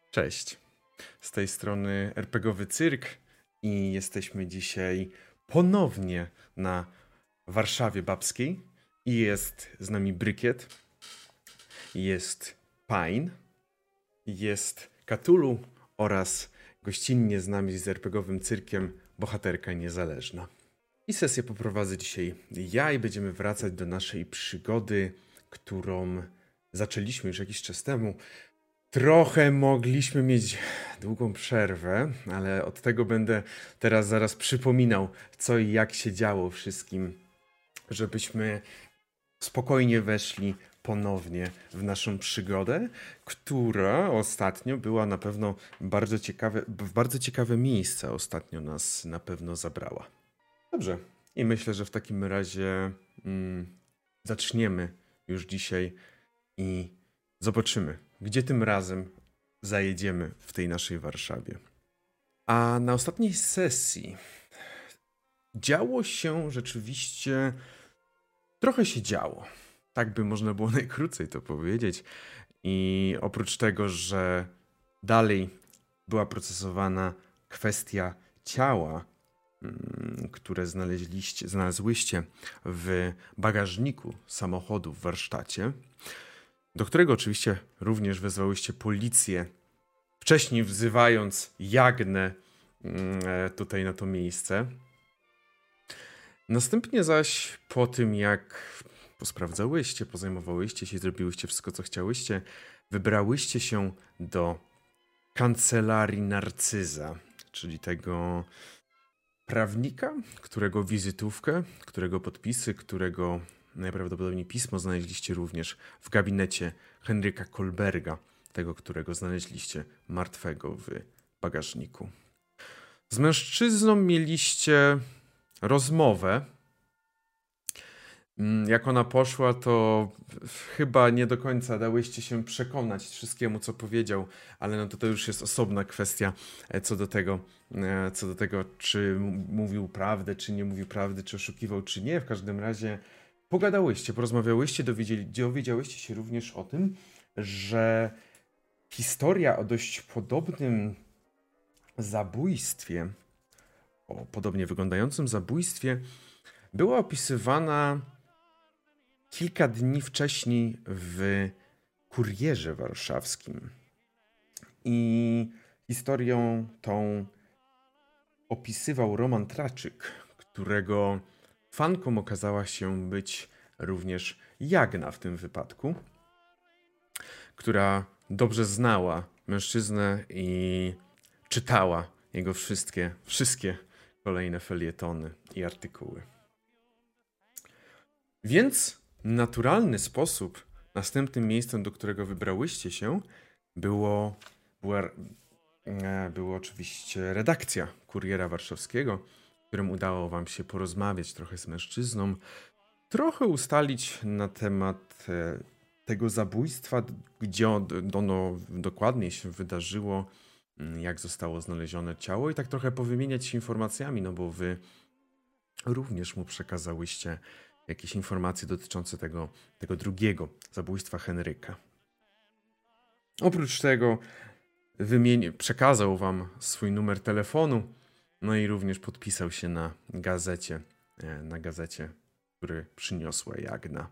Cześć, z tej strony RPGowy Cyrk i jesteśmy dzisiaj ponownie na Warszawie Babskiej i jest z nami Brykiet, jest Pine, jest Cthulhu oraz gościnnie z nami z RPGowym Cyrkiem bohaterka niezależna. I sesję poprowadzę dzisiaj ja i będziemy wracać do naszej przygody, którą zaczęliśmy już jakiś czas temu. Trochę mogliśmy mieć długą przerwę, ale od tego będę teraz zaraz przypominał, co i jak się działo wszystkim, żebyśmy spokojnie weszli ponownie w naszą przygodę, która ostatnio była na pewno w bardzo ciekawe miejsca ostatnio nas na pewno zabrała. Dobrze, i myślę, że w takim razie zaczniemy już dzisiaj i zobaczymy, gdzie tym razem zajedziemy w tej naszej Warszawie. A na ostatniej sesji działo się rzeczywiście... Trochę się działo. Tak by można było najkrócej to powiedzieć. I oprócz tego, że dalej była procesowana kwestia ciała, które znalazłyście w bagażniku samochodu w warsztacie, do którego oczywiście również wezwałyście policję, wcześniej wzywając Jagnę tutaj na to miejsce. Następnie zaś po tym, jak posprawdzałyście, pozajmowałyście się i zrobiłyście wszystko, co chciałyście, wybrałyście się do kancelarii Narcyza, czyli tego prawnika, którego wizytówkę, którego podpisy, którego najprawdopodobniej pismo znaleźliście również w gabinecie Henryka Kolberga, tego, którego znaleźliście martwego w bagażniku. Z mężczyzną mieliście rozmowę. Jak ona poszła, to chyba nie do końca dałyście się przekonać wszystkiemu, co powiedział, ale no to już jest osobna kwestia co do tego, czy mówił prawdę, czy nie mówił prawdy, czy oszukiwał, czy nie. W każdym razie pogadałyście, porozmawiałyście, dowiedziałyście się również o tym, że historia o dość podobnym zabójstwie, o podobnie wyglądającym zabójstwie, była opisywana kilka dni wcześniej w Kurierze Warszawskim. I historią tą opisywał Roman Traczyk, którego fanką okazała się być również Jagna w tym wypadku, która dobrze znała mężczyznę i czytała jego wszystkie kolejne felietony i artykuły. Więc naturalny sposób, następnym miejscem, do którego wybrałyście się, było oczywiście redakcja Kuriera Warszawskiego, w którym udało wam się porozmawiać trochę z mężczyzną, trochę ustalić na temat tego zabójstwa, gdzie ono dokładnie się wydarzyło, jak zostało znalezione ciało i tak trochę powymieniać się informacjami, no bo wy również mu przekazałyście jakieś informacje dotyczące tego drugiego zabójstwa Henryka. Oprócz tego przekazał wam swój numer telefonu, no i również podpisał się na gazecie, który przyniosła Jagna.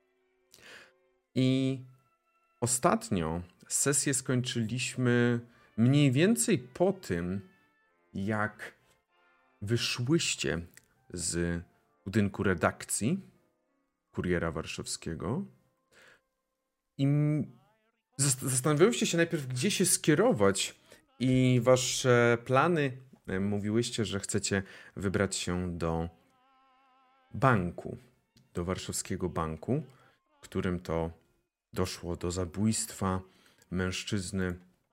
I ostatnio sesję skończyliśmy mniej więcej po tym, jak wyszłyście z budynku redakcji Kuriera Warszawskiego i zastanawiałyście się najpierw, gdzie się skierować i wasze plany, mówiłyście, że chcecie wybrać się do banku, do warszawskiego banku, w którym to doszło do zabójstwa mężczyzny,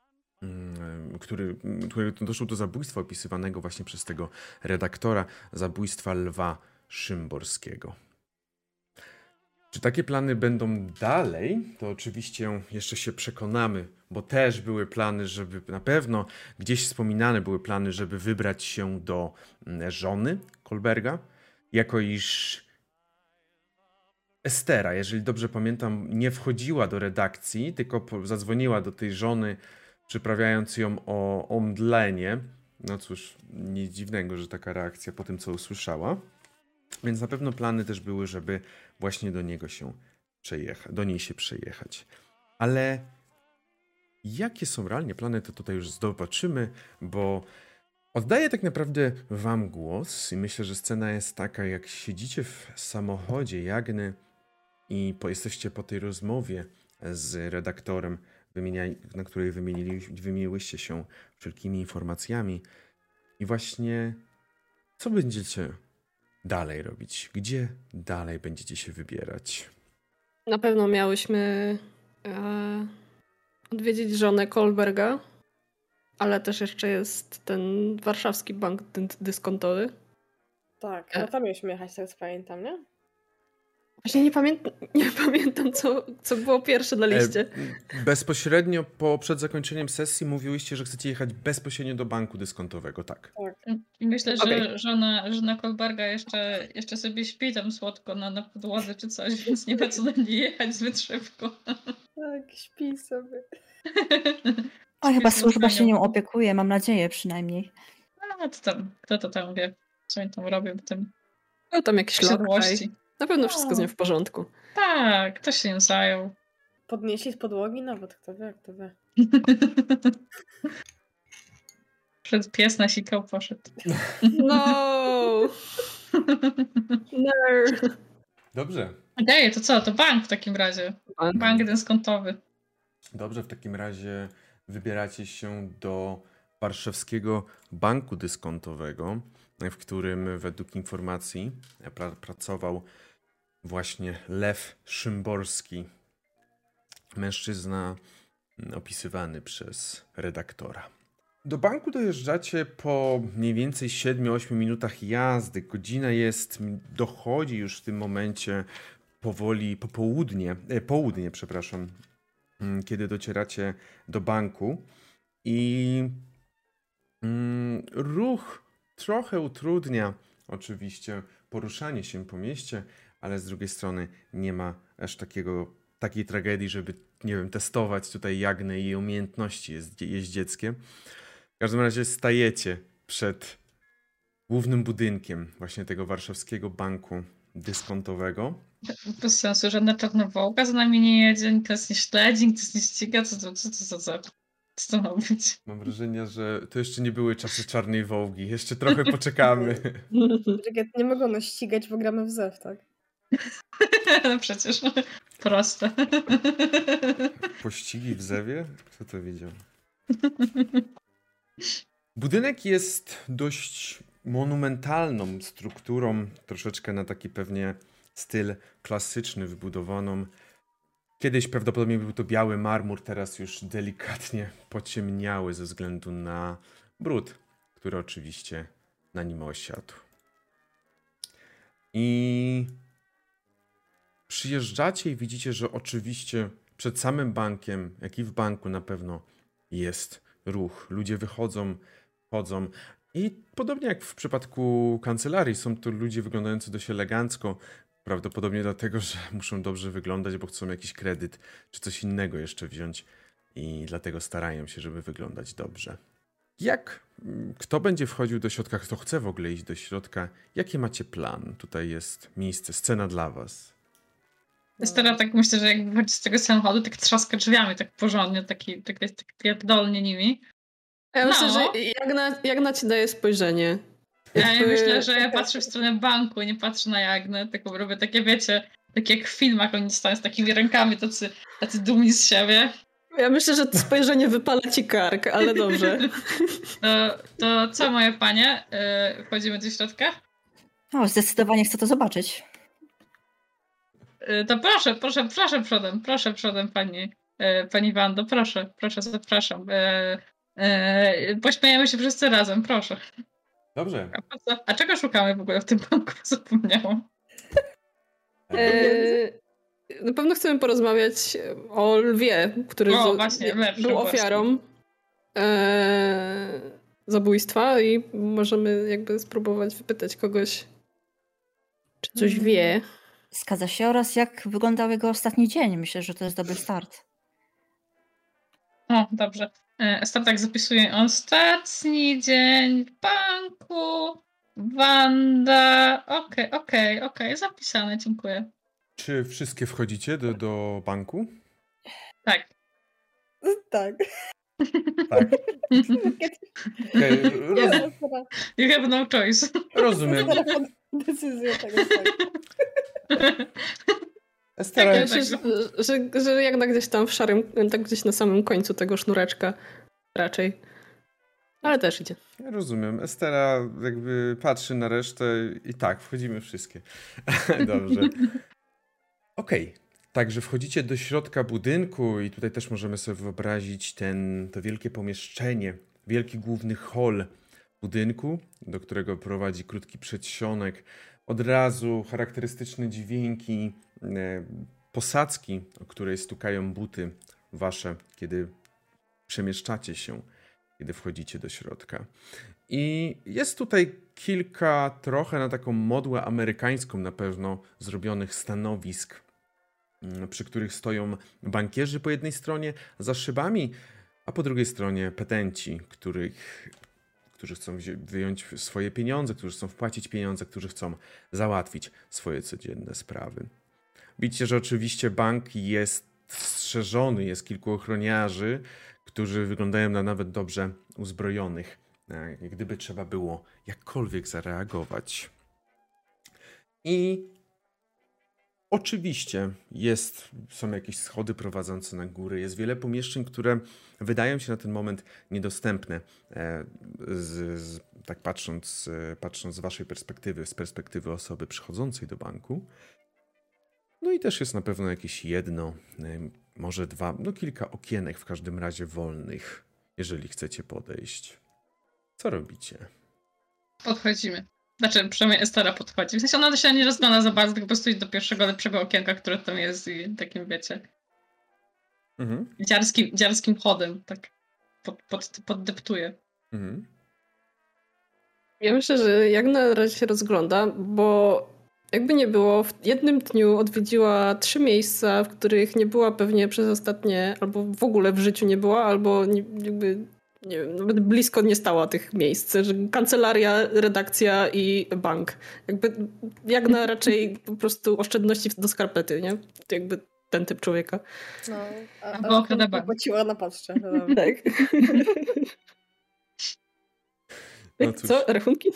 doszło do zabójstwa opisywanego właśnie przez tego redaktora, zabójstwa Lwa Szymborskiego. Czy takie plany będą dalej? To oczywiście jeszcze się przekonamy, bo też były plany, żeby na pewno gdzieś wspominane były plany, żeby wybrać się do żony Kolberga, jako iż Estera, jeżeli dobrze pamiętam, nie wchodziła do redakcji, tylko zadzwoniła do tej żony przyprawiając ją o omdlenie. No cóż, nic dziwnego, że taka reakcja po tym, co usłyszała. Więc na pewno plany też były, żeby właśnie do niej się przejechać. Ale jakie są realnie plany, to tutaj już zobaczymy, bo oddaję tak naprawdę wam głos i myślę, że scena jest taka, jak siedzicie w samochodzie Jagny i jesteście po tej rozmowie z redaktorem, na której wymieniłyście się wszelkimi informacjami. I właśnie co będziecie dalej robić? Gdzie dalej będziecie się wybierać? Na pewno miałyśmy odwiedzić żonę Kohlberga, ale też jeszcze jest ten warszawski bank dyskontowy. Tak, no tam mieliśmy jechać, teraz pamiętam, nie? Właśnie nie pamiętam, co było pierwsze na liście. Bezpośrednio przed zakończeniem sesji mówiłyście, że chcecie jechać bezpośrednio do banku dyskontowego, tak? Myślę, że żona Kohlberga jeszcze sobie śpi tam słodko na podłodze czy coś, więc nie ma co na nie jechać zbyt szybko. Tak, śpi sobie. A chyba służba się nią opiekuje, mam nadzieję przynajmniej. A kto to tam wie, co oni tam robią w tym No tam jakieś posiadłości. Na pewno wszystko z nią w porządku. Tak, ktoś się nią zajął. Podnieśli z podłogi nawet, kto wie. Przed pies nasikał, poszedł. No! No! Dobrze. Okej, to co? To bank w takim razie. Bank dyskontowy. Dobrze, w takim razie wybieracie się do warszawskiego banku dyskontowego, w którym według informacji pracował właśnie Lew Szymborski, mężczyzna opisywany przez redaktora. Do banku dojeżdżacie po mniej więcej 7-8 minutach jazdy. Godzina dochodzi już w tym momencie powoli południe, kiedy docieracie do banku i ruch trochę utrudnia oczywiście poruszanie się po mieście, ale z drugiej strony nie ma aż takiej tragedii, żeby, nie wiem, testować tutaj Jagnę i jej umiejętności jeździeckie. W każdym razie stajecie przed głównym budynkiem właśnie tego warszawskiego banku dyskontowego. Bez sensu, żadna czarnowołka za nami nie jedzie, nikt nas nie śledzi, nikt nas nie ściga, co to ma być? Mam wrażenie, że to jeszcze nie były czasy czarnej wołgi. Jeszcze trochę poczekamy. Nie mogą nas ścigać, bo gramy w Zew, tak? No przecież, proste. Pościgi w Zewie? Kto to wiedział? Budynek jest dość monumentalną strukturą, troszeczkę na taki pewnie styl klasyczny wybudowaną. Kiedyś prawdopodobnie był to biały marmur, teraz już delikatnie pociemniały ze względu na brud, który oczywiście na nim osiadł. I przyjeżdżacie i widzicie, że oczywiście przed samym bankiem, jak i w banku na pewno jest ruch. Ludzie wychodzą, wchodzą i podobnie jak w przypadku kancelarii są to ludzie wyglądający dość elegancko, prawdopodobnie dlatego, że muszą dobrze wyglądać, bo chcą jakiś kredyt czy coś innego jeszcze wziąć i dlatego starają się, żeby wyglądać dobrze. Kto będzie wchodził do środka, kto chce w ogóle iść do środka, jaki macie plan? Tutaj jest miejsce, scena dla was. Stara, tak myślę, że jak wychodzi z tego samochodu, tak trzaska drzwiami, tak porządnie, tak pierdolnie nimi. Ja myślę, że Jagna ci daje spojrzenie. Ja myślę, że ja patrzę w stronę banku, nie patrzę na Jagnę, tylko robię takie, wiecie, tak jak w filmach oni stoją z takimi rękami, tacy dumni z siebie. Ja myślę, że to spojrzenie wypala ci kark, ale dobrze. To co, moje panie? Wchodzimy do środka? O, zdecydowanie chcę to zobaczyć. To proszę przodem pani Wando, proszę, zapraszam. Pośmiejemy się wszyscy razem, proszę. Dobrze. A czego szukamy w ogóle w tym banku? Zapomniałam. Na pewno chcemy porozmawiać o lwie, który był ofiarą zabójstwa i możemy jakby spróbować wypytać kogoś, czy coś wie. Zgadza się, oraz jak wyglądał jego ostatni dzień. Myślę, że to jest dobry start. O, dobrze. Esther tak zapisuje ostatni dzień w banku. Wanda. Okej, zapisane, dziękuję. Czy wszystkie wchodzicie do banku? Tak. Tak. Tak. Okay, You have no choice. rozumiem. Decyzja tego tak. Estera, Tak, Myślę, że jak na gdzieś tam w szarym, tak gdzieś na samym końcu tego sznureczka raczej. Ale też idzie. ja rozumiem. Estera jakby patrzy na resztę i tak, wchodzimy wszystkie. Dobrze. Okej. Także wchodzicie do środka budynku i tutaj też możemy sobie wyobrazić to wielkie pomieszczenie, wielki główny hol budynku, do którego prowadzi krótki przedsionek. Od razu charakterystyczne dźwięki posadzki, o której stukają buty wasze, kiedy przemieszczacie się, kiedy wchodzicie do środka. I jest tutaj kilka trochę na taką modłę amerykańską na pewno zrobionych stanowisk, przy których stoją bankierzy po jednej stronie za szybami, a po drugiej stronie petenci, którzy chcą wyjąć swoje pieniądze, którzy chcą wpłacić pieniądze, którzy chcą załatwić swoje codzienne sprawy. Widzicie, że oczywiście bank jest strzeżony, jest kilku ochroniarzy, którzy wyglądają na nawet dobrze uzbrojonych, gdyby trzeba było jakkolwiek zareagować. I oczywiście są jakieś schody prowadzące na górę, jest wiele pomieszczeń, które wydają się na ten moment niedostępne, tak patrząc z waszej perspektywy, z perspektywy osoby przychodzącej do banku. No i też jest na pewno jakieś jedno, może dwa, kilka okienek w każdym razie wolnych, jeżeli chcecie podejść. Co robicie? Podchodzimy. Znaczy, przynajmniej Estera podchodzi. W sensie ona się nie rozgląda za bardzo, tylko po prostu idzie do pierwszego lepszego okienka, które tam jest i takim, wiecie, dziarskim chodem, tak poddeptuje. Ja myślę, że jak na razie się rozgląda, bo jakby nie było, w jednym dniu odwiedziła 3 miejsca, w których nie była pewnie przez ostatnie, albo w ogóle w życiu nie była, albo nie wiem, nawet blisko nie stała tych miejsc, że kancelaria, redakcja i bank. Jak na raczej po prostu oszczędności do skarpety, nie? To jakby ten typ człowieka. No, a płaciła na patrzcie. Tak. No cóż. Co? Rachunki?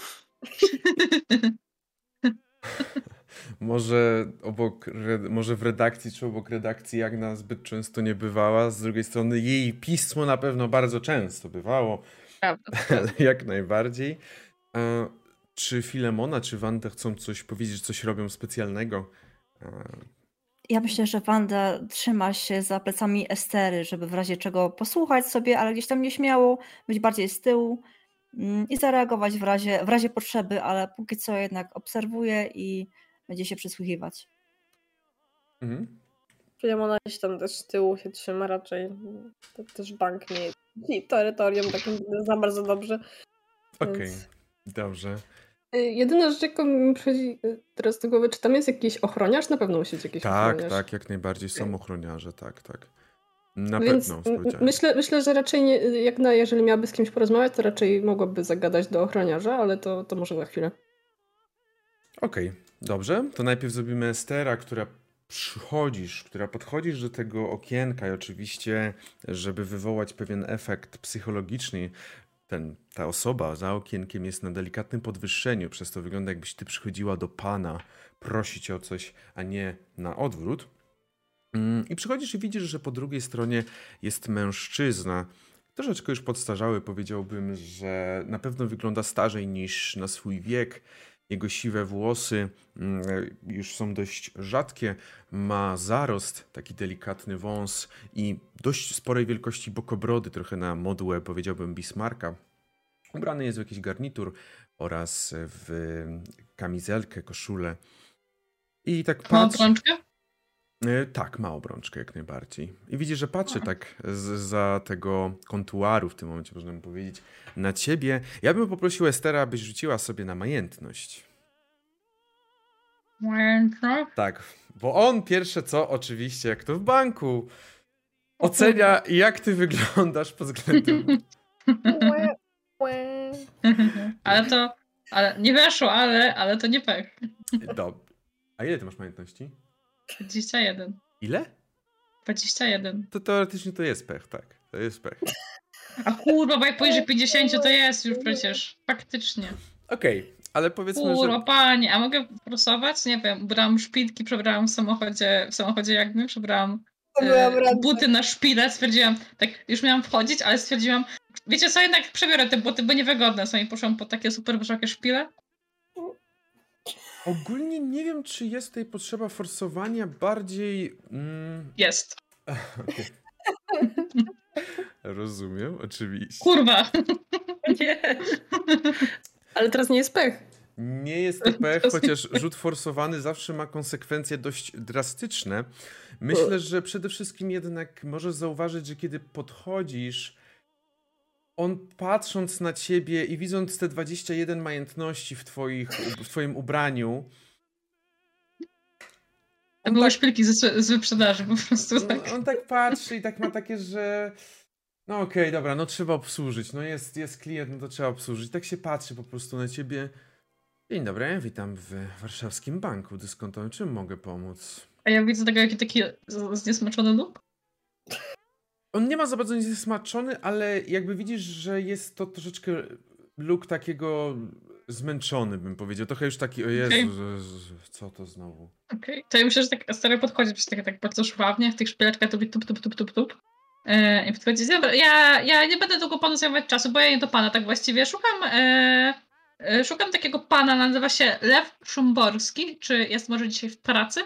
Może w redakcji czy obok redakcji Jagna zbyt często nie bywała. Z drugiej strony jej pismo na pewno bardzo często bywało. Prawda. Jak najbardziej. Czy Filemona, czy Wanda chcą coś powiedzieć, coś robią specjalnego? Ja myślę, że Wanda trzyma się za plecami Estery, żeby w razie czego posłuchać sobie, ale gdzieś tam nieśmiało, być bardziej z tyłu i zareagować w razie potrzeby, ale póki co jednak obserwuje i będzie się przysłuchiwać. Filemona gdzieś tam też z tyłu się trzyma raczej. To też bank nie jest terytorium takim za bardzo dobrze. Okej, dobrze. Jedyna rzecz, jaką mi przychodzi teraz do głowy, czy tam jest jakiś ochroniarz? Na pewno musi być jakiś ochroniarz. Tak, jak najbardziej są ochroniarze, tak. Więc pewno. Myślę, że raczej nie, jeżeli miałaby z kimś porozmawiać, to raczej mogłaby zagadać do ochroniarza, ale to może za chwilę. Okej, dobrze. To najpierw zrobimy Estera, która podchodzisz do tego okienka i oczywiście, żeby wywołać pewien efekt psychologiczny, ta osoba za okienkiem jest na delikatnym podwyższeniu, przez to wygląda, jakbyś ty przychodziła do pana prosić o coś, a nie na odwrót. I przychodzisz i widzisz, że po drugiej stronie jest mężczyzna, troszeczkę już podstarzały, powiedziałbym, że na pewno wygląda starzej niż na swój wiek. Jego siwe włosy już są dość rzadkie, ma zarost, taki delikatny wąs i dość sporej wielkości bokobrody, trochę na modłę, powiedziałbym, Bismarcka. Ubrany jest w jakiś garnitur oraz w kamizelkę, koszulę. I tak patrzy... Ma obrączkę? Tak, ma obrączkę jak najbardziej. I widzi, że patrzy tak za tego kontuaru w tym momencie, można by powiedzieć, na ciebie. Ja bym poprosił Estera, abyś rzuciła sobie na majętność. Majętność? Tak, bo on pierwsze co, oczywiście, jak to w banku, ocenia, jak ty wyglądasz pod względem... Ale nie weszło, ale to nie pech. Dobrze. A ile ty masz majątności? 21. Ile? 21. To teoretycznie to jest pech, tak. To jest pech. A kurwa, bo jak poniżej 50 to jest już przecież. Faktycznie. Okej, ale powiedzmy, Kurwa, że... panie, a mogę prosować? Nie wiem, brałam szpilki, przebrałam w samochodzie Jagny, przebrałam buty na szpilę, stwierdziłam, tak już miałam wchodzić, ale stwierdziłam, wiecie co, jednak przebiorę te buty, bo niewygodne są i poszłam po takie super wysokie szpile. Ogólnie nie wiem, czy jest tutaj potrzeba forsowania bardziej... Jest. Okay. Rozumiem, oczywiście. Kurwa! Nie. Ale teraz nie jest pech. Nie jest to pech, chociaż rzut forsowany zawsze ma konsekwencje dość drastyczne. Myślę, że przede wszystkim jednak możesz zauważyć, że kiedy podchodzisz, on patrząc na ciebie i widząc te 21 majątności w twoim ubraniu... To były szpilki z wyprzedaży po prostu. Tak. On tak patrzy i tak ma takie, że... No okej, dobra, no trzeba obsłużyć. No jest klient, no to trzeba obsłużyć. Tak się patrzy po prostu na ciebie. Dzień dobry, witam w warszawskim banku dyskontowym. Czym mogę pomóc? A ja widzę tego, jaki taki zniesmaczony look. On nie ma za bardzo zniesmaczony, ale jakby widzisz, że jest to troszeczkę look takiego zmęczony, bym powiedział. Trochę już taki, o Jezu, co to znowu? Okej. To ja myślę, że tak stary podchodzi, przez takie tak bardzo szwawnie, w tych szpileczkach tup. I podchodzi, dobra, ja nie będę długo panu zajmować czasu, bo ja nie do pana tak właściwie. Szukam takiego pana, nazywa się Lew Szumborski. Czy jest może dzisiaj w pracy?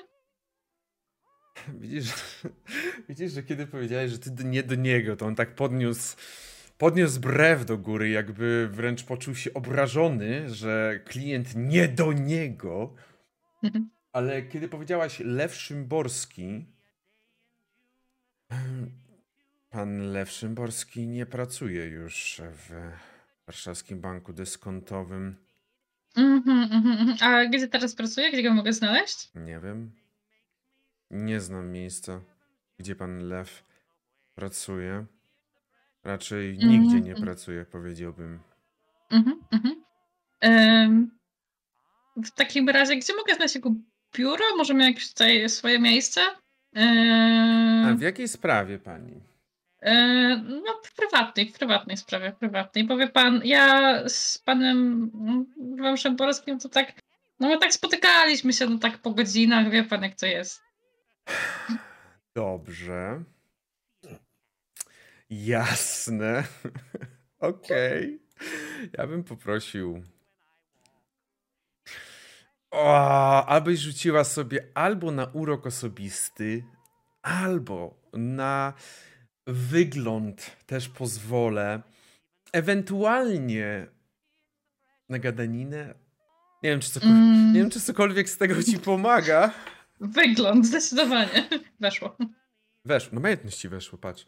Widzisz, że kiedy powiedziałeś, że ty nie do niego, to on tak podniósł brew do góry, jakby wręcz poczuł się obrażony, że klient nie do niego. Ale kiedy powiedziałaś Lew Szymborski, pan Lew Szymborski nie pracuje już w warszawskim banku dyskontowym. A gdzie teraz pracuje? Gdzie go mogę znaleźć? Nie wiem. Nie znam miejsca, gdzie pan Lew pracuje. Raczej nigdzie nie pracuje, powiedziałbym. W takim razie, gdzie mogę znaleźć jego biuro? Może miał jakieś tutaj swoje miejsce? A w jakiej sprawie pani? No, w prywatnej sprawie, prywatnej. Powie pan, ja z panem Lwem Szymborskim to tak, no my tak spotykaliśmy się, no tak po godzinach, wie pan jak to jest. Dobrze. Jasne. Okej. Ja bym poprosił... abyś rzuciła sobie albo na urok osobisty, albo na wygląd też pozwolę. Ewentualnie na gadaninę. Nie wiem, czy cokolwiek z tego ci pomaga. Wygląd, zdecydowanie. Weszło. Weszło. No majątności weszło, patrz.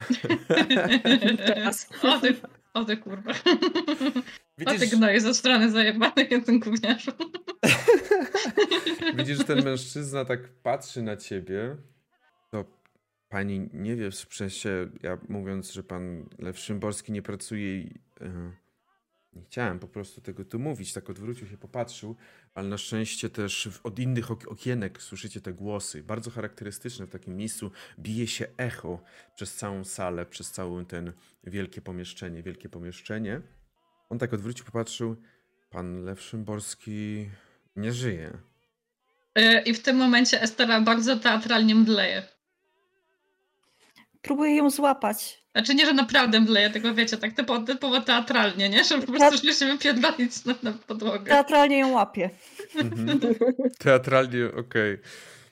Teraz. O ty kurwa. Widzisz, o ty gnoju ze strony zajebanych, jeden gówniarzu. Widzisz, że ten mężczyzna tak patrzy na ciebie. To pani nie wie, w sensie ja mówiąc, że pan Lew Szymborski nie pracuje i nie chciałem po prostu tego tu mówić, tak odwrócił się, popatrzył, ale na szczęście też od innych okienek słyszycie te głosy, bardzo charakterystyczne w takim miejscu, bije się echo przez całą salę, przez całe ten wielkie pomieszczenie. On tak odwrócił, popatrzył, pan Lew Szymborski nie żyje. I w tym momencie Estera bardzo teatralnie mdleje. Próbuję ją złapać. Znaczy nie, że naprawdę mdleje, tylko wiecie, tak typowo teatralnie, nie? Że po prostu się wypierdolić na podłogę. Teatralnie ją łapię. Teatralnie, okej.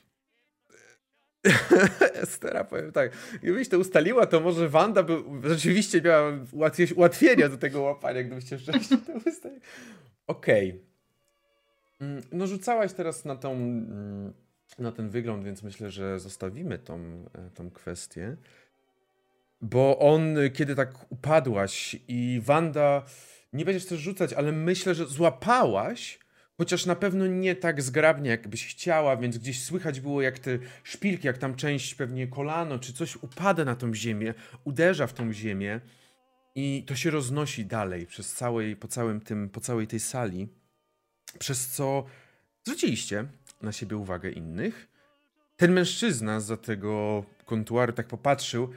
Estera, powiem tak, gdybyś to ustaliła, to może Wanda by rzeczywiście miała ułatwienia do tego łapania, gdybyście wcześniej to ustaliła. Okej. No rzucałaś teraz na ten wygląd, więc myślę, że zostawimy tą kwestię. Bo kiedy tak upadłaś i Wanda, nie będziesz też rzucać, ale myślę, że złapałaś Chociaż na pewno nie tak zgrabnie, jakbyś chciała, więc gdzieś słychać było, jak te szpilki, jak tam część pewnie kolano czy coś upada na tą ziemię, uderza w tą ziemię i to się roznosi dalej po całej tej sali, przez co zwróciliście na siebie uwagę innych. Ten mężczyzna zza tego kontuaru tak popatrzył.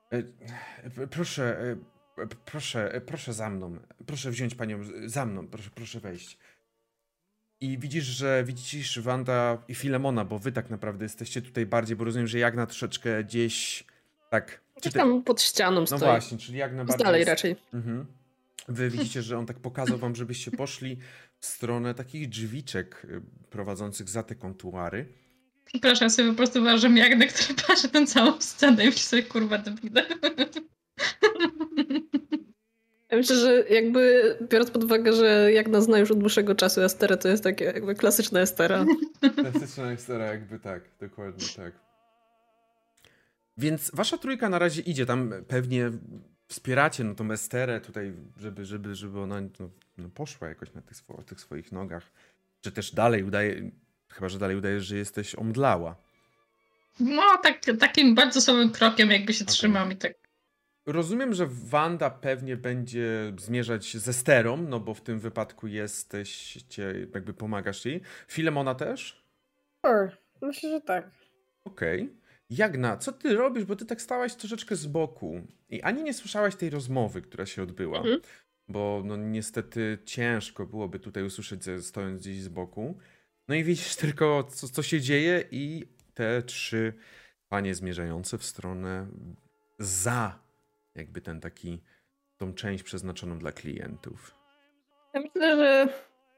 Proszę za mną. Proszę wziąć panią za mną. Proszę wejść. I widzisz Wanda i Filemona, bo wy tak naprawdę jesteście tutaj bardziej, bo rozumiem, że Jagna troszeczkę gdzieś tak... Gdzieś tam pod ścianą stoi. No właśnie, czyli Jagna bardziej... Dalej raczej. Wy widzicie, że on tak pokazał wam, żebyście poszli w stronę takich drzwiczek prowadzących za te kontuary. Przepraszam, sobie po prostu wyobrażam Jagnę, która patrzy tę całą scenę i myśli sobie, kurwa, debile. Ja myślę, że jakby biorąc pod uwagę, że Jagna zna już od dłuższego czasu Esterę, to jest takie jakby klasyczna Estera. Klasyczna Estera, jakby tak, dokładnie tak. Więc wasza trójka na razie idzie, tam pewnie wspieracie tą Esterę tutaj, żeby ona poszła jakoś na tych swoich nogach. Czy też dalej chyba że dalej udajesz, że jesteś omdlała. No, takim bardzo słabym krokiem jakby się trzymam i tak. Rozumiem, że Wanda pewnie będzie zmierzać ze Esterą, no bo w tym wypadku jakby pomagasz jej. Filemona też? Myślę, że tak. Okej. Jagna, co ty robisz? Bo ty tak stałaś troszeczkę z boku i ani nie słyszałaś tej rozmowy, która się odbyła, bo no niestety ciężko byłoby tutaj usłyszeć, stojąc gdzieś z boku. No i widzisz tylko, co się dzieje i te 3 panie zmierzające w stronę za jakby tą część przeznaczoną dla klientów. Ja myślę, że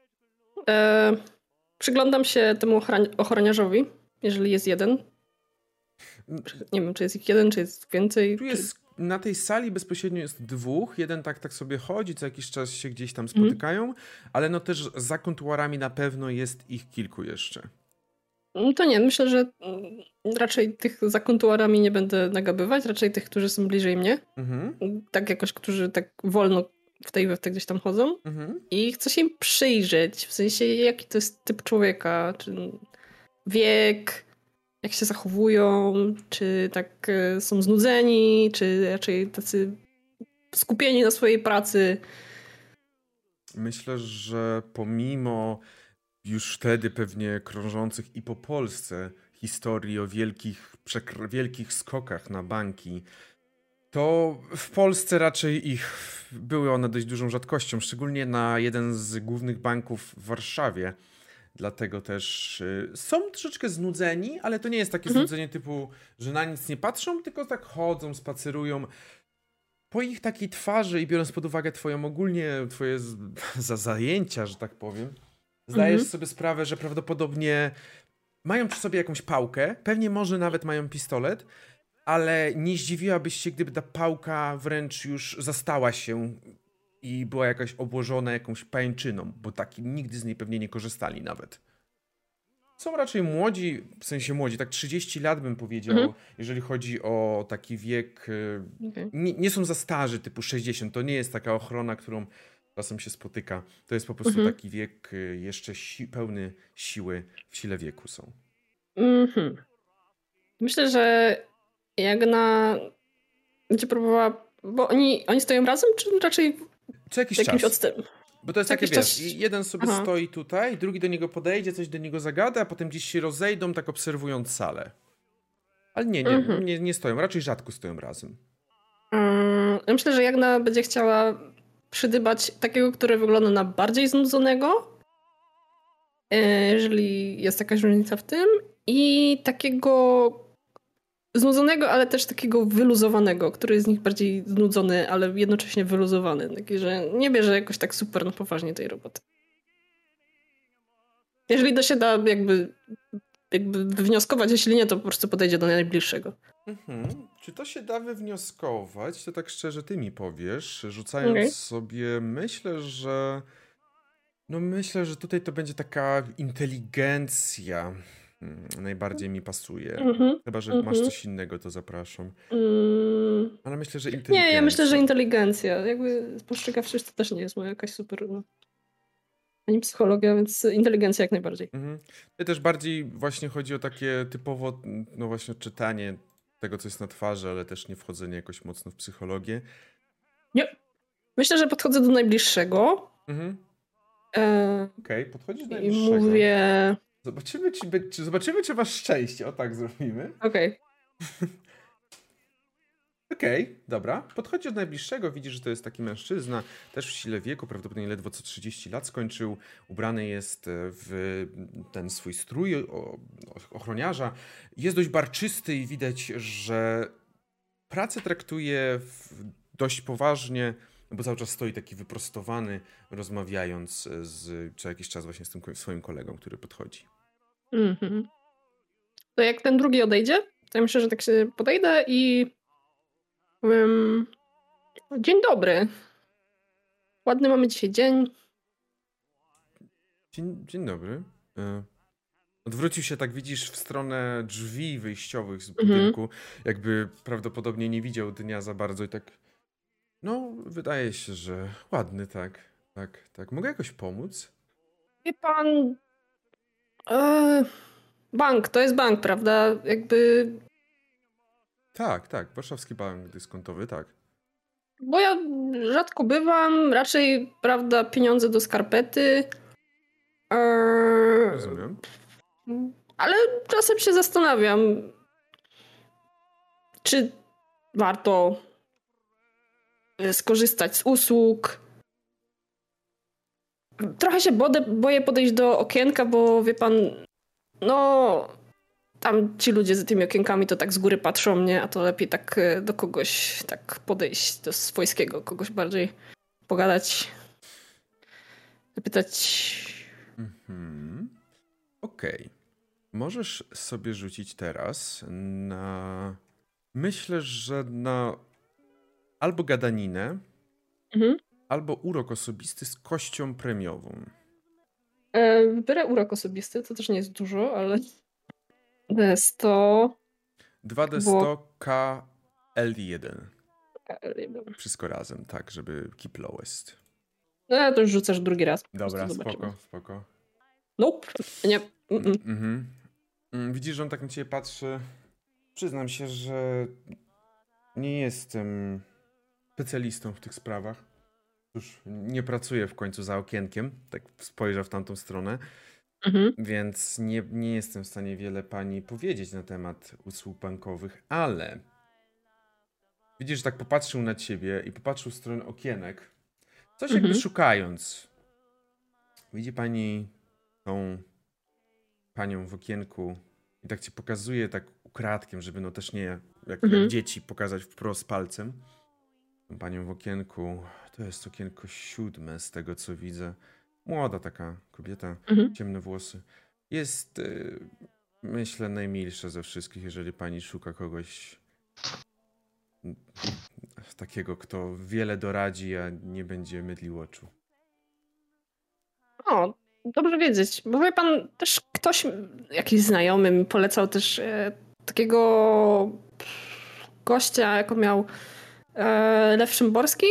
przyglądam się temu ochroniarzowi, jeżeli jest jeden. Nie wiem, czy jest ich jeden, czy jest więcej. Tu jest, na tej sali bezpośrednio jest 2. Jeden tak sobie chodzi, co jakiś czas się gdzieś tam spotykają, ale no też za kontuarami na pewno jest ich kilku jeszcze. To nie, myślę, że raczej tych za kontuarami nie będę nagabywać, raczej tych, którzy są bliżej mnie. Tak jakoś, którzy tak wolno w tej gdzieś tam chodzą. I chcę się im przyjrzeć, w sensie jaki to jest typ człowieka, czy wiek, jak się zachowują, czy tak są znudzeni, czy raczej tacy skupieni na swojej pracy. Myślę, że pomimo już wtedy pewnie krążących i po Polsce historii o wielkich skokach na banki, to w Polsce raczej były one dość dużą rzadkością, szczególnie na jeden z głównych banków w Warszawie. Dlatego też są troszeczkę znudzeni, ale to nie jest takie znudzenie typu, że na nic nie patrzą, tylko tak chodzą, spacerują. Po ich takiej twarzy i biorąc pod uwagę twoje zajęcia, że tak powiem, zdajesz sobie sprawę, że prawdopodobnie mają przy sobie jakąś pałkę, pewnie może nawet mają pistolet, ale nie zdziwiłabyś się, gdyby ta pałka wręcz już zastała się i była jakaś obłożona jakąś pajęczyną, bo nigdy z niej pewnie nie korzystali nawet. Są raczej młodzi, w sensie młodzi, tak 30 lat bym powiedział, jeżeli chodzi o taki wiek. Nie są za starzy, typu 60. To nie jest taka ochrona, którą czasem się spotyka. To jest po prostu taki wiek jeszcze pełny siły, w sile wieku są. Myślę, że Jagna będzie próbowała, bo oni stoją razem, czy raczej co jakiś czas. Odstęp? Bo to jest takie, wiesz, jeden sobie stoi tutaj, drugi do niego podejdzie, coś do niego zagada, a potem gdzieś się rozejdą, tak obserwując salę. Ale nie stoją, raczej rzadko stoją razem. Ja myślę, że Jagna będzie chciała przydybać takiego, który wygląda na bardziej znudzonego, jeżeli jest jakaś różnica w tym, i takiego znudzonego, ale też takiego wyluzowanego, który jest z nich bardziej znudzony, ale jednocześnie wyluzowany. Taki, że nie bierze jakoś tak super na poważnie tej roboty. Jeżeli to się da jakby wywnioskować, jeśli nie, to po prostu podejdzie do najbliższego. Czy to się da wywnioskować? To tak szczerze ty mi powiesz, rzucając sobie, myślę, że tutaj to będzie taka inteligencja. Najbardziej mi pasuje. Chyba, że masz coś innego, to zapraszam. Ale myślę, że inteligencja. Nie, ja myślę, że inteligencja. Jakby spostrzegawczość to też nie jest moja jakaś super ani psychologia, więc inteligencja jak najbardziej. I też bardziej właśnie chodzi o takie typowo, no właśnie czytanie tego, co jest na twarzy, ale też nie wchodzenie jakoś mocno w psychologię. Nie. Myślę, że podchodzę do najbliższego. Okej, podchodzisz do I najbliższego. mówię... Zobaczymy, czy masz szczęście. O tak zrobimy. Okej. Okej, dobra. Podchodzisz do najbliższego, widzisz, że to jest taki mężczyzna, też w sile wieku, prawdopodobnie ledwo co 30 lat skończył. Ubrany jest w ten swój strój ochroniarza. Jest dość barczysty i widać, że pracę traktuje dość poważnie, bo cały czas stoi taki wyprostowany, rozmawiając co jakiś czas właśnie z tym swoim kolegą, który podchodzi. To jak ten drugi odejdzie, to ja myślę, że tak się podejdę i dzień dobry. Ładny mamy dzisiaj dzień. Dzień dobry. Odwrócił się, tak widzisz, w stronę drzwi wyjściowych z budynku. Jakby prawdopodobnie nie widział dnia za bardzo i tak... No, wydaje się, że ładny, tak. Mogę jakoś pomóc? Wie pan... bank, to jest bank, prawda? Jakby... Tak. Warszawski Bank Dyskontowy, tak. Bo ja rzadko bywam, raczej, prawda, pieniądze do skarpety. Rozumiem. Ale czasem się zastanawiam, czy warto skorzystać z usług. Trochę się boję podejść do okienka, bo wie pan, no tam ci ludzie z tymi okienkami to tak z góry patrzą mnie, a to lepiej tak do kogoś tak podejść, do swojskiego, kogoś bardziej pogadać, zapytać. Okej. Możesz sobie rzucić teraz na... Myślę, że na albo gadaninę, albo urok osobisty z kością premiową. Wybiorę urok osobisty, to też nie jest dużo, ale D100... 2D100 KL1. KL1. Wszystko razem, tak, żeby keep lowest. No to już rzucasz drugi raz. Dobra, spoko. Nope, nie. Widzisz, że on tak na ciebie patrzy. Przyznam się, że nie jestem specjalistą w tych sprawach. Już nie pracuję w końcu za okienkiem. Tak spojrzę w tamtą stronę. Więc nie jestem w stanie wiele pani powiedzieć na temat usług bankowych, ale widzisz, że tak popatrzył na ciebie i popatrzył w stronę okienek. Coś jakby szukając. Widzi pani tą panią w okienku i tak ci pokazuje tak ukradkiem, żeby no też nie jak dzieci pokazać wprost palcem. Tą panią w okienku, to jest okienko 7 z tego co widzę. Młoda taka kobieta, ciemne włosy. Jest, myślę, najmilsza ze wszystkich, jeżeli pani szuka kogoś takiego, kto wiele doradzi, a nie będzie mydlił oczu. O, dobrze wiedzieć, bo wie pan, też ktoś, jakiś znajomy mi polecał też takiego gościa, jako miał Lew Szymborski.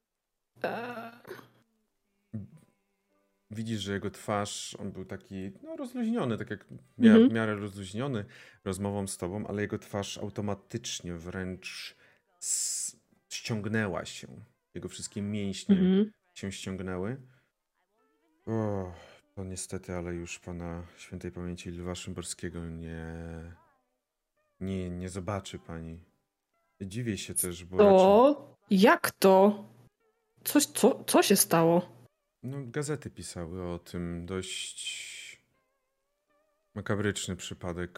Widzisz, że jego twarz, on był taki rozluźniony, tak jak w miarę rozluźniony rozmową z tobą, ale jego twarz automatycznie wręcz ściągnęła się. Jego wszystkie mięśnie się ściągnęły. O, to niestety, ale już pana świętej pamięci Lwa Szymborskiego nie zobaczy pani. Dziwię się też, bo raczej... Jak to? Co się stało? No, gazety pisały o tym. Dość makabryczny przypadek.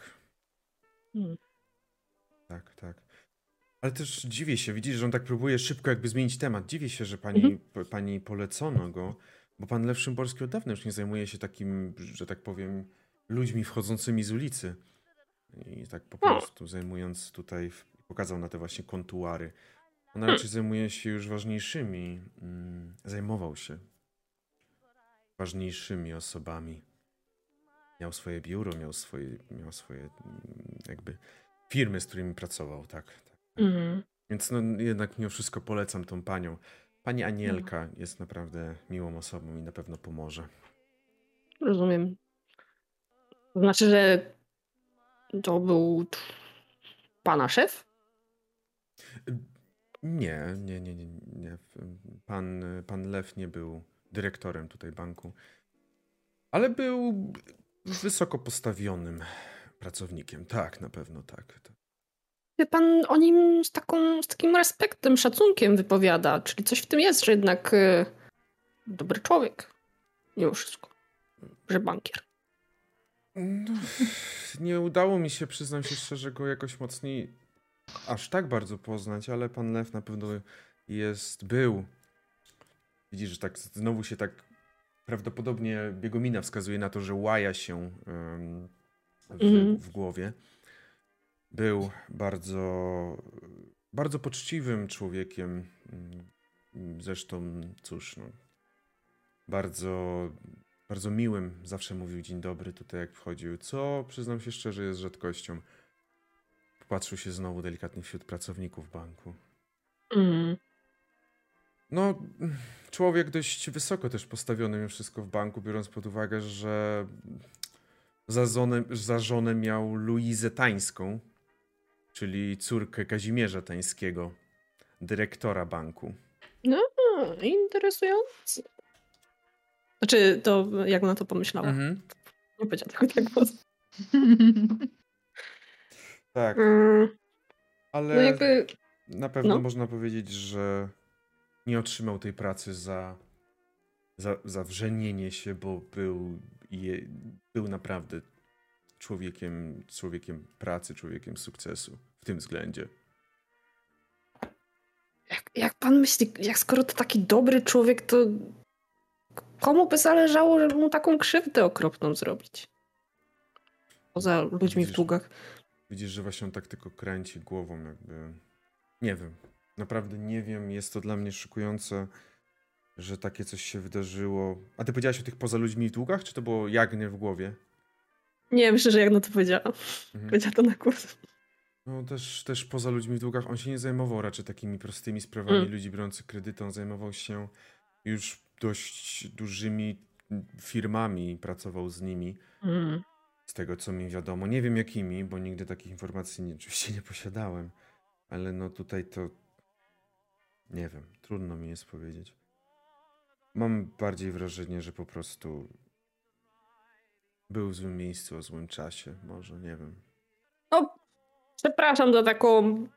Tak. Ale też dziwię się, widzisz, że on tak próbuje szybko jakby zmienić temat. Dziwię się, że pani polecono go, bo pan Lew Szymborski od dawna już nie zajmuje się takim, że tak powiem, ludźmi wchodzącymi z ulicy. I tak po prostu zajmując tutaj, pokazał na te właśnie kontuary. On raczej zajmuje się już ważniejszymi, zajmował się ważniejszymi osobami. Miał swoje biuro, miał swoje jakby firmy, z którymi pracował, tak. Więc no jednak mimo wszystko polecam tą panią. Pani Anielka jest naprawdę miłą osobą i na pewno pomoże. Rozumiem. To znaczy, że to był pana szef? Nie. Pan Lew nie był dyrektorem tutaj banku, ale był wysoko postawionym pracownikiem. Tak, na pewno tak. Wie pan o nim z takim respektem, szacunkiem wypowiada, czyli coś w tym jest, że jednak dobry człowiek. Mimo wszystko. Że bankier. No, nie udało mi się, przyznam się szczerze, go jakoś mocniej aż tak bardzo poznać, ale pan Lew na pewno był. Widzisz, że tak znowu się tak prawdopodobnie jego mina wskazuje na to, że łaja się w głowie. Był bardzo poczciwym człowiekiem. Zresztą, cóż, no, bardzo miłym. Zawsze mówił dzień dobry tutaj, jak wchodził, co przyznam się szczerze jest rzadkością. Popatrzył się znowu delikatnie wśród pracowników banku. No, człowiek dość wysoko też postawiony mimo wszystko w banku, biorąc pod uwagę, że za żonę miał Luizę Tańską, czyli córkę Kazimierza Tańskiego, dyrektora banku. No, interesujące. Znaczy, to jak na to pomyślała? Nie powiedziała tego tak mocno. Tak. Ale no jakby... na pewno można powiedzieć, że nie otrzymał tej pracy za wrzenienie się, bo był naprawdę człowiekiem pracy, człowiekiem sukcesu w tym względzie. Jak pan myśli, skoro to taki dobry człowiek, to komu by zależało, żeby mu taką krzywdę okropną zrobić? Poza ludźmi w długach. Widzisz, że właśnie on tak tylko kręci głową, jakby... Nie wiem. Naprawdę nie wiem. Jest to dla mnie szokujące, że takie coś się wydarzyło. A ty powiedziałaś o tych poza ludźmi w długach, czy to było Jagny w głowie? Nie, myślę, że Jagna to powiedziała. Powiedziała to na kurs. No też poza ludźmi w długach. On się nie zajmował raczej takimi prostymi sprawami ludzi biorących kredyty. On zajmował się już dość dużymi firmami, pracował z nimi. Z tego, co mi wiadomo. Nie wiem jakimi, bo nigdy takich informacji oczywiście nie posiadałem. Ale no tutaj to... Nie wiem. Trudno mi jest powiedzieć. Mam bardziej wrażenie, że po prostu był w złym miejscu o złym czasie. Może, nie wiem. No, przepraszam za taką...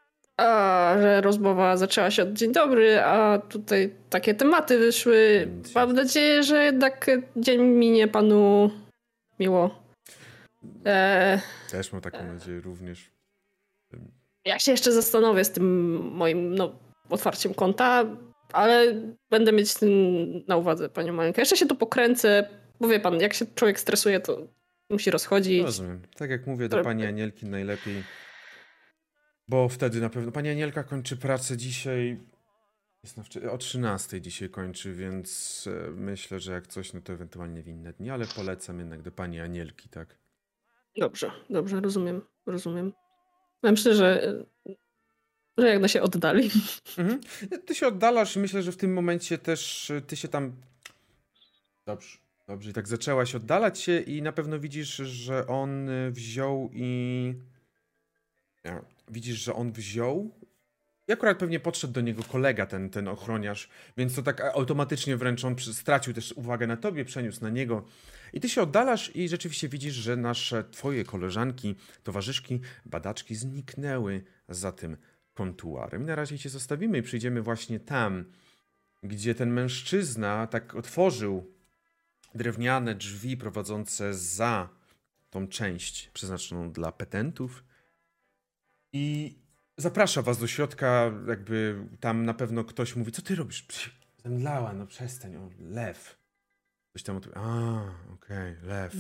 że rozmowa zaczęła się od dzień dobry, a tutaj takie tematy wyszły. Mam nadzieję, że jednak dzień minie panu miło. Też mam taką nadzieję również. Ja się jeszcze zastanowię z tym moim otwarciem konta, ale będę mieć tym na uwadze, panią Malenkę. Jeszcze się tu pokręcę, bo wie pan, jak się człowiek stresuje, to musi rozchodzić. Rozumiem. Tak jak mówię, do pani Anielki najlepiej, bo wtedy na pewno... Pani Anielka kończy pracę dzisiaj, o 13 dzisiaj kończy, więc myślę, że jak coś, no to ewentualnie w inne dni, ale polecam jednak do pani Anielki, tak? Dobrze, rozumiem. Ja myślę, że Jagna się oddali. Ty się oddalasz i myślę, że w tym momencie też ty się tam... Dobrze. I tak zaczęłaś oddalać się i na pewno widzisz, że on wziął i... Widzisz, że on wziął i akurat pewnie podszedł do niego kolega, ten ochroniarz, więc to tak automatycznie wręcz on stracił też uwagę na tobie, przeniósł na niego. I ty się oddalasz i rzeczywiście widzisz, że twoje koleżanki, towarzyszki, badaczki zniknęły za tym kontuarem. I na razie cię zostawimy i przyjdziemy właśnie tam, gdzie ten mężczyzna tak otworzył drewniane drzwi prowadzące za tą część przeznaczoną dla petentów i zaprasza was do środka, jakby tam na pewno ktoś mówi, co ty robisz? Zemdlała, no przestań, o, lew. Coś tam okej, lew.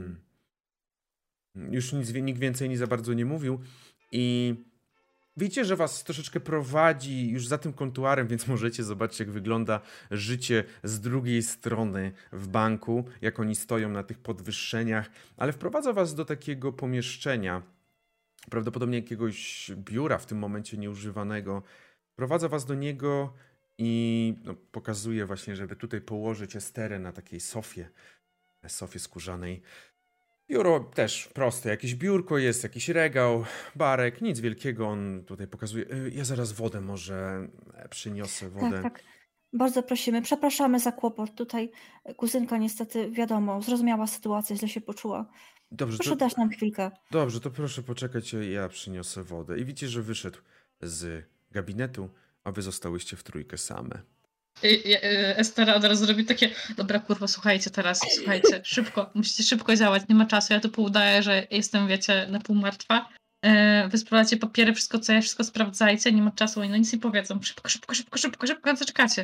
Już nikt więcej nie za bardzo nie mówił i widzicie, że was troszeczkę prowadzi już za tym kontuarem, więc możecie zobaczyć, jak wygląda życie z drugiej strony w banku, jak oni stoją na tych podwyższeniach, ale wprowadza was do takiego pomieszczenia, prawdopodobnie jakiegoś biura w tym momencie nieużywanego. Wprowadza was do niego i pokazuje właśnie, żeby tutaj położyć Esterę na takiej sofie sofie skórzanej. Biuro też proste, jakieś biurko jest, jakiś regał, barek, nic wielkiego, on tutaj pokazuje. Ja zaraz wodę może przyniosę, wodę. Tak. Bardzo prosimy. Przepraszamy za kłopot. Tutaj kuzynka niestety, wiadomo, zrozumiała sytuację, źle się poczuła. Dobrze, Proszę dać nam chwilkę. Dobrze, to proszę poczekać, ja przyniosę wodę. I widzicie, że wyszedł z gabinetu, a wy zostałyście w trójkę same. Estera od razu robi takie, dobra kurwa, słuchajcie, szybko, musicie szybko działać, nie ma czasu, ja tu półdaję, że jestem, wiecie, na pół martwa. Wy sprawdzacie papiery, wszystko co ja, wszystko sprawdzajcie, nie ma czasu, oni no nic nie powiedzą. Szybko, co czekacie?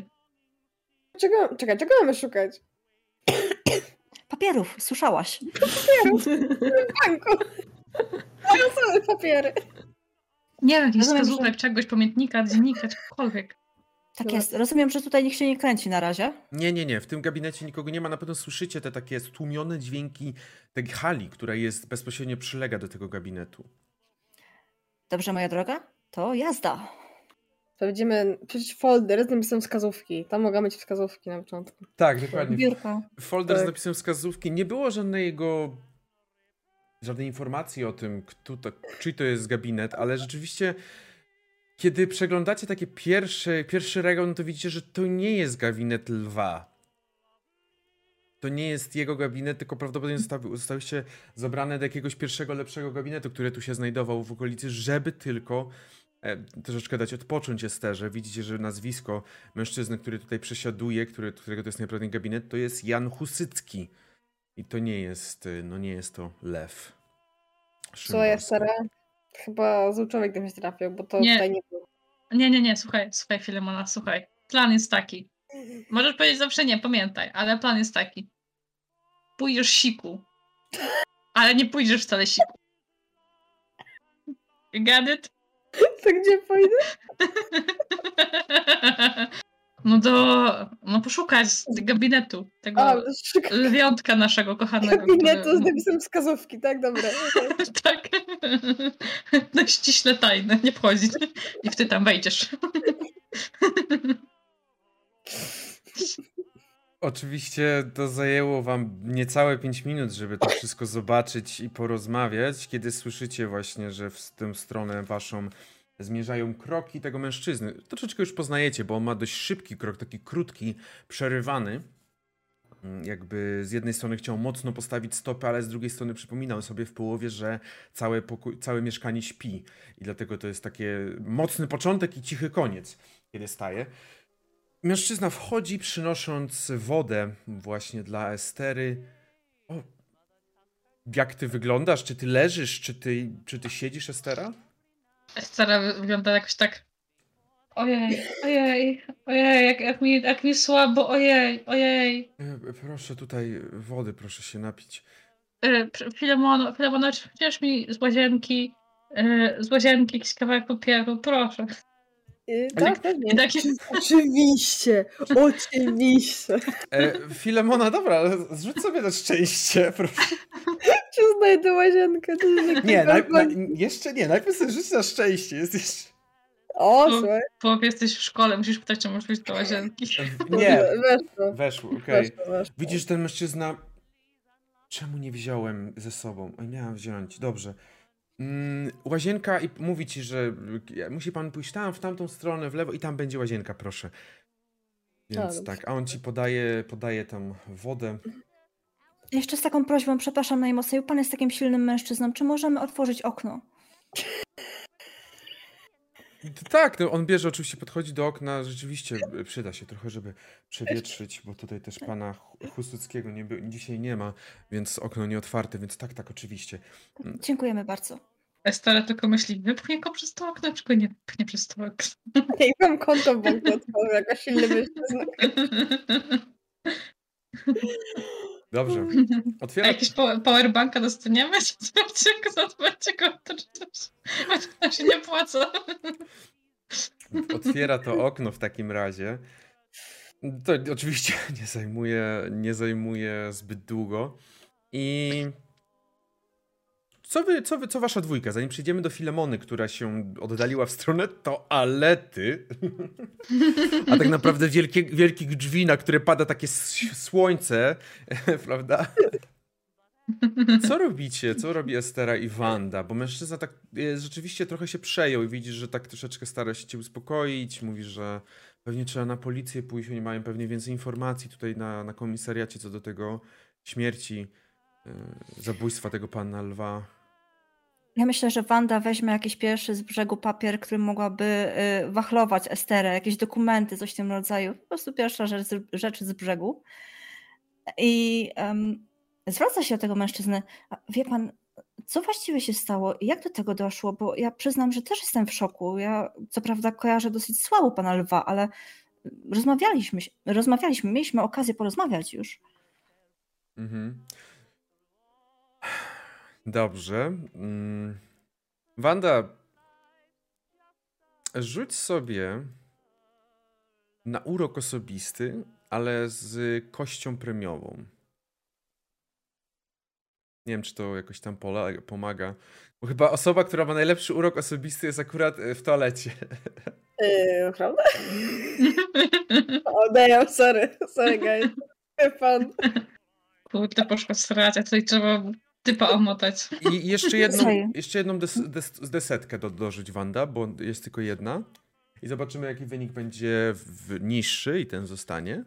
Czego mamy szukać? Papierów, słyszałaś. Papierów w banku. Mają same papiery. Nie wiem, jakichś Rozumiem, wskazówek, czegoś, pamiętnika, dziennika, czegokolwiek. Tak jest. Rozumiem, że tutaj nikt się nie kręci na razie. Nie. W tym gabinecie nikogo nie ma. Na pewno słyszycie te takie stłumione dźwięki tej hali, która jest bezpośrednio przylega do tego gabinetu. Dobrze, moja droga? To jazda. Sprawdzimy przecież folder z napisem wskazówki. Tam mogą być wskazówki na początku. Tak, dokładnie. Biurko. Folder z Tak. napisem wskazówki. Nie było żadnej informacji o tym, czyj to jest gabinet, ale rzeczywiście kiedy przeglądacie takie pierwszy regał, no to widzicie, że to nie jest gabinet lwa. To nie jest jego gabinet, tylko prawdopodobnie zostałyście zabrane do jakiegoś pierwszego, lepszego gabinetu, który tu się znajdował w okolicy, żeby tylko troszeczkę dać odpocząć Esterze. Widzicie, że nazwisko mężczyzny, który tutaj przesiaduje, którego to jest najprawdopodobniej gabinet, to jest Jan Husycki. I to nie jest to lew. Słuchaj, Estera, chyba zły człowiek do mnie trafił, bo to Nie. tutaj nie było. Nie, słuchaj, Filemona, słuchaj. Plan jest taki. Możesz powiedzieć zawsze nie, pamiętaj, ale plan jest taki. Pójdziesz siku, ale nie pójdziesz wcale siku. You got it? To gdzie pójdę? No poszukać gabinetu, tego lwiątka naszego kochanego. Gabinetu z napisem wskazówki, tak? Dobra. Tak. No ściśle tajne, nie wchodzić. I ty tam wejdziesz. Oczywiście to zajęło wam niecałe 5 minut, żeby to wszystko zobaczyć i porozmawiać, kiedy słyszycie właśnie, że w tę stronę waszą zmierzają kroki tego mężczyzny. Troszeczkę już poznajecie, bo on ma dość szybki krok, taki krótki, przerywany. Jakby z jednej strony chciał mocno postawić stopę, ale z drugiej strony przypominał sobie w połowie, że całe mieszkanie śpi. I dlatego to jest taki mocny początek i cichy koniec, kiedy staje. Mężczyzna wchodzi, przynosząc wodę właśnie dla Estery. O, jak ty wyglądasz? Czy ty leżysz? Czy ty siedzisz, Estera? Estera wygląda jakoś tak. Ojej, jak mi słabo, ojej. Proszę tutaj wody, proszę się napić. Filemona, czy chociaż mi z łazienki jakiś kawałek papieru, proszę. Tak, pewnie. Takie... Oczywiście. Filemona, dobra, zrzuć sobie na szczęście, proszę. Czy znajdę łazienkę? Nie, jeszcze nie, najpierw sobie rzuć na szczęście, jest jeszcze... O, słuchaj. Bo jesteś w szkole, musisz pytać, czy możesz wyjść do łazienki. Nie, weszło, okej. Widzisz, ten mężczyzna... Czemu nie wziąłem ze sobą? Miałem wziąć, dobrze. Łazienka i mówi ci, że musi pan pójść tam, w tamtą stronę, w lewo i tam będzie łazienka, proszę. Więc tak, a on ci podaje tam wodę. Jeszcze z taką prośbą, przepraszam najmocniej, pan jest takim silnym mężczyzną, czy możemy otworzyć okno? Tak, no on bierze, oczywiście podchodzi do okna, rzeczywiście przyda się trochę, żeby przewietrzyć, bo tutaj też pana Husyckiego dzisiaj nie ma, więc okno nie otwarte, więc tak, oczywiście. Dziękujemy bardzo. Estera tylko myśli, wypchnie go przez to okno, czy go nie wypchnie przez to okno? Ja mam konto w banku otworzył, jako silny mężczyzna. Dobrze. A jakiś powerbanka dostaniemy? Zobaczcie, jak zadbacie go, to tam się nie płaca. Otwiera to okno w takim razie. To oczywiście nie zajmuje zbyt długo. I Co wasza dwójka? Zanim przejdziemy do Filemony, która się oddaliła w stronę toalety, a tak naprawdę wielkich drzwi, na które pada takie słońce, prawda? Co robicie? Co robi Estera i Wanda? Bo mężczyzna tak rzeczywiście trochę się przejął i widzisz, że tak troszeczkę stara się cię uspokoić. Mówi, że pewnie trzeba na policję pójść, oni mają pewnie więcej informacji tutaj na komisariacie co do tego śmierci, zabójstwa tego pana lwa. Ja myślę, że Wanda weźmie jakiś pierwszy z brzegu papier, którym mogłaby wachlować Esterę, jakieś dokumenty, coś w tym rodzaju. Po prostu pierwsza rzecz z brzegu. I zwraca się do tego mężczyzny. Wie pan, co właściwie się stało i jak do tego doszło? Bo ja przyznam, że też jestem w szoku. Ja co prawda kojarzę dosyć słabo pana lwa, ale rozmawialiśmy, mieliśmy okazję porozmawiać już. Mhm. Dobrze. Wanda, rzuć sobie na urok osobisty, ale z kością premiową. Nie wiem, czy to jakoś tam pomaga. Bo chyba osoba, która ma najlepszy urok osobisty, jest akurat w toalecie. Prawda? O, damn, sorry guys. Pan. Kurde, poszła srać, a tutaj trzeba typa omotać. I jeszcze jedną desetkę dorzuć, Wanda, bo jest tylko jedna. I zobaczymy, jaki wynik będzie niższy i ten zostanie.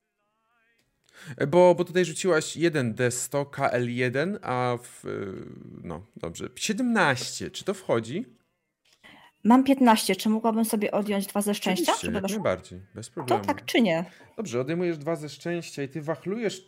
Bo tutaj rzuciłaś 1d100 KL1, a no dobrze, 17. Czy to wchodzi? Mam 15. Czy mogłabym sobie odjąć 2 ze szczęścia? Oczywiście, jak najbardziej, bez To problemu. tak czy nie? Dobrze, odejmujesz 2 ze szczęścia i ty wachlujesz.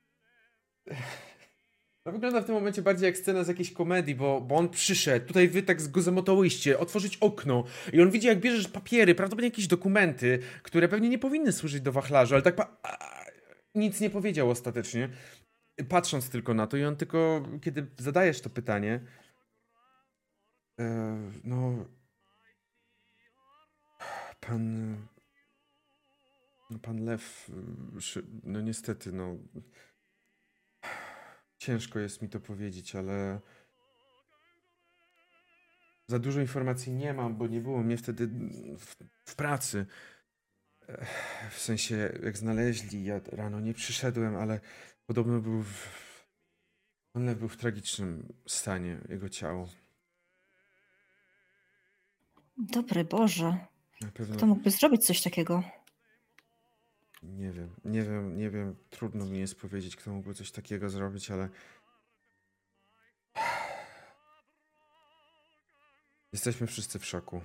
To wygląda w tym momencie bardziej jak scena z jakiejś komedii, bo on przyszedł, tutaj wy tak go zamotałyście, otworzyć okno i on widzi, jak bierzesz papiery, prawdopodobnie jakieś dokumenty, które pewnie nie powinny służyć do wachlarza, ale tak nic nie powiedział ostatecznie, patrząc tylko na to i on tylko, kiedy zadajesz to pytanie, no pan Lew, no niestety, no ciężko jest mi to powiedzieć, ale za dużo informacji nie mam, bo nie było mnie wtedy w pracy. W sensie, jak znaleźli, ja rano nie przyszedłem, ale podobno pan Lew był w tragicznym stanie, jego ciało. Dobry Boże. Na pewno. Kto mógłby zrobić coś takiego? Nie wiem, trudno mi jest powiedzieć, kto mógłby coś takiego zrobić, ale jesteśmy wszyscy w szoku.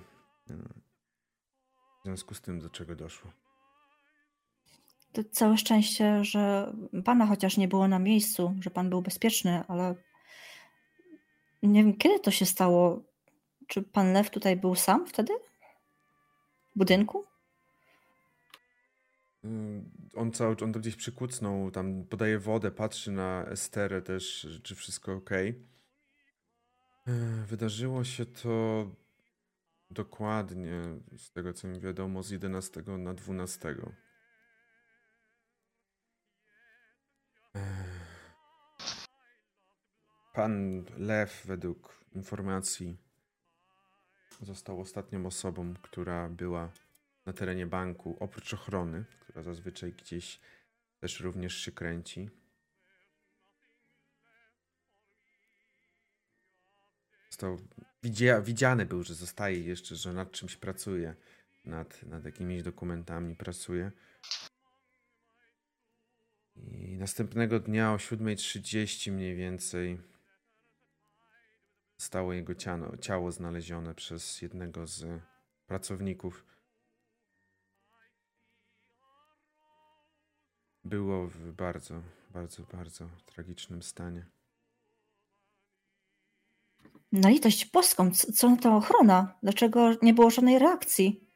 W związku z tym, do czego doszło. To całe szczęście, że pana chociaż nie było na miejscu, że pan był bezpieczny, ale nie wiem, kiedy to się stało. Czy pan Lew tutaj był sam wtedy? W budynku? On to gdzieś przykucnął, tam podaje wodę, patrzy na Esterę też, czy wszystko okej. Wydarzyło się to dokładnie, z tego co mi wiadomo, z 11 na 12. Pan Lew, według informacji, został ostatnią osobą, która była na terenie banku, oprócz ochrony, która zazwyczaj gdzieś też również się kręci. Widziany był, że zostaje jeszcze, że nad czymś pracuje, nad jakimiś dokumentami pracuje. I następnego dnia o 7:30 mniej więcej zostało jego ciało znalezione przez jednego z pracowników. Było w bardzo, bardzo, bardzo tragicznym stanie. Na litość boską, co na ta ochrona? Dlaczego nie było żadnej reakcji?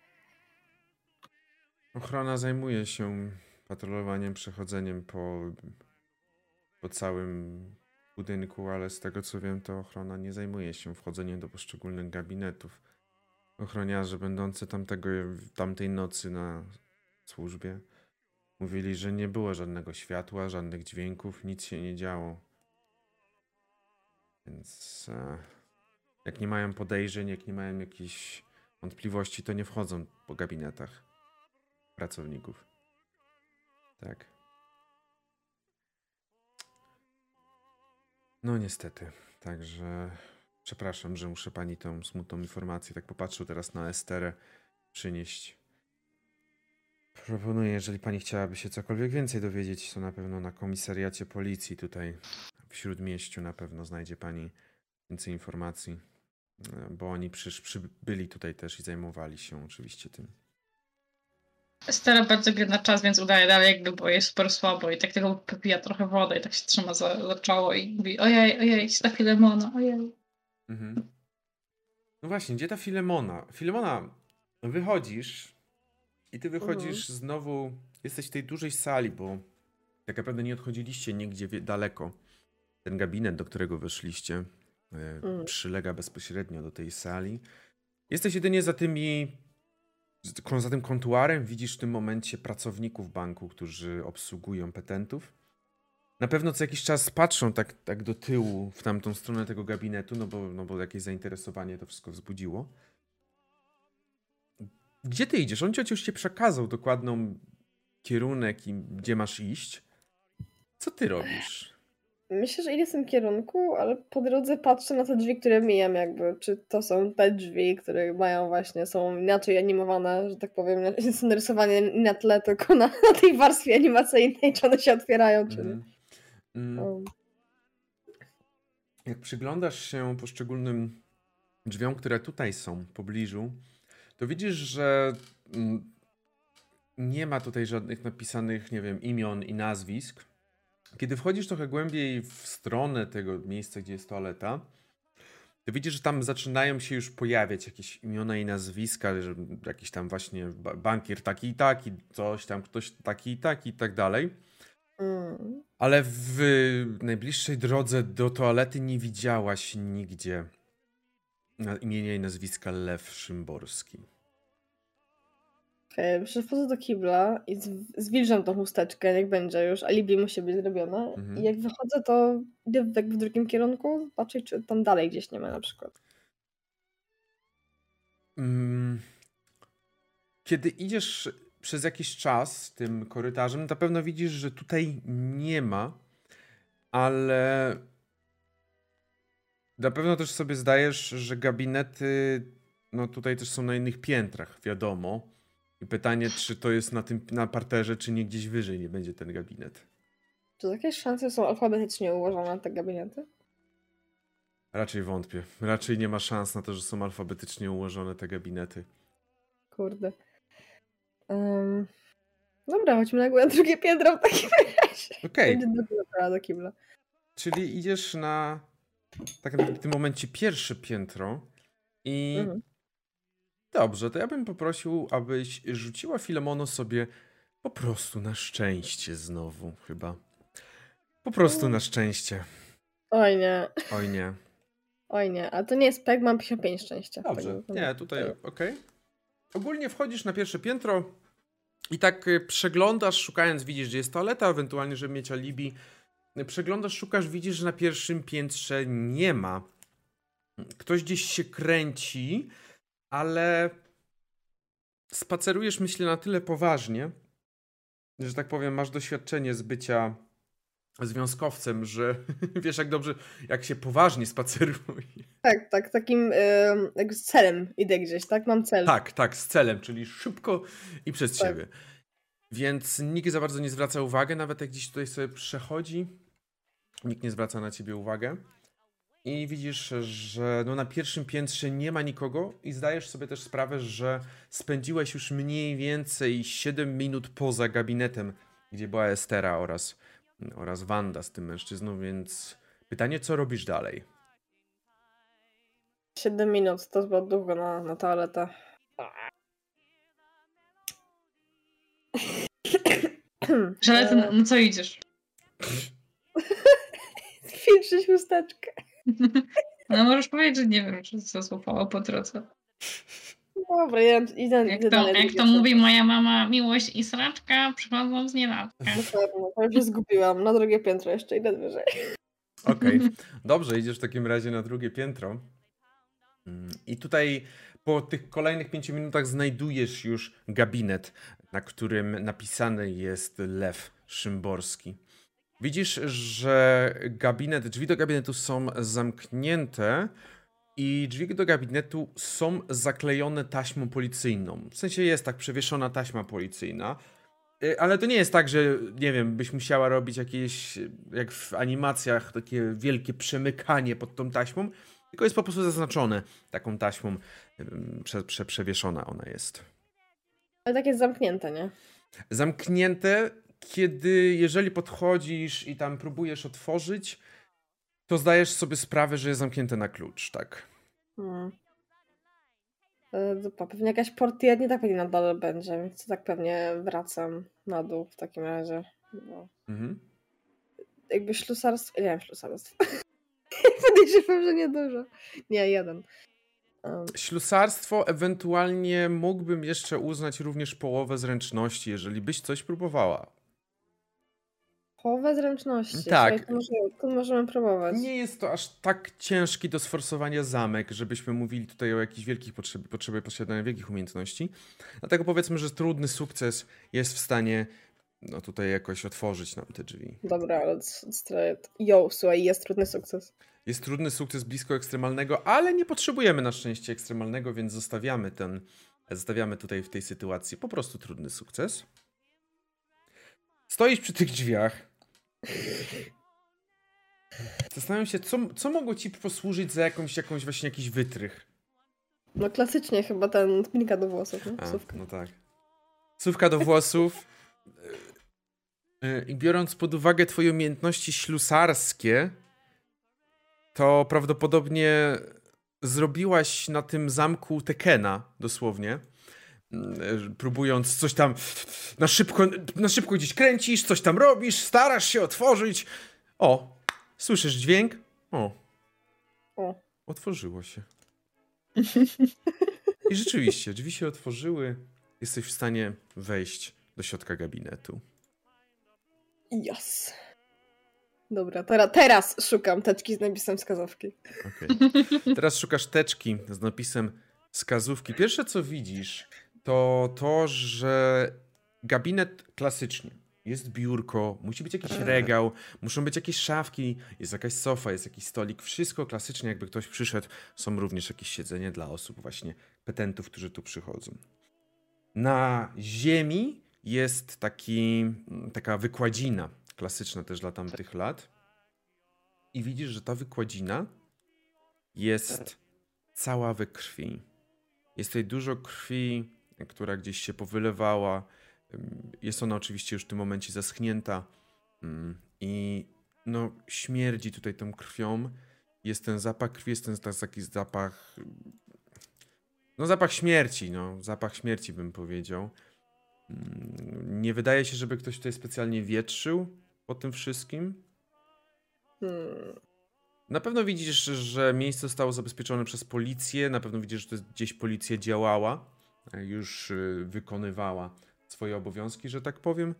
Ochrona zajmuje się patrolowaniem, przechodzeniem po całym budynku, ale z tego co wiem, to ochrona nie zajmuje się wchodzeniem do poszczególnych gabinetów. Ochroniarze będący tamtej nocy na służbie mówili, że nie było żadnego światła, żadnych dźwięków, nic się nie działo. Więc jak nie mają podejrzeń, jak nie mają jakichś wątpliwości, to nie wchodzą po gabinetach pracowników. Tak. No niestety. Także przepraszam, że muszę pani tą smutną informację, tak popatrzył teraz na Esterę, przynieść. Proponuję, jeżeli pani chciałaby się cokolwiek więcej dowiedzieć, to na pewno na komisariacie policji tutaj w Śródmieściu na pewno znajdzie pani więcej informacji, bo oni przybyli tutaj też i zajmowali się oczywiście tym. Stara bardzo gra na czas, więc udaje dalej, jakby było jej super słabo i tak tylko popija trochę wodę i tak się trzyma za czoło i mówi ojej, ta Filemona, ojej. Mhm. No właśnie, gdzie ta Filemona? Filemona, wychodzisz i ty wychodzisz znowu, jesteś w tej dużej sali, bo tak naprawdę nie odchodziliście nigdzie daleko. Ten gabinet, do którego weszliście, przylega bezpośrednio do tej sali. Jesteś jedynie za tym kontuarem, widzisz w tym momencie pracowników banku, którzy obsługują petentów. Na pewno co jakiś czas patrzą tak do tyłu w tamtą stronę tego gabinetu, no bo jakieś zainteresowanie to wszystko wzbudziło. Gdzie ty idziesz? On już cię przekazał dokładną kierunek i gdzie masz iść. Co ty robisz? Myślę, że idę w tym kierunku, ale po drodze patrzę na te drzwi, które mijam jakby. Czy to są te drzwi, które są inaczej animowane, że tak powiem, są narysowane nie na tle, tylko na tej warstwie animacyjnej, czy one się otwierają, czy nie. Jak przyglądasz się poszczególnym drzwiom, które tutaj są w pobliżu, to widzisz, że nie ma tutaj żadnych napisanych, nie wiem, imion i nazwisk. Kiedy wchodzisz trochę głębiej w stronę tego miejsca, gdzie jest toaleta, to widzisz, że tam zaczynają się już pojawiać jakieś imiona i nazwiska, że jakiś tam właśnie bankier taki i taki, coś tam, ktoś taki i tak dalej. Ale w najbliższej drodze do toalety nie widziałaś nigdzie imienia i nazwiska Lew Szymborski. Okej, przechodzę do kibla i zwilżam tą chusteczkę, niech będzie już, alibi musi być zrobione. I jak wychodzę, to idę w drugim kierunku, patrzę, czy tam dalej gdzieś nie ma na przykład. Kiedy idziesz przez jakiś czas tym korytarzem, na pewno widzisz, że tutaj nie ma, ale na pewno też sobie zdajesz, że gabinety no tutaj też są na innych piętrach, wiadomo. I pytanie, czy to jest na parterze, czy nie gdzieś wyżej nie będzie ten gabinet. Czy jakieś szanse są alfabetycznie ułożone te gabinety? Raczej wątpię. Raczej nie ma szans na to, że są alfabetycznie ułożone te gabinety. Kurde. Dobra, chodźmy na drugie piętro w takim razie. Okej. Do kibla. Czyli idziesz na tak naprawdę w tym momencie pierwsze piętro i dobrze, to ja bym poprosił, abyś rzuciła Filemono sobie po prostu na szczęście znowu chyba. Po prostu na szczęście. Oj nie. Oj nie. Oj nie, a to nie jest pek, mam 55 szczęścia. Dobrze, nie, tutaj okej. Ogólnie wchodzisz na pierwsze piętro i tak przeglądasz, szukając, widzisz, gdzie jest toaleta, ewentualnie, żeby mieć alibi. Przeglądasz, szukasz, widzisz, że na pierwszym piętrze nie ma. Ktoś gdzieś się kręci, ale spacerujesz, myślę, na tyle poważnie, że tak powiem, masz doświadczenie z bycia związkowcem, że wiesz jak dobrze, jak się poważnie spaceruje. Tak, takim jak z celem idę gdzieś, tak? Mam cel. Tak, z celem, czyli szybko i przez siebie. Więc nikt za bardzo nie zwraca uwagi, nawet jak gdzieś tutaj sobie przechodzi, nikt nie zwraca na ciebie uwagę. I widzisz, że no na pierwszym piętrze nie ma nikogo i zdajesz sobie też sprawę, że spędziłeś już mniej więcej 7 minut poza gabinetem, gdzie była Estera oraz Wanda z tym mężczyzną, więc pytanie, co robisz dalej? 7 minut, to zbyt długo na toaletę. Żelety, no co idziesz? Filtrzyć chusteczkę. No możesz powiedzieć, że nie wiem, czy co złapało po drodze. Dobra, idę dalej. Jak to mówi moja mama, miłość i sraczka przychodzą z nienacka. Dokładnie, to już się zgubiłam. Na drugie piętro jeszcze idę wyżej. Okej. Dobrze, idziesz w takim razie na drugie piętro. I tutaj po tych kolejnych 5 minutach znajdujesz już gabinet, na którym napisany jest Lew Szymborski. Widzisz, że drzwi do gabinetu są zamknięte i drzwi do gabinetu są zaklejone taśmą policyjną. W sensie jest tak przewieszona taśma policyjna, ale to nie jest tak, że nie wiem, byś musiała robić jakieś, jak w animacjach, takie wielkie przemykanie pod tą taśmą, tylko jest po prostu zaznaczone taką taśmą, przewieszona ona jest. Ale tak jest zamknięte, nie? Zamknięte, jeżeli podchodzisz i tam próbujesz otworzyć, to zdajesz sobie sprawę, że jest zamknięte na klucz, tak? Pewnie jakaś portier, nie tak pewnie na dole będzie, więc tak pewnie wracam na dół w takim razie. Bo... Jakby ślusarstwo... Nie wiem, ślusarstwo. Podejrzewam, że niedużo. Nie, jeden. Ślusarstwo ewentualnie mógłbym jeszcze uznać również połowę zręczności, jeżeli byś coś próbowała. Połowę zręczności? Tak. To możemy próbować. Nie jest to aż tak ciężki do sforsowania zamek, żebyśmy mówili tutaj o jakichś wielkich potrzebie posiadania wielkich umiejętności. Dlatego powiedzmy, że trudny sukces jest w stanie tutaj jakoś otworzyć nam te drzwi. Dobra, ale słuchaj, jest trudny sukces. Jest trudny sukces blisko ekstremalnego, ale nie potrzebujemy na szczęście ekstremalnego, więc zostawiamy tutaj w tej sytuacji po prostu trudny sukces. Stoisz przy tych drzwiach. Zastanawiam się, co mogło ci posłużyć za jakąś właśnie jakiś wytrych. No klasycznie chyba ten spinka do włosów. Sówka. No tak. Sówka do włosów. I biorąc pod uwagę twoje umiejętności ślusarskie, to prawdopodobnie zrobiłaś na tym zamku Tekena, dosłownie. Próbując coś tam na szybko gdzieś kręcisz, coś tam robisz, starasz się otworzyć. O, słyszysz dźwięk? O. Otworzyło się. I rzeczywiście, drzwi się otworzyły. Jesteś w stanie wejść do środka gabinetu. Yes. Dobra, teraz szukam teczki z napisem wskazówki. Okay. Teraz szukasz teczki z napisem wskazówki. Pierwsze, co widzisz, to, że gabinet klasycznie. Jest biurko, musi być jakiś regał, muszą być jakieś szafki, jest jakaś sofa, jest jakiś stolik. Wszystko klasycznie, jakby ktoś przyszedł. Są również jakieś siedzenie dla osób właśnie petentów, którzy tu przychodzą. Na ziemi jest taka wykładzina, klasyczna też dla tamtych lat. I widzisz, że ta wykładzina jest cała we krwi. Jest tutaj dużo krwi, która gdzieś się powylewała. Jest ona oczywiście już w tym momencie zaschnięta. I śmierdzi tutaj tą krwią. Jest ten zapach krwi, jest ten taki zapach... zapach śmierci, zapach śmierci bym powiedział. Nie wydaje się, żeby ktoś tutaj specjalnie wietrzył po tym wszystkim. Na pewno widzisz, że miejsce zostało zabezpieczone przez policję. Na pewno widzisz, że gdzieś policja działała. Już wykonywała swoje obowiązki, że tak powiem.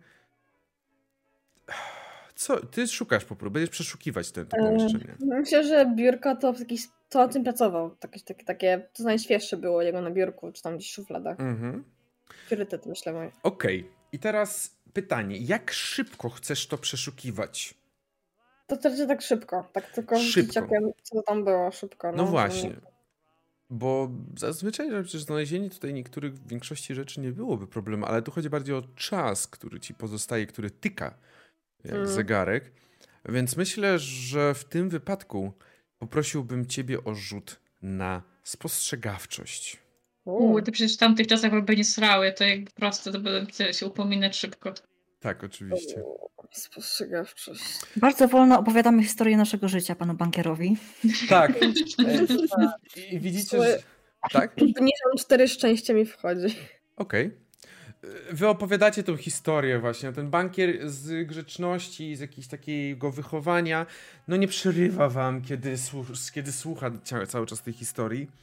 Co? Ty szukasz po prostu. Będziesz przeszukiwać to pomieszczenie. Myślę, że biurko to na tym pracował. Takie, co najświeższe było jego na biurku, czy tam gdzieś w szufladach. Priorytet, myślę, moje. Okej. I teraz pytanie. Jak szybko chcesz to przeszukiwać? To znaczy tak szybko. Tak tylko szybko. Co tam było szybko. No właśnie. Bo zazwyczaj przecież znalezienie tutaj niektórych większości rzeczy nie byłoby problemu, ale tu chodzi bardziej o czas, który ci pozostaje, który tyka jak zegarek. Więc myślę, że w tym wypadku poprosiłbym ciebie o rzut na spostrzegawczość. Ty przecież w tamtych czasach by nie srały, to jakby prosto to będę się upominać szybko. Tak, oczywiście. Spostrzegawczość. Bardzo wolno opowiadamy historię naszego życia panu bankierowi. Tak. I widzicie, że... Tak? Niżą 4 szczęście mi wchodzi. Okej. Wy opowiadacie tą historię właśnie. Ten bankier z grzeczności, z jakiegoś takiego wychowania, nie przerywa wam, kiedy słucha cały czas tej historii.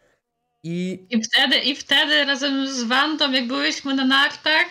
I wtedy razem z Wandą, jak byliśmy na nartach,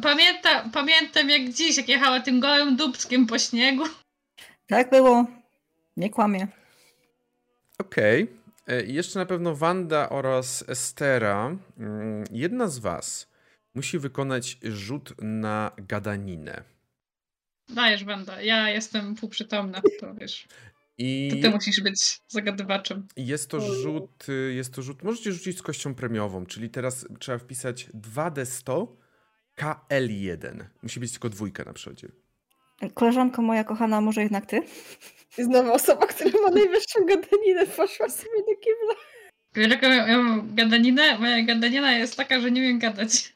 pamiętam jak dziś, jak jechała tym gołym dupskiem po śniegu. Tak było. Nie kłamie. Okej. Jeszcze na pewno Wanda oraz Estera. Jedna z was musi wykonać rzut na gadaninę. Dajesz, Wanda. Ja jestem półprzytomna, to wiesz. I To ty musisz być zagadywaczem. jest to rzut, możecie rzucić z kością premiową, czyli teraz trzeba wpisać 2D100 KL1. Musi być tylko 2 na przodzie. Koleżanko moja kochana, może jednak ty? I znowu osoba, która ma najwyższą gadaninę, poszła sobie do kibla. Wiesz, jaką ja mam gadaninę? Moja gadanina jest taka, że nie wiem gadać.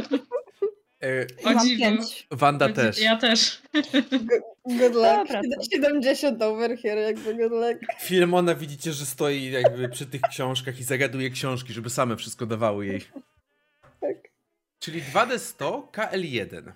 O Mam dziwo. 5. Wanda też. Ja też. Good luck. Dobra, to- 70 over here, jakby good luck. Filemona widzicie, że stoi jakby przy tych książkach i zagaduje książki, żeby same wszystko dawały jej. Tak. Czyli 2D100 KL1.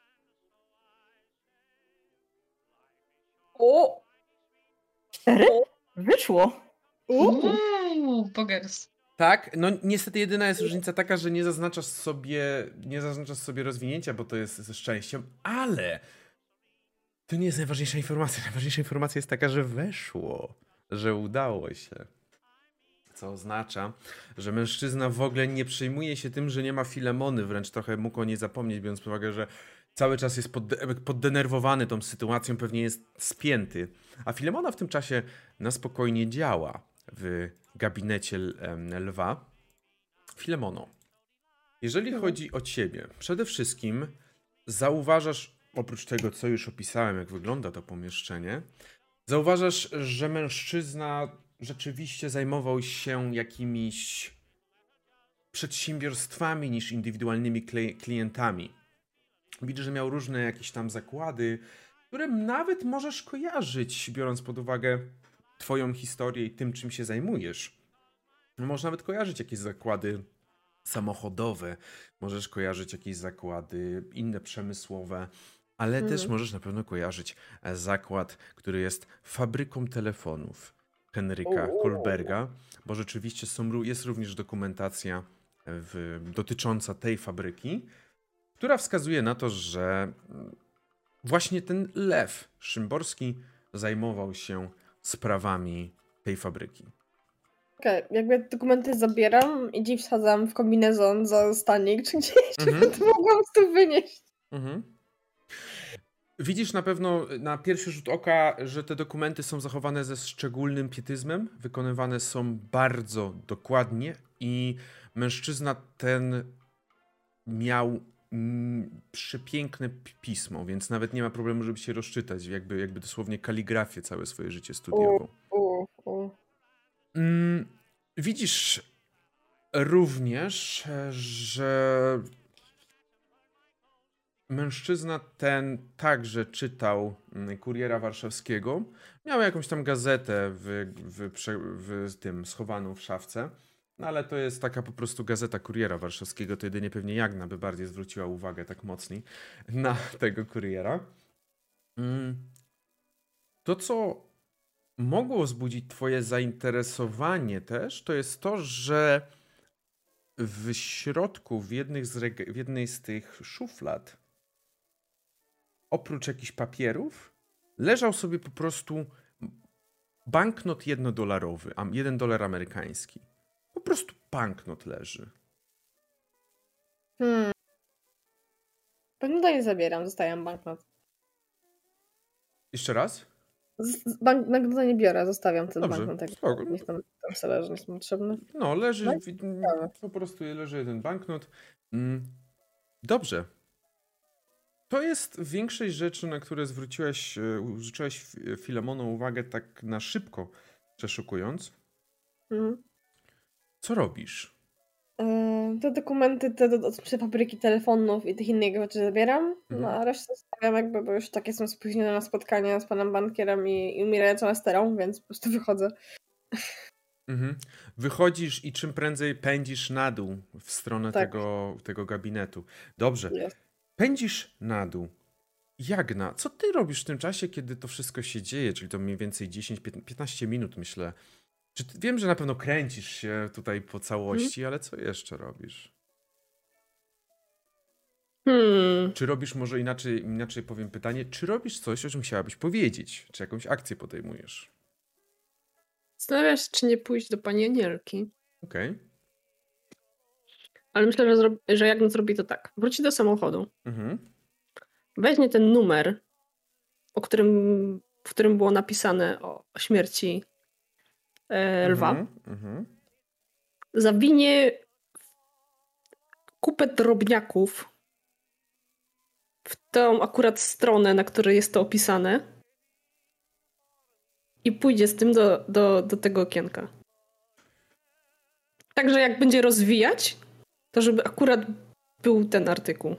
O! 4? Wyszło. Bogers. Tak, no niestety jedyna jest różnica taka, że nie zaznaczasz sobie rozwinięcia, bo to jest ze szczęściem, ale to nie jest najważniejsza informacja. Najważniejsza informacja jest taka, że weszło, że udało się. Co oznacza, że mężczyzna w ogóle nie przejmuje się tym, że nie ma Filemony, wręcz trochę mógł o niej zapomnieć, biorąc pod uwagę, że cały czas jest poddenerwowany tą sytuacją, pewnie jest spięty. A Filemona w tym czasie na spokojnie działa w gabinecie lwa. Filemono, jeżeli chodzi o ciebie, przede wszystkim zauważasz, oprócz tego, co już opisałem, jak wygląda to pomieszczenie, zauważasz, że mężczyzna rzeczywiście zajmował się jakimiś przedsiębiorstwami niż indywidualnymi klientami. Widzisz, że miał różne jakieś tam zakłady, które nawet możesz kojarzyć, biorąc pod uwagę twoją historię i tym, czym się zajmujesz. Można nawet kojarzyć jakieś zakłady samochodowe, możesz kojarzyć jakieś zakłady inne przemysłowe, ale też możesz na pewno kojarzyć zakład, który jest fabryką telefonów Henryka Kolberga, bo rzeczywiście jest również dokumentacja dotycząca tej fabryki, która wskazuje na to, że właśnie ten Lew Szymborski zajmował się sprawami tej fabryki. Okej, jakby te dokumenty zabieram i dziś wsadzam w kombinezon za stanik, czy gdzieś, żeby to mogłam tu wynieść. Widzisz na pewno na pierwszy rzut oka, że te dokumenty są zachowane ze szczególnym pietyzmem, wykonywane są bardzo dokładnie i mężczyzna ten miał przepiękne pismo, więc nawet nie ma problemu, żeby się rozczytać, jakby dosłownie kaligrafię całe swoje życie studiował. Widzisz również, że mężczyzna ten także czytał Kuriera Warszawskiego. Miał jakąś tam gazetę w tym schowaną w szafce, no ale to jest taka po prostu gazeta Kuriera Warszawskiego, to jedynie pewnie Jagna by bardziej zwróciła uwagę tak mocniej na tego Kuriera. To, co mogło wzbudzić twoje zainteresowanie też, to jest to, że w środku, w jednej z tych szuflad, oprócz jakichś papierów, leżał sobie po prostu banknot $1, $1 amerykański. Po prostu banknot leży. Banknota nie zabieram, zostawiam banknot. Jeszcze raz? Banknota nie biorę, zostawiam ten Dobrze, banknot. spoko. Niech tam sobie leży, jest mi potrzebny. No, leży, No, po prostu leży jeden banknot. Dobrze. To jest większość rzeczy, na które zwróciłaś Filemoną uwagę tak na szybko przeszukując. Co robisz? Te dokumenty te fabryki telefonów i tych innych rzeczy zabieram, no a resztę zostawiam jakby, bo już tak jestem spóźniona na spotkania z panem bankierem i umierającą Esterą, więc po prostu wychodzę. Wychodzisz i czym prędzej pędzisz na dół w stronę tego gabinetu. Dobrze. Jest. Pędzisz na dół. Jagna, co ty robisz w tym czasie, kiedy to wszystko się dzieje? Czyli to mniej więcej 10-15 minut, myślę. Wiem, że na pewno kręcisz się tutaj po całości, ale co jeszcze robisz? Czy robisz, może inaczej powiem pytanie, czy robisz coś, o czym chciałabyś powiedzieć? Czy jakąś akcję podejmujesz? Zastanawiam się, czy nie pójść do pani Anielki. Okej. Ale myślę, że Jagna zrobi to tak. Wróci do samochodu. Mhm. Weźmie ten numer, w którym było napisane o śmierci lwa. Zawinie kupę drobniaków w tą akurat stronę, na której jest to opisane i pójdzie z tym do tego okienka. Także jak będzie rozwijać, to żeby akurat był ten artykuł.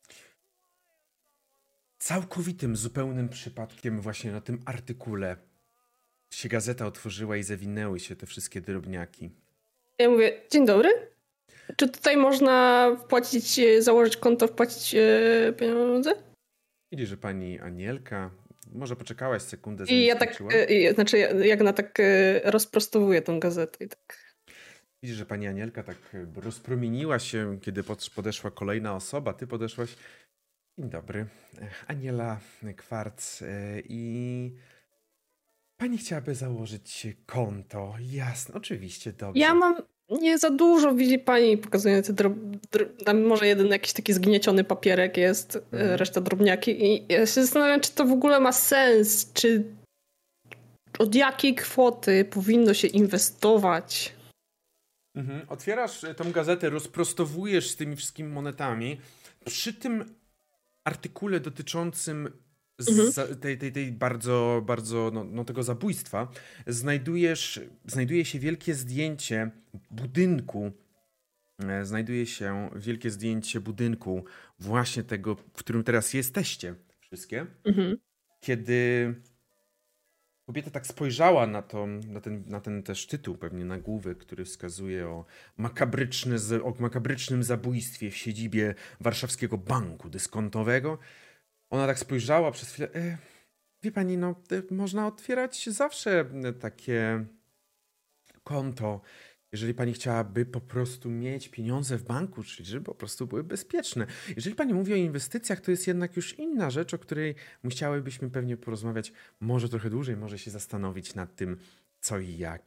Całkowitym, zupełnym przypadkiem właśnie na tym artykule się gazeta otworzyła i zawinęły się te wszystkie drobniaki. Ja mówię, dzień dobry. Czy tutaj można wpłacić, założyć konto, wpłacić pieniądze? Widzi, że pani Anielka, może poczekałaś sekundę, I ja tak, Jagna tak rozprostowuje tą gazetę i tak. Widzisz, że pani Anielka tak rozpromieniła się, kiedy podeszła kolejna osoba. Ty podeszłaś. Dzień dobry. Aniela Kwarc. I pani chciałaby założyć konto. Jasne, oczywiście, dobrze. Ja mam nie za dużo, widzi pani, pokazuje te tam może jeden jakiś taki zgnieciony papierek jest, reszta drobniaki. I ja się zastanawiam, czy to w ogóle ma sens, czy od jakiej kwoty powinno się inwestować. Otwierasz tą gazetę, rozprostowujesz z tymi wszystkimi monetami. Przy tym artykule dotyczącym tej bardzo, bardzo tego zabójstwa znajduje się wielkie zdjęcie budynku. Znajduje się wielkie zdjęcie budynku właśnie tego, w którym teraz jesteście wszystkie. Kiedy kobieta tak spojrzała na ten też tytuł, pewnie nagłówek, który wskazuje o makabrycznym zabójstwie w siedzibie warszawskiego banku dyskontowego. Ona tak spojrzała przez chwilę. Wie pani, można otwierać zawsze takie konto, jeżeli pani chciałaby po prostu mieć pieniądze w banku, czyli żeby po prostu były bezpieczne. Jeżeli pani mówi o inwestycjach, to jest jednak już inna rzecz, o której musiałybyśmy pewnie porozmawiać może trochę dłużej, może się zastanowić nad tym, co i jak.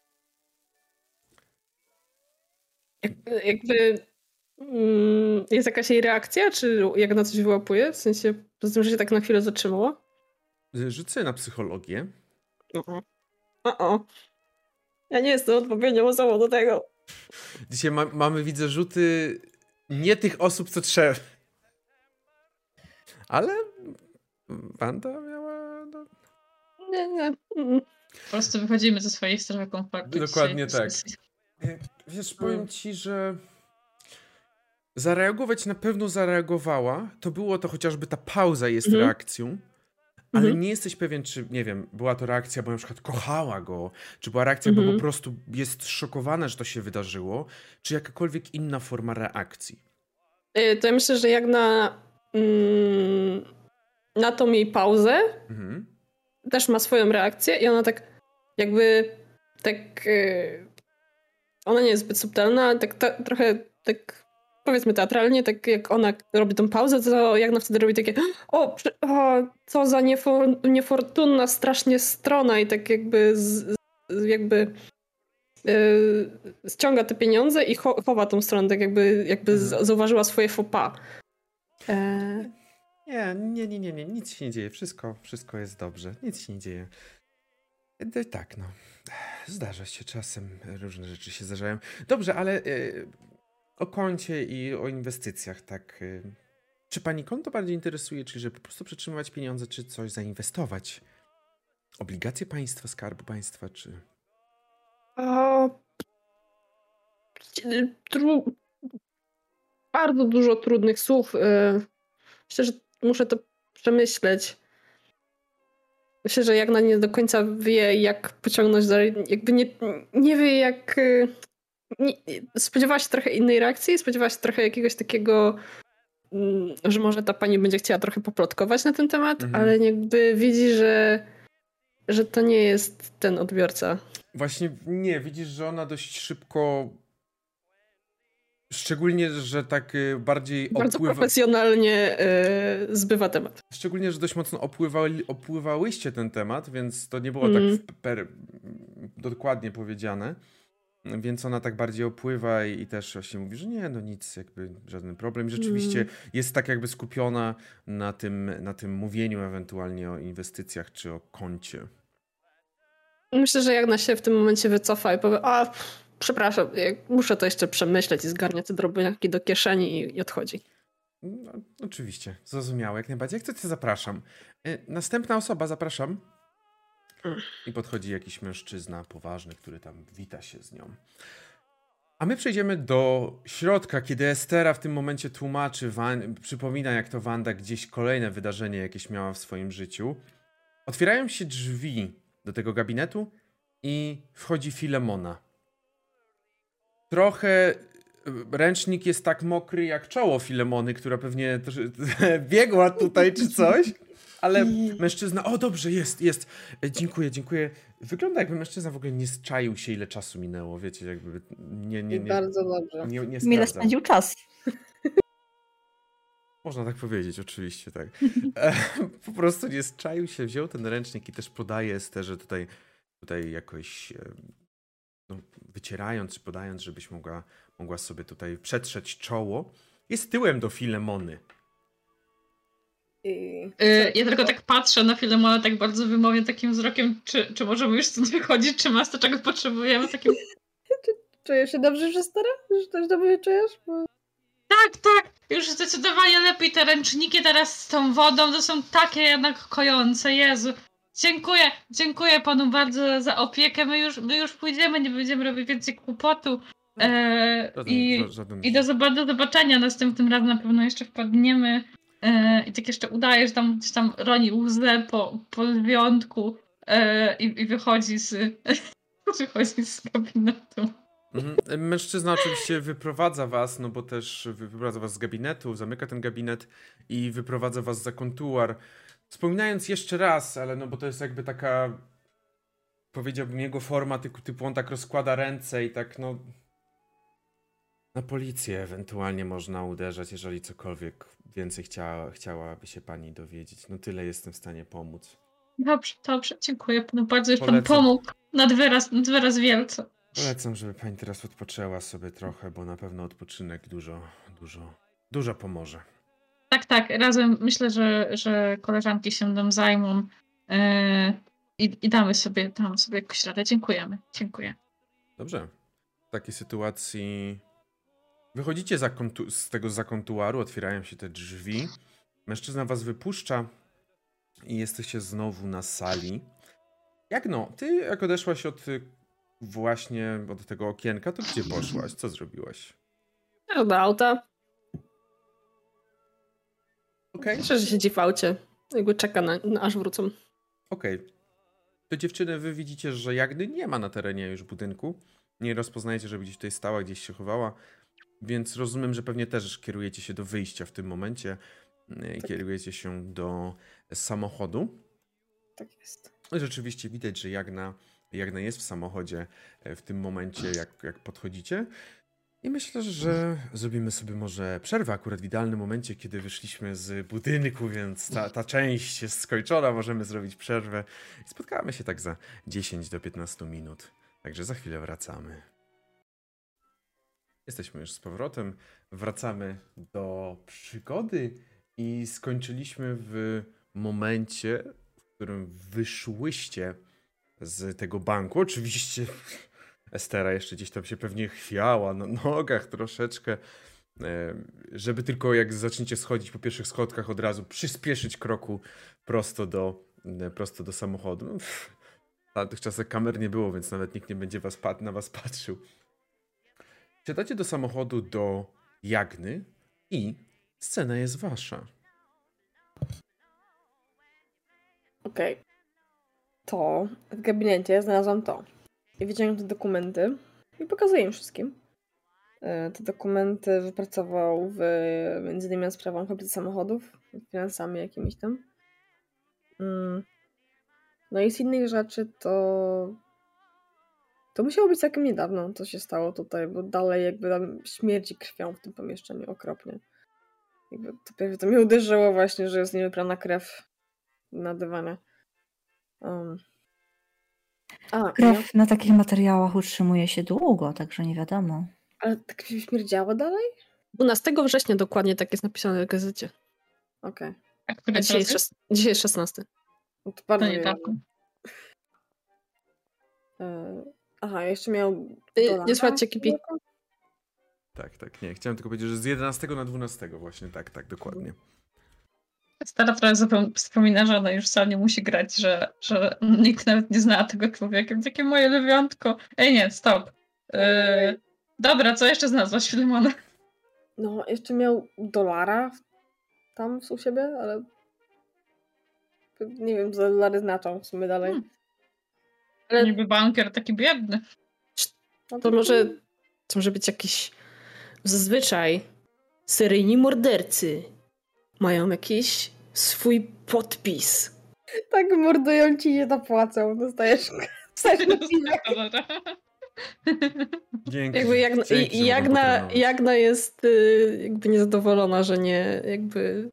Jakby jest jakaś jej reakcja, czy jak na coś wyłapuje? W sensie, z tym, że się tak na chwilę zatrzymała? Rzucę na psychologię. Ja nie jestem odpowiednią osobą do tego. Dzisiaj mamy, widzę, rzuty nie tych osób, co trzeba. Ale Wanda miała... Nie. Po prostu wychodzimy ze swojej strefy komfortu. Dokładnie tak. Wiesz, powiem ci, że zareagować na pewno zareagowała. To było to chociażby ta pauza jest reakcją. Ale nie jesteś pewien, czy, nie wiem, była to reakcja, bo na przykład kochała go, czy była reakcja, bo po prostu jest szokowana, że to się wydarzyło, czy jakakolwiek inna forma reakcji. To ja myślę, że jak na tą jej pauzę też ma swoją reakcję i ona tak jakby ona nie jest zbyt subtelna, ale trochę tak powiedzmy teatralnie, tak jak ona robi tą pauzę, to Jagna wtedy robi takie co za niefortunna strasznie strona i tak jakby ściąga te pieniądze i chowa tą stronę, tak jakby zauważyła swoje faux pas. Nie, nic się nie dzieje, wszystko jest dobrze, nic się nie dzieje. Tak, zdarza się czasem, różne rzeczy się zdarzają. Dobrze, ale o koncie i o inwestycjach, tak. Czy pani konto bardziej interesuje, czyli żeby po prostu przetrzymywać pieniądze, czy coś zainwestować? Obligacje państwa, skarbu państwa, czy... Bardzo dużo trudnych słów. Myślę, że muszę to przemyśleć. Myślę, że Jagna nie do końca wie, jak pociągnąć dalej. Jakby nie wie, jak... Spodziewała się trochę innej reakcji, spodziewała się trochę jakiegoś takiego, że może ta pani będzie chciała trochę poplotkować na ten temat, ale jakby widzi, że to nie jest ten odbiorca. Właśnie nie, widzisz, że ona dość szybko, szczególnie, że tak bardziej bardzo profesjonalnie zbywa temat. Szczególnie, że dość mocno opływałyście ten temat, więc to nie było tak dokładnie powiedziane. Więc ona tak bardziej opływa i też właśnie mówi, że nie, no nic, jakby żaden problem. I rzeczywiście jest tak jakby skupiona na tym mówieniu ewentualnie o inwestycjach czy o koncie. Myślę, że Jagna się w tym momencie wycofa i powie, przepraszam, muszę to jeszcze przemyśleć i zgarnia te drobiazgi do kieszeni i odchodzi. No, oczywiście, zrozumiałe, jak najbardziej. Jak chcecie, zapraszam. Następna osoba, zapraszam. I podchodzi jakiś mężczyzna poważny, który tam wita się z nią. A my przejdziemy do środka, kiedy Estera w tym momencie tłumaczy, przypomina, jak to Wanda gdzieś kolejne wydarzenie jakieś miała w swoim życiu. Otwierają się drzwi do tego gabinetu i wchodzi Filemona. Trochę ręcznik jest tak mokry jak czoło Filemony, która pewnie biegła tutaj czy coś. Ale mężczyzna, o dobrze, jest. Dziękuję. Wygląda jakby mężczyzna w ogóle nie zczaił się, ile czasu minęło, wiecie, jakby nie bardzo dobrze. Nie Mile spędził czas. Można tak powiedzieć, oczywiście, tak. Po prostu nie zczaił się, wziął ten ręcznik i też podaje Esterze tutaj jakoś wycierając czy podając, żebyś mogła sobie tutaj przetrzeć czoło. Jest tyłem do Filemony. Ja tylko tak patrzę na Filemona tak bardzo wymownie takim wzrokiem, czy możemy już stąd wychodzić, czy masz to, czego potrzebujemy? Takim... Czujesz się dobrze przez teraz? Że też dobrze czujesz? Tak. Już zdecydowanie lepiej te ręczniki teraz z tą wodą, to są takie jednak kojące. Jezu. Dziękuję panu bardzo za opiekę. My już pójdziemy, nie będziemy robić więcej kłopotu. I do zobaczenia następnym razem na pewno jeszcze wpadniemy. I tak jeszcze udaje, że tam gdzieś tam roni łzę po lwiątku i wychodzi z gabinetu. Mężczyzna oczywiście wyprowadza was, no bo też wyprowadza was z gabinetu, zamyka ten gabinet i wyprowadza was za kontuar. Wspominając jeszcze raz, ale no bo to jest jakby taka, powiedziałbym, jego forma, typu on tak rozkłada ręce i tak no... Na policję ewentualnie można uderzać, jeżeli cokolwiek więcej chciałaby się pani dowiedzieć. No tyle jestem w stanie pomóc. Dobrze, dziękuję panu bardzo, już pan pomógł nad wyraz wielce. Polecam, żeby pani teraz odpoczęła sobie trochę, bo na pewno odpoczynek dużo pomoże. Tak, razem myślę, że koleżanki się tym zajmą i damy sobie jakoś radę. Dziękuję. Dobrze. W takiej sytuacji wychodzicie z tego zakontuaru, otwierają się te drzwi. Mężczyzna was wypuszcza i jesteście znowu na sali. Ty jak odeszłaś od tego okienka, to gdzie poszłaś? Co zrobiłaś? Do auta. Okej. Myślę, że siedzi w aucie. Jakby czeka aż wrócą. Okej. To dziewczyny, wy widzicie, że Jagny nie ma na terenie już budynku. Nie rozpoznajecie, żeby gdzieś tutaj stała, gdzieś się chowała. Więc rozumiem, że pewnie też kierujecie się do wyjścia w tym momencie. I kierujecie się do samochodu. Tak jest. Rzeczywiście widać, że Jagna jest w samochodzie w tym momencie, jak podchodzicie. I myślę, że zrobimy sobie może przerwę akurat w idealnym momencie, kiedy wyszliśmy z budynku, więc ta część jest skończona, możemy zrobić przerwę. I spotkamy się tak za 10 do 15 minut. Także za chwilę wracamy. Jesteśmy już z powrotem. Wracamy do przygody i skończyliśmy w momencie, w którym wyszłyście z tego banku. Oczywiście Estera jeszcze gdzieś tam się pewnie chwiała na nogach troszeczkę, żeby tylko jak zaczniecie schodzić po pierwszych schodkach od razu przyspieszyć kroku prosto do samochodu. W tamtych czasach kamer nie było, więc nawet nikt nie będzie na was patrzył. Wsiadacie do samochodu do Jagny i scena jest wasza. Okej. To w gabinecie znalazłam to. I wyciągam te dokumenty i pokazuję im wszystkim. Te dokumenty wypracował między innymi sprawą fabricy samochodów, finansami jakimiś tam. No i z innych rzeczy to musiało być całkiem niedawno, co się stało tutaj, bo dalej jakby tam śmierdzi krwią w tym pomieszczeniu okropnie. Jakby to mnie uderzyło właśnie, że jest niewyprana krew na dywanie. Krew na takich materiałach utrzymuje się długo, także nie wiadomo. Ale tak się śmierdziało dalej? 12 września dokładnie tak jest napisane w gazecie. Okej. A dzisiaj jest 16. No to bardzo To nie miło. tak. Aha, jeszcze miał... Nie słuchajcie, Kipi. Tak, nie. Chciałem tylko powiedzieć, że z 11 na 12 właśnie, tak, dokładnie. Stara trochę wspomina, że ona już wcale nie musi grać, że nikt nawet nie zna tego człowieka. Takie moje lewiątko. Ej, nie, stop. Dobra, co jeszcze znalazłaś, Filemona? No, jeszcze miał dolara tam u siebie, ale nie wiem, co dolary znaczą w sumie dalej. Ale niby bankier taki biedny. No To może być jakiś... Zazwyczaj seryjni mordercy mają jakiś swój podpis. Tak mordują ci, nie dopłacą. Dostajesz Dzięki. Jakby Dzięki, że mogłem potrenować. Jagna jest jakby niezadowolona, że nie jakby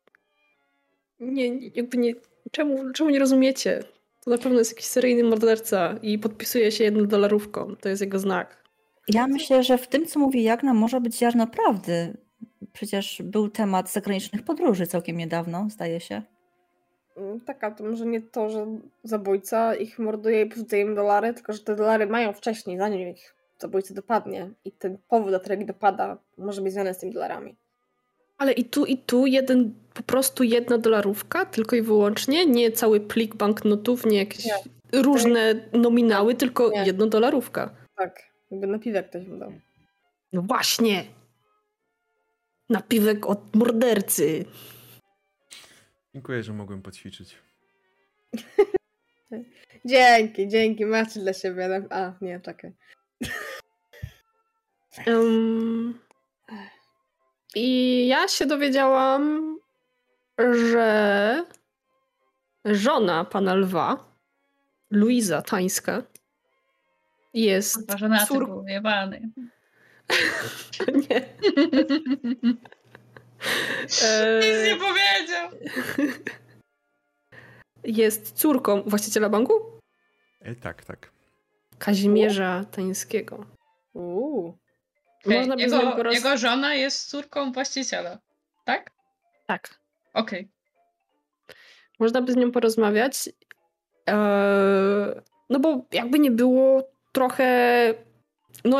nie czemu nie rozumiecie? To na pewno jest jakiś seryjny morderca i podpisuje się $1. To jest jego znak. Ja myślę, że w tym, co mówi Jagna, może być ziarno prawdy. Przecież był temat zagranicznych podróży całkiem niedawno, zdaje się. Tak, a to może nie to, że zabójca ich morduje i porzuca im dolary, tylko że te dolary mają wcześniej, zanim ich zabójca dopadnie. I ten powód, dla którego dopada, może być związany z tymi dolarami. Ale i tu po prostu $1, tylko i wyłącznie, nie cały plik banknotów, nie jakieś różne nominały, tylko $1. Tak, jakby napiwek ktoś mu dał. No właśnie! Napiwek od mordercy. Dziękuję, że mogłem poćwiczyć. Dzięki, macie dla siebie. A, nie, czekaj. I ja się dowiedziałam, że żona pana lwa, Luiza Tańska, jest żonaty był jebany. Nie. Nic nie powiedział. Jest córką właściciela banku? Tak. Kazimierza Tańskiego. Można by jego żona jest córką właściciela, tak? Tak. Okej. Można by z nią porozmawiać. No bo jakby nie było trochę... No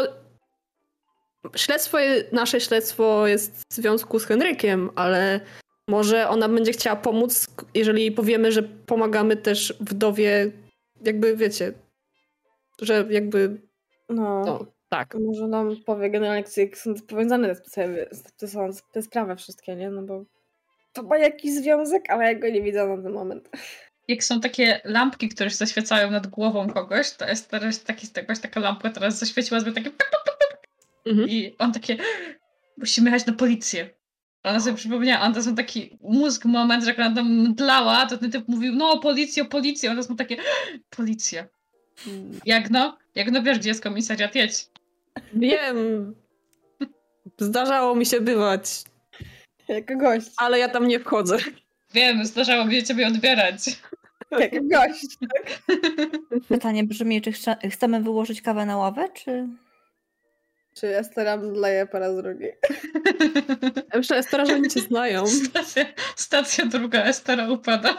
nasze śledztwo jest w związku z Henrykiem, ale może ona będzie chciała pomóc, jeżeli powiemy, że pomagamy też wdowie, jakby wiecie, że jakby... No tak. Może nam powie generalnie, jak są powiązane te sprawy wszystkie, nie? No bo to ma jakiś związek, ale ja go nie widzę na ten moment. Jak są takie lampki, które się zaświecają nad głową kogoś, to jest teraz taka lampka teraz zaświeciła sobie takie... I on takie, musimy jechać na policję. Ona sobie przypomniała, on teraz ma taki mózg moment, że jak ona tam mdlała, to ten typ mówił, no policja, on teraz ma takie, policja. Jagno, wiesz, gdzie jest komisariat, jedź. Wiem. Zdarzało mi się bywać. Jako gość. Ale ja tam nie wchodzę. Wiem, zdarzało mi się ciebie odbierać. Jako gość, tak? Pytanie brzmi, czy chcemy wyłożyć kawę na ławę, czy... Czy Estera mdleje po raz drugi? Ja myślę, Estera, że oni cię znają. Stacja druga, Estera upada.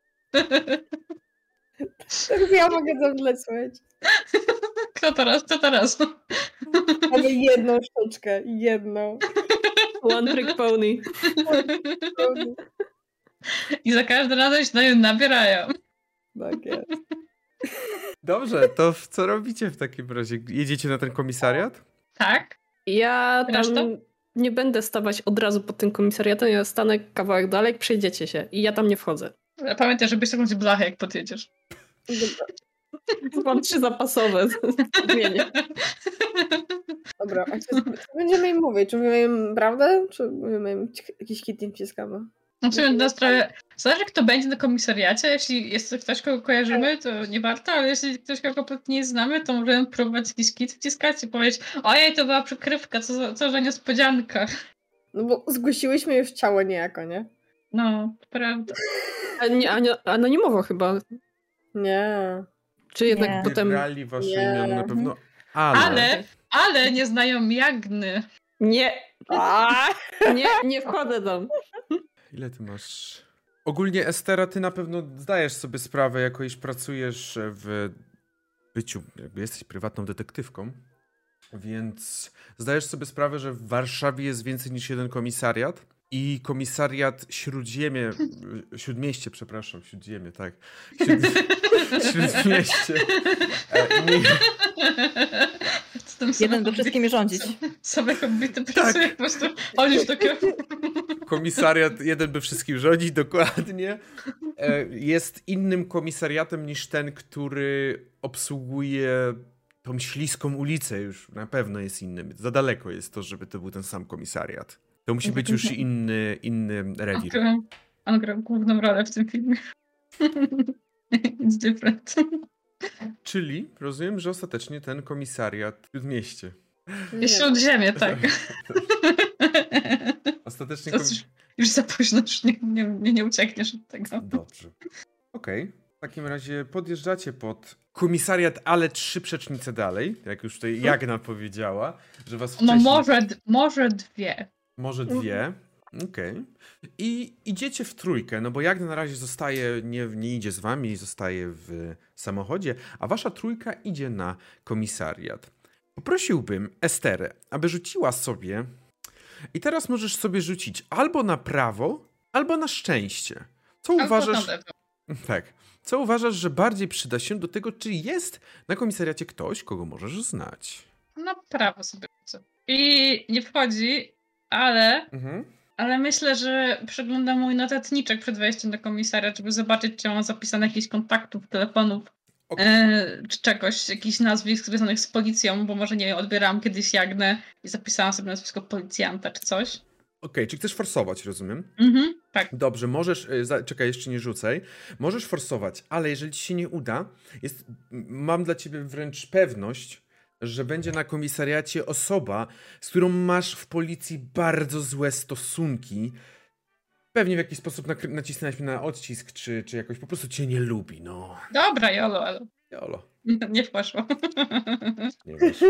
Ja mogę zemdleć, słuchajcie. Kto teraz? Mamy jedną sztuczkę, jedną. One trick pony. I za każdym razem się na nią nabierają. Tak jest. Dobrze, to co robicie w takim razie? Jedziecie na ten komisariat? Tak. Ja tam nie będę stawać od razu pod tym komisariatem, ja stanę kawałek dalej, przejdziecie się i ja tam nie wchodzę. Pamiętaj, żebyś jakąś blachę, jak podjedziesz. Mam 3 zapasowe. Dobra, a co będziemy im mówić? Czy mówimy im prawdę? Czy mówimy im jakiś hit im wciskamy? Znaczy, na sprawę, zależy kto będzie na komisariacie, jeśli jest to ktoś, kogo kojarzymy, to nie warto, ale jeśli ktoś, kogo kompletnie nie znamy, to możemy próbować jakiś kit wciskać i powiedzieć, ojej, to była przykrywka, co za niespodzianka. No bo zgłosiłyśmy już ciało niejako, nie? No, prawda. Anonimowo chyba. Nie. Czy jednak potem... Wybierali wasze imiona na pewno, ale... Ale nie znają Jagny. Nie. Nie wchodzę tam. Ile ty masz? Ogólnie, Estera, ty na pewno zdajesz sobie sprawę, jako iż pracujesz w byciu, jakby jesteś prywatną detektywką, więc zdajesz sobie sprawę, że w Warszawie jest więcej niż jeden komisariat i komisariat Śródmieście, tak. Śródmieście. Jeden by wszystkimi rządzić. Same kobiety pracują, po prostu chodzisz do Komisariat jeden by wszystkim rządzić, dokładnie. Jest innym komisariatem niż ten, który obsługuje tą śliską ulicę. Już na pewno jest innym. Za daleko jest to, żeby to był ten sam komisariat. To musi być już inny rewir. On grał główną rolę w tym filmie. It's different. Czyli rozumiem, że ostatecznie ten komisariat w Śródmieście. Jest Śródziemie, tak. Ostatecznie już za późno, już nie uciekniesz od tego. Dobrze. Okej. W takim razie podjeżdżacie pod komisariat, ale 3 przecznice dalej, jak już tutaj Jagna powiedziała, że was wcześniej... No może 2. Może 2. Okej. I idziecie w trójkę, no bo Jagna na razie zostaje, nie idzie z wami, zostaje w samochodzie, a wasza trójka idzie na komisariat. Poprosiłbym Esterę, aby rzuciła sobie i teraz możesz sobie rzucić albo na prawo, albo na szczęście. Co uważasz... Tak. Co uważasz, że bardziej przyda się do tego, czy jest na komisariacie ktoś, kogo możesz znać? Na prawo sobie rzucę. I nie wchodzi, ale myślę, że przeglądam mój notatniczek przed wejściem do komisariat, żeby zobaczyć, czy mam zapisane jakieś kontaktów, telefonów, czy czegoś, jakichś nazwisk związanych z policją, bo może nie odbierałam kiedyś Jagnę i zapisałam sobie nazwisko policjanta, czy coś. Okej, czy chcesz forsować, rozumiem? Tak. Dobrze, możesz, czekaj, jeszcze nie rzucaj. Możesz forsować, ale jeżeli ci się nie uda, mam dla ciebie wręcz pewność, że będzie na komisariacie osoba, z którą masz w policji bardzo złe stosunki. Pewnie w jakiś sposób nacisnąłeś na odcisk, czy jakoś po prostu cię nie lubi, no. Dobra, jolo. Jolo. Nie weszło. Nie weszło.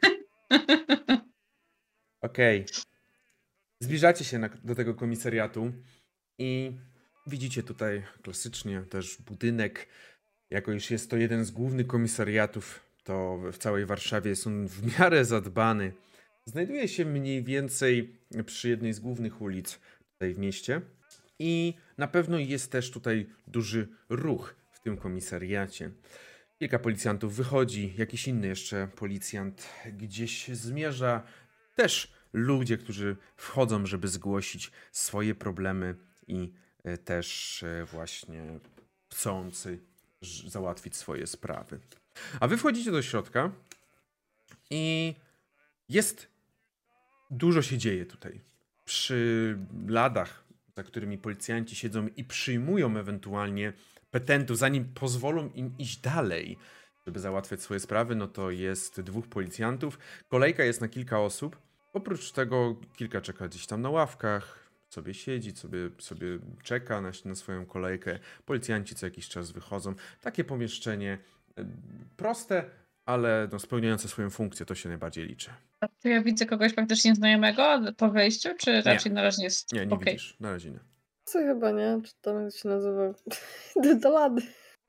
Okej. Zbliżacie się do tego komisariatu i widzicie tutaj klasycznie też budynek. Jako iż jest to jeden z głównych komisariatów, to w całej Warszawie jest on w miarę zadbany. Znajduje się mniej więcej przy jednej z głównych ulic tutaj w mieście i na pewno jest też tutaj duży ruch w tym komisariacie. Kilka policjantów wychodzi, jakiś inny jeszcze policjant gdzieś zmierza. Też ludzie, którzy wchodzą, żeby zgłosić swoje problemy i też właśnie chcący załatwić swoje sprawy. A wy wchodzicie do środka i dużo się dzieje tutaj. Przy ladach, za którymi policjanci siedzą i przyjmują ewentualnie petentów, zanim pozwolą im iść dalej, żeby załatwiać swoje sprawy, no to jest 2 policjantów. Kolejka jest na kilka osób. Oprócz tego kilka czeka gdzieś tam na ławkach, sobie siedzi, sobie czeka na swoją kolejkę. Policjanci co jakiś czas wychodzą. Takie pomieszczenie proste, ale spełniające swoją funkcję, to się najbardziej liczy. A czy ja widzę kogoś praktycznie znajomego po wejściu, czy raczej na razie jest... Nie widzisz, na razie nie. Co chyba nie? Czy tam jak się nazywa? Do lady.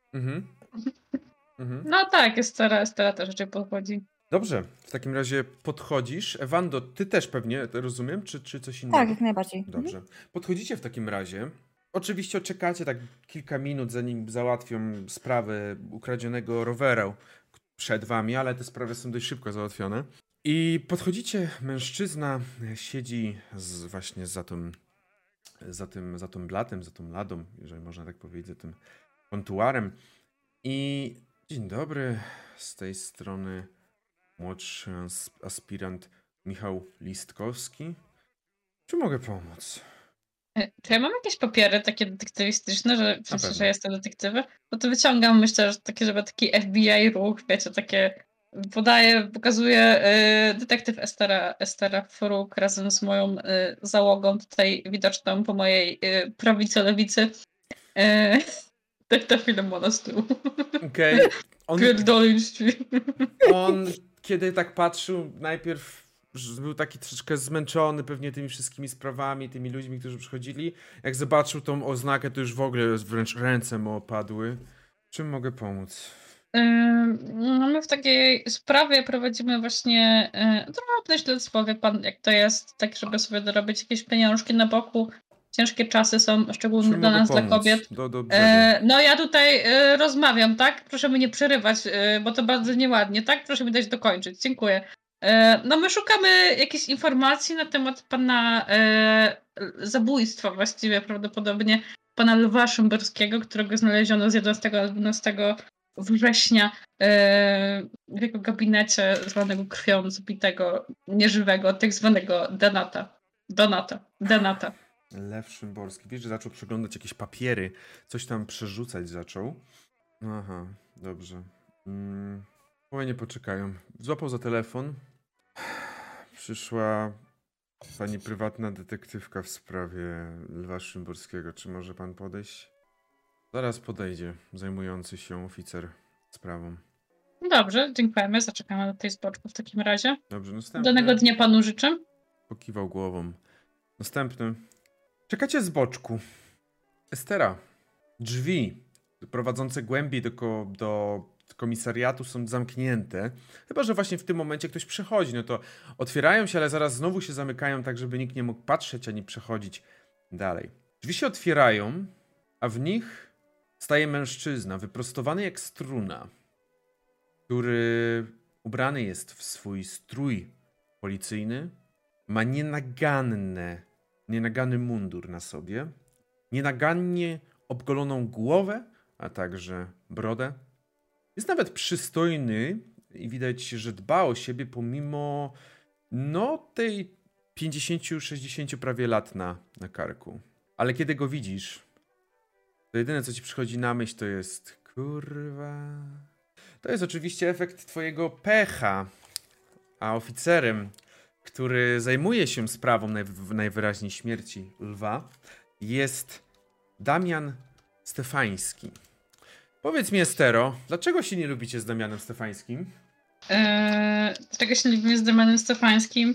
No tak, jest Estera też raczej podchodzi. Dobrze, w takim razie podchodzisz. Wando, ty też pewnie, rozumiem, czy coś innego? Tak, jak najbardziej. Dobrze. Podchodzicie w takim razie. Oczywiście czekacie tak kilka minut, zanim załatwią sprawę ukradzionego roweru przed wami, ale te sprawy są dość szybko załatwione. I podchodzicie, mężczyzna siedzi właśnie za tym blatem, za tą ladą, jeżeli można tak powiedzieć, za tym kontuarem. I dzień dobry, z tej strony młodszy aspirant Michał Listkowski. Czy mogę pomóc? Czy ja mam jakieś papiery takie detektywistyczne, że jestem detektywem? No to wyciągam, myślę, że takie, żeby taki FBI ruch, wiecie, takie pokazuje detektyw Estera Fruk razem z moją załogą tutaj widoczną po mojej prawicy, lewicy. Tak to Filemona z tyłu. Okej. On, kiedy tak patrzył, najpierw był taki troszeczkę zmęczony pewnie tymi wszystkimi sprawami, tymi ludźmi, którzy przychodzili. Jak zobaczył tą oznakę, to już w ogóle wręcz ręce mu opadły. Czym mogę pomóc? My w takiej sprawie prowadzimy właśnie drobne śledztwo, wie pan jak to jest, tak żeby sobie dorobić jakieś pieniążki na boku. Ciężkie czasy są, szczególnie dla nas, dla kobiet. No ja tutaj rozmawiam, tak? Proszę mi nie przerywać, bo to bardzo nieładnie, tak? Proszę mi dać dokończyć. Dziękuję. No my szukamy jakichś informacji na temat pana zabójstwa właściwie prawdopodobnie pana Lwa Szymborskiego, którego znaleziono z 11 albo 12 września w jego gabinecie zwanego krwią zabitego, nieżywego, tak zwanego Donata. Lew Szymborski. Wiesz, że zaczął przeglądać jakieś papiery, coś tam przerzucać zaczął. Aha, dobrze. Nie poczekają. Złapał za telefon. Przyszła pani prywatna detektywka w sprawie Lwa Szymborskiego. Czy może pan podejść? Zaraz podejdzie zajmujący się oficer sprawą. Dobrze, dziękujemy. Zaczekamy do tej zboczku w takim razie. Dobrze, następny. Danego dnia panu życzę. Pokiwał głową. Następny. Czekacie z boczku. Estera. Drzwi prowadzące głębiej do komisariatu są zamknięte. Chyba że właśnie w tym momencie ktoś przechodzi. No to otwierają się, ale zaraz znowu się zamykają, tak żeby nikt nie mógł patrzeć ani przechodzić dalej. Drzwi się otwierają, a w nich staje mężczyzna, wyprostowany jak struna, który ubrany jest w swój strój policyjny, ma nienaganny mundur na sobie, nienagannie obgoloną głowę, a także brodę. Jest nawet przystojny i widać, że dba o siebie pomimo tej 50-60 prawie lat na karku. Ale kiedy go widzisz, to jedyne co ci przychodzi na myśl to jest kurwa. To jest oczywiście efekt twojego pecha, a oficerem, który zajmuje się sprawą najwyraźniej śmierci Lwa, jest Damian Stefański. Powiedz mi, Estero, dlaczego się nie lubicie z Damianem Stefańskim? Dlaczego się nie lubimy z Damianem Stefańskim?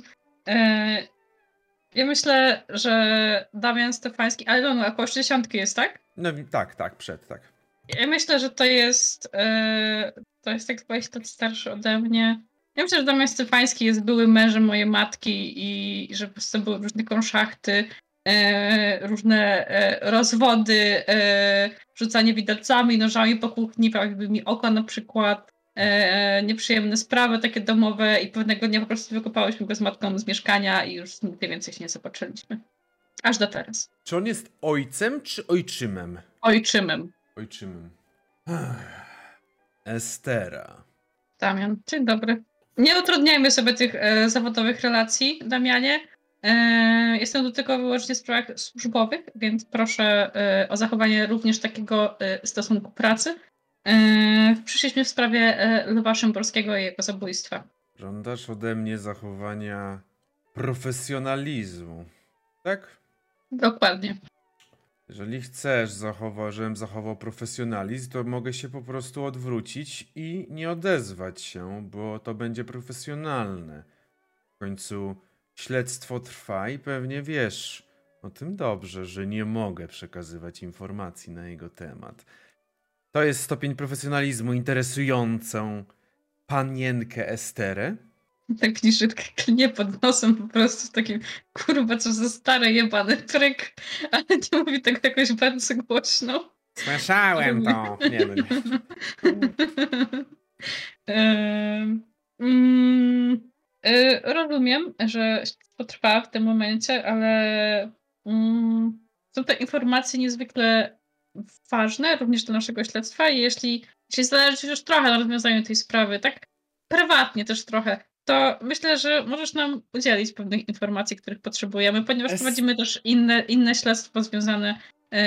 Ja myślę, że Damian Stefański, ale no, około 60 jest, tak? No tak, tak. Ja myślę, że to jest tak 20 lat starszy ode mnie. Ja myślę, że Damian Stefański jest byłym mężem mojej matki i że po prostu były różne konszachty, różne rozwody, rzucanie widelcami, nożami po kuchni, prawie mi oko na przykład, nieprzyjemne sprawy takie domowe i pewnego dnia po prostu wykopałyśmy go z matką z mieszkania i już nigdy więcej się nie zobaczyliśmy. Aż do teraz. Czy on jest ojcem czy ojczymem? Ojczymem. Estera. Damian, dzień dobry. Nie utrudniajmy sobie tych zawodowych relacji, Damianie. Jestem tu tylko wyłącznie w sprawach służbowych, więc proszę o zachowanie również takiego stosunku pracy. Przyszliśmy w sprawie Lwa Szymborskiego i jego zabójstwa. Żądasz ode mnie zachowania profesjonalizmu, tak? Dokładnie. Jeżeli chcesz, żebym zachował profesjonalizm, to mogę się po prostu odwrócić i nie odezwać się, bo to będzie profesjonalne. W końcu śledztwo trwa i pewnie wiesz o tym dobrze, że nie mogę przekazywać informacji na jego temat. To jest stopień profesjonalizmu interesującą panienkę Esterę. Tak widzisz, że klnie pod nosem po prostu takim kurwa, co za stary jebany tryk, ale nie mówi tego jakoś bardzo głośno. Słyszałem to. Nie. Rozumiem, że to trwa w tym momencie, ale są te informacje niezwykle ważne również dla naszego śledztwa i jeśli zależy już trochę na rozwiązaniu tej sprawy, tak prywatnie też trochę, to myślę, że możesz nam udzielić pewnych informacji, których potrzebujemy, ponieważ prowadzimy też inne śledztwo związane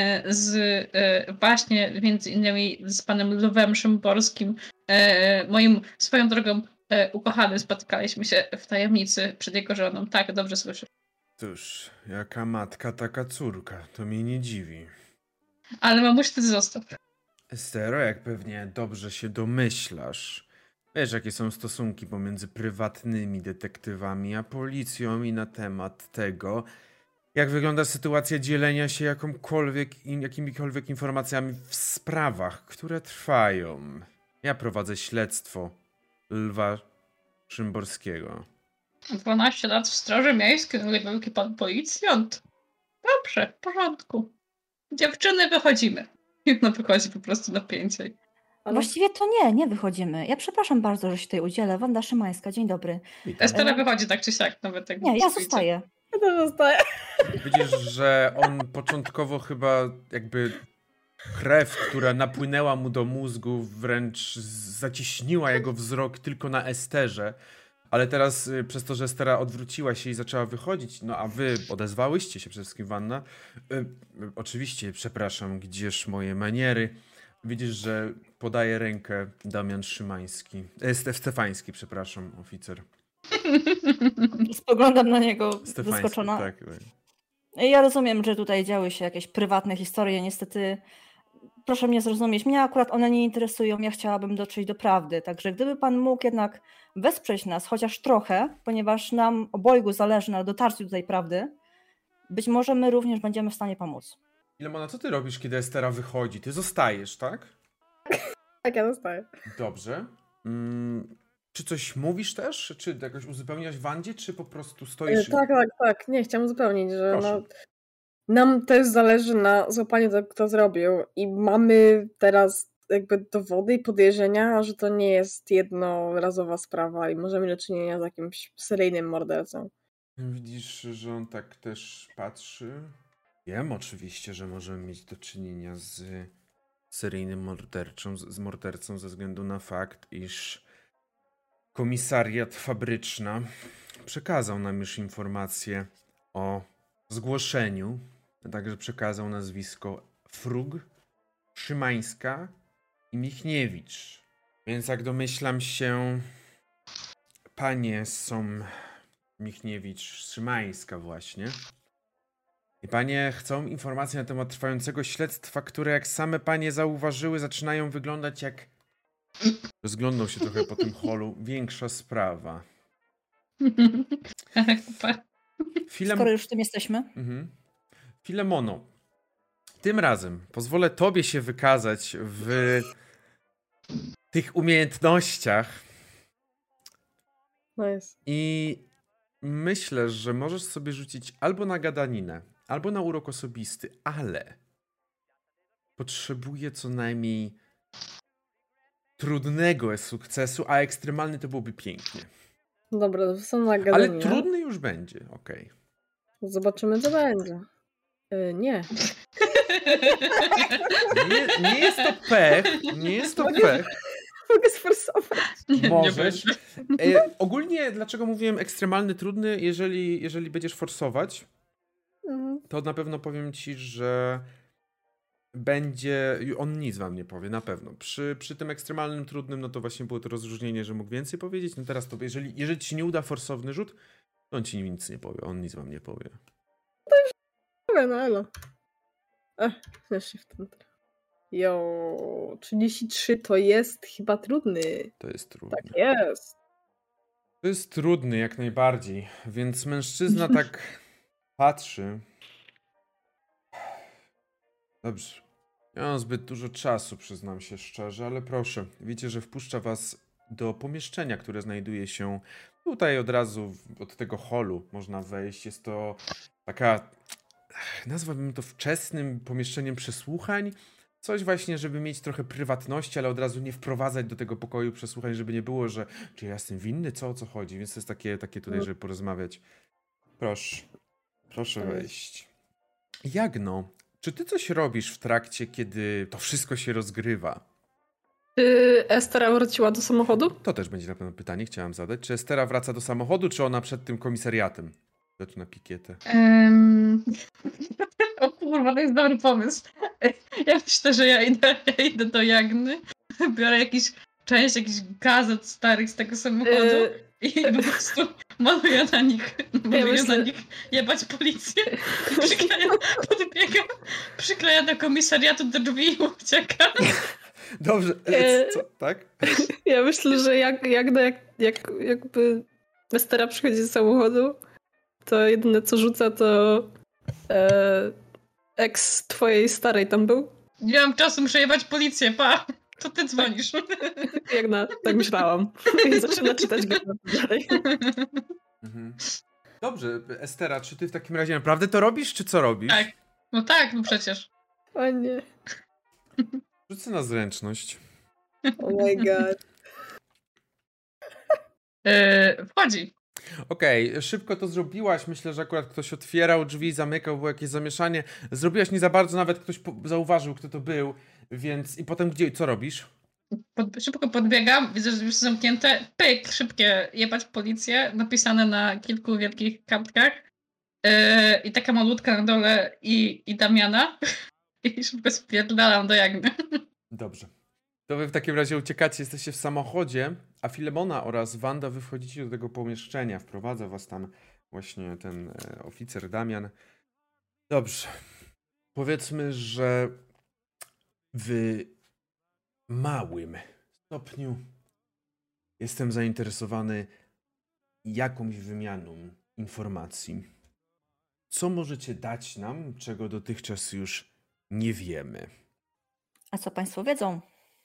właśnie między innymi z panem Lwem Szymborskim, moim swoją drogą ukochanym. Spotykaliśmy się w tajemnicy przed jego żoną. Tak, dobrze słyszę. Cóż, jaka matka, taka córka. To mnie nie dziwi. Ale mamuś, ty zostaw. Estero, jak pewnie dobrze się domyślasz, wiesz, jakie są stosunki pomiędzy prywatnymi detektywami a policją i na temat tego, jak wygląda sytuacja dzielenia się jakimikolwiek informacjami w sprawach, które trwają. Ja prowadzę śledztwo Lwa Szymborskiego. 12 lat w Straży Miejskiej, wielki pan policjant. Dobrze, w porządku. Dziewczyny, wychodzimy. I ona wychodzi po prostu napięcie. Właściwie to nie wychodzimy. Ja przepraszam bardzo, że się tutaj udzielę. Wanda Szymańska, dzień dobry. Estera wychodzi tak czy siak, nawet jak Nie, ja zostaję. Ja też zostaję. Widzisz, że on początkowo chyba jakby krew, która napłynęła mu do mózgu, wręcz zacieśniła jego wzrok tylko na Esterze. Ale teraz przez to, że Estera odwróciła się i zaczęła wychodzić, no a wy odezwałyście się przede wszystkim, Wanna. Oczywiście, przepraszam, gdzież moje maniery. Widzisz, że podaje rękę Damian Szymański. Stefański, przepraszam, oficer. Spoglądam na niego Stefański, zaskoczona. tak. Ja rozumiem, że tutaj działy się jakieś prywatne historie. Niestety, proszę mnie zrozumieć, mnie akurat one nie interesują. Ja chciałabym dotrzeć do prawdy. Także gdyby pan mógł jednak wesprzeć nas chociaż trochę, ponieważ nam obojgu zależy na dotarciu do tej prawdy, być może my również będziemy w stanie pomóc. Ilemona, co ty robisz, kiedy Estera wychodzi? Ty zostajesz, tak? Tak, ja zostaję. Dobrze. Czy coś mówisz też? Czy jakoś uzupełniasz Wandzie, czy po prostu stoisz? Tak. Nie, chciałam uzupełnić, że nam też zależy na złapaniu tego, kto zrobił i mamy teraz jakby dowody i podejrzenia, że to nie jest jednorazowa sprawa i możemy mieć do czynienia z jakimś seryjnym mordercą. Widzisz, że on tak też patrzy. Wiem oczywiście, że możemy mieć do czynienia z seryjnym mordercą ze względu na fakt, iż komisariat Fabryczna przekazał nam już informację o zgłoszeniu, a także przekazał nazwisko Frug, Szymańska i Michniewicz. Więc jak domyślam się, panie są Michniewicz, Szymańska właśnie. I panie chcą informacji na temat trwającego śledztwa, które jak same panie zauważyły, zaczynają wyglądać jak... Rozglądał się trochę po tym holu. Większa sprawa. Skoro już w tym jesteśmy. Filemono, tym razem pozwolę tobie się wykazać w tych umiejętnościach. Nice. I myślę, że możesz sobie rzucić albo na gadaninę, albo na urok osobisty, ale potrzebuję co najmniej trudnego sukcesu, a ekstremalny to byłoby pięknie. Dobra, to są na gadaninę. Ale trudny już będzie, okej. Zobaczymy, co będzie. Nie. Nie jest to pech. Nie jest to pech. Mogę sforsować. Możesz. Ogólnie, dlaczego mówiłem ekstremalny, trudny, jeżeli będziesz forsować, to na pewno powiem ci, że będzie... On nic wam nie powie, na pewno. Przy tym ekstremalnym, trudnym, no to właśnie było to rozróżnienie, że mógł więcej powiedzieć. No teraz to, jeżeli ci nie uda forsowny rzut, to on ci nic nie powie. On nic wam nie powie. No elo. Jeszcze w ten... 33 to jest chyba trudny. To jest trudny. Tak jest. To jest trudny jak najbardziej, więc mężczyzna tak patrzy. Dobrze. Nie mam zbyt dużo czasu, przyznam się szczerze, ale proszę. Widzicie, że wpuszcza was do pomieszczenia, które znajduje się tutaj od razu od tego holu. Można wejść. Jest to taka, nazwałbym to wczesnym pomieszczeniem przesłuchań. Coś właśnie, żeby mieć trochę prywatności, ale od razu nie wprowadzać do tego pokoju przesłuchań, żeby nie było, że czy ja jestem winny, o co chodzi. Więc to jest takie tutaj, żeby porozmawiać. Proszę wejść. Jagno, czy ty coś robisz w trakcie, kiedy to wszystko się rozgrywa? Czy Estera wróciła do samochodu? To też będzie na pewno pytanie, chciałam zadać. Czy Estera wraca do samochodu, czy ona przed tym komisariatem? Zaczyna pikietę. O kurwa, to jest dobry pomysł. Ja myślę, że ja idę do Jagny, biorę część jakichś gazet starych z tego samochodu i po prostu maluję na nich jebać policję. Podbiegam, przykleja do komisariatu do drzwi i uciekam. Dobrze, co, tak? Ja myślę, że jakby Estera przychodzi z samochodu, to jedyne co rzuca to ex twojej starej tam był. Nie mam czasu, muszę jebać policję, pa! To ty dzwonisz. Tak myślałam. I zaczyna czytać go dalej. Mhm. Dobrze, Estera, czy ty w takim razie naprawdę to robisz, czy co robisz? Tak. No tak, no przecież. O nie. Rzucę na zręczność. Oh my god. Wchodzi. Okej, szybko to zrobiłaś. Myślę, że akurat ktoś otwierał drzwi, zamykał, było jakieś zamieszanie. Zrobiłaś nie za bardzo, nawet ktoś zauważył, kto to był. Więc i potem co robisz? Szybko podbiegam, widzę, że drzwi są zamknięte. Pyk, szybkie, jebać policję, napisane na kilku wielkich kartkach. I taka malutka na dole i Damiana. I szybko spierdalam do Jagny. Dobrze. To wy w takim razie uciekacie, jesteście w samochodzie, a Filemona oraz Wanda wy wchodzicie do tego pomieszczenia. Wprowadza was tam właśnie ten oficer Damian. Dobrze. Powiedzmy, że w małym stopniu jestem zainteresowany jakąś wymianą informacji. Co możecie dać nam, czego dotychczas już nie wiemy? A co państwo wiedzą?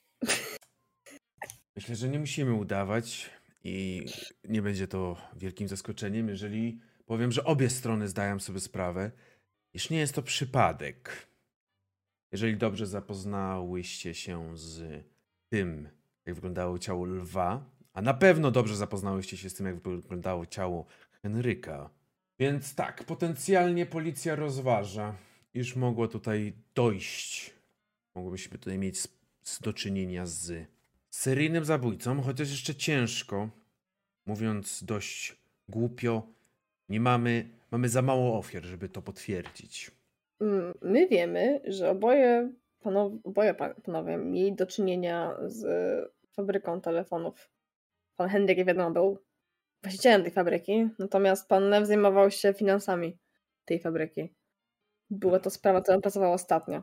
Myślę, że nie musimy udawać i nie będzie to wielkim zaskoczeniem, jeżeli powiem, że obie strony zdają sobie sprawę, iż nie jest to przypadek. Jeżeli dobrze zapoznałyście się z tym, jak wyglądało ciało lwa, a na pewno dobrze zapoznałyście się z tym, jak wyglądało ciało Henryka. Więc tak, potencjalnie policja rozważa, iż mogło tutaj dojść. Mogłybyśmy tutaj mieć do czynienia z seryjnym zabójcą, chociaż jeszcze ciężko, mówiąc dość głupio, nie mamy za mało ofiar, żeby to potwierdzić. My wiemy, że oboje panowie mieli do czynienia z fabryką telefonów. Pan Henryk, jak wiadomo, był właścicielem tej fabryki, natomiast pan Lew zajmował się finansami tej fabryki. Była to sprawa, którą pracował ostatnio.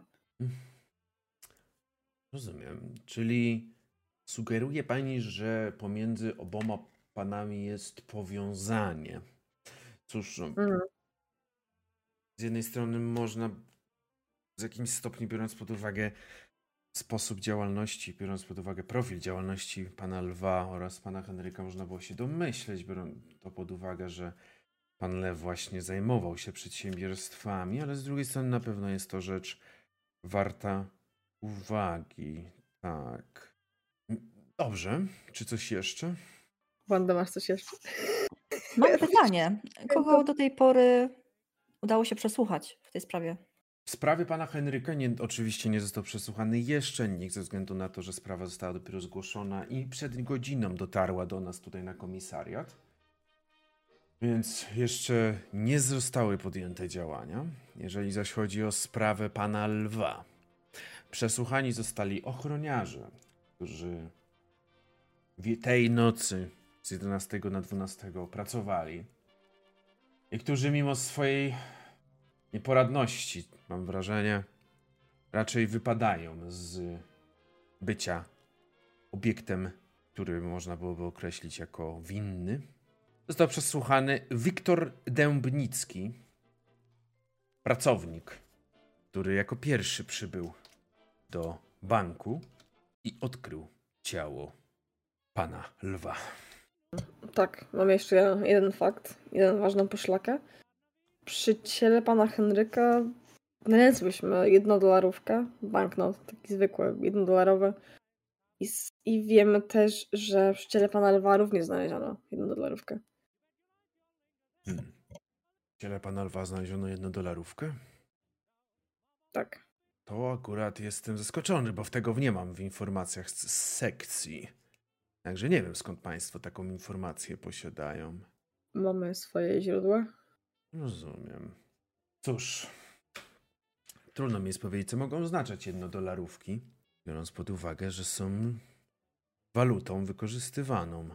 Rozumiem. Czyli sugeruje pani, że pomiędzy oboma panami jest powiązanie. Cóż, z jednej strony można w jakimś stopniu, biorąc pod uwagę sposób działalności, biorąc pod uwagę profil działalności pana Lwa oraz pana Henryka, można było się domyśleć, biorąc to pod uwagę, że pan Lew właśnie zajmował się przedsiębiorstwami, ale z drugiej strony na pewno jest to rzecz warta uwagi. Tak. Dobrze. Czy coś jeszcze? Wanda, masz coś jeszcze? Mam pytanie. Kogo do tej pory udało się przesłuchać w tej sprawie? W sprawie pana Henryka oczywiście nie został przesłuchany jeszcze nikt, ze względu na to, że sprawa została dopiero zgłoszona i przed godziną dotarła do nas tutaj na komisariat. Więc jeszcze nie zostały podjęte działania. Jeżeli zaś chodzi o sprawę pana Lwa, przesłuchani zostali ochroniarze, którzy tej nocy z 11 na 12 pracowali i którzy mimo swojej nieporadności, mam wrażenie, raczej wypadają z bycia obiektem, który można byłoby określić jako winny. Został przesłuchany Wiktor Dębnicki, pracownik, który jako pierwszy przybył do banku i odkrył ciało pana Lwa. Tak, mam jeszcze jeden fakt, jeden ważną poszlakę. Przy ciele pana Henryka znaleźliśmy 1-dolarówkę, banknot, taki zwykły, 1-dolarowy. I wiemy też, że przy ciele pana Lwa również znaleziono 1-dolarówkę. W ciele pana Lwa znaleziono 1-dolarówkę? Tak. To akurat jestem zaskoczony, bo tego nie mam w informacjach z sekcji. Także nie wiem, skąd państwo taką informację posiadają. Mamy swoje źródła. Rozumiem. Cóż, trudno mi jest powiedzieć, co mogą oznaczać 1-dolarówki, biorąc pod uwagę, że są walutą wykorzystywaną.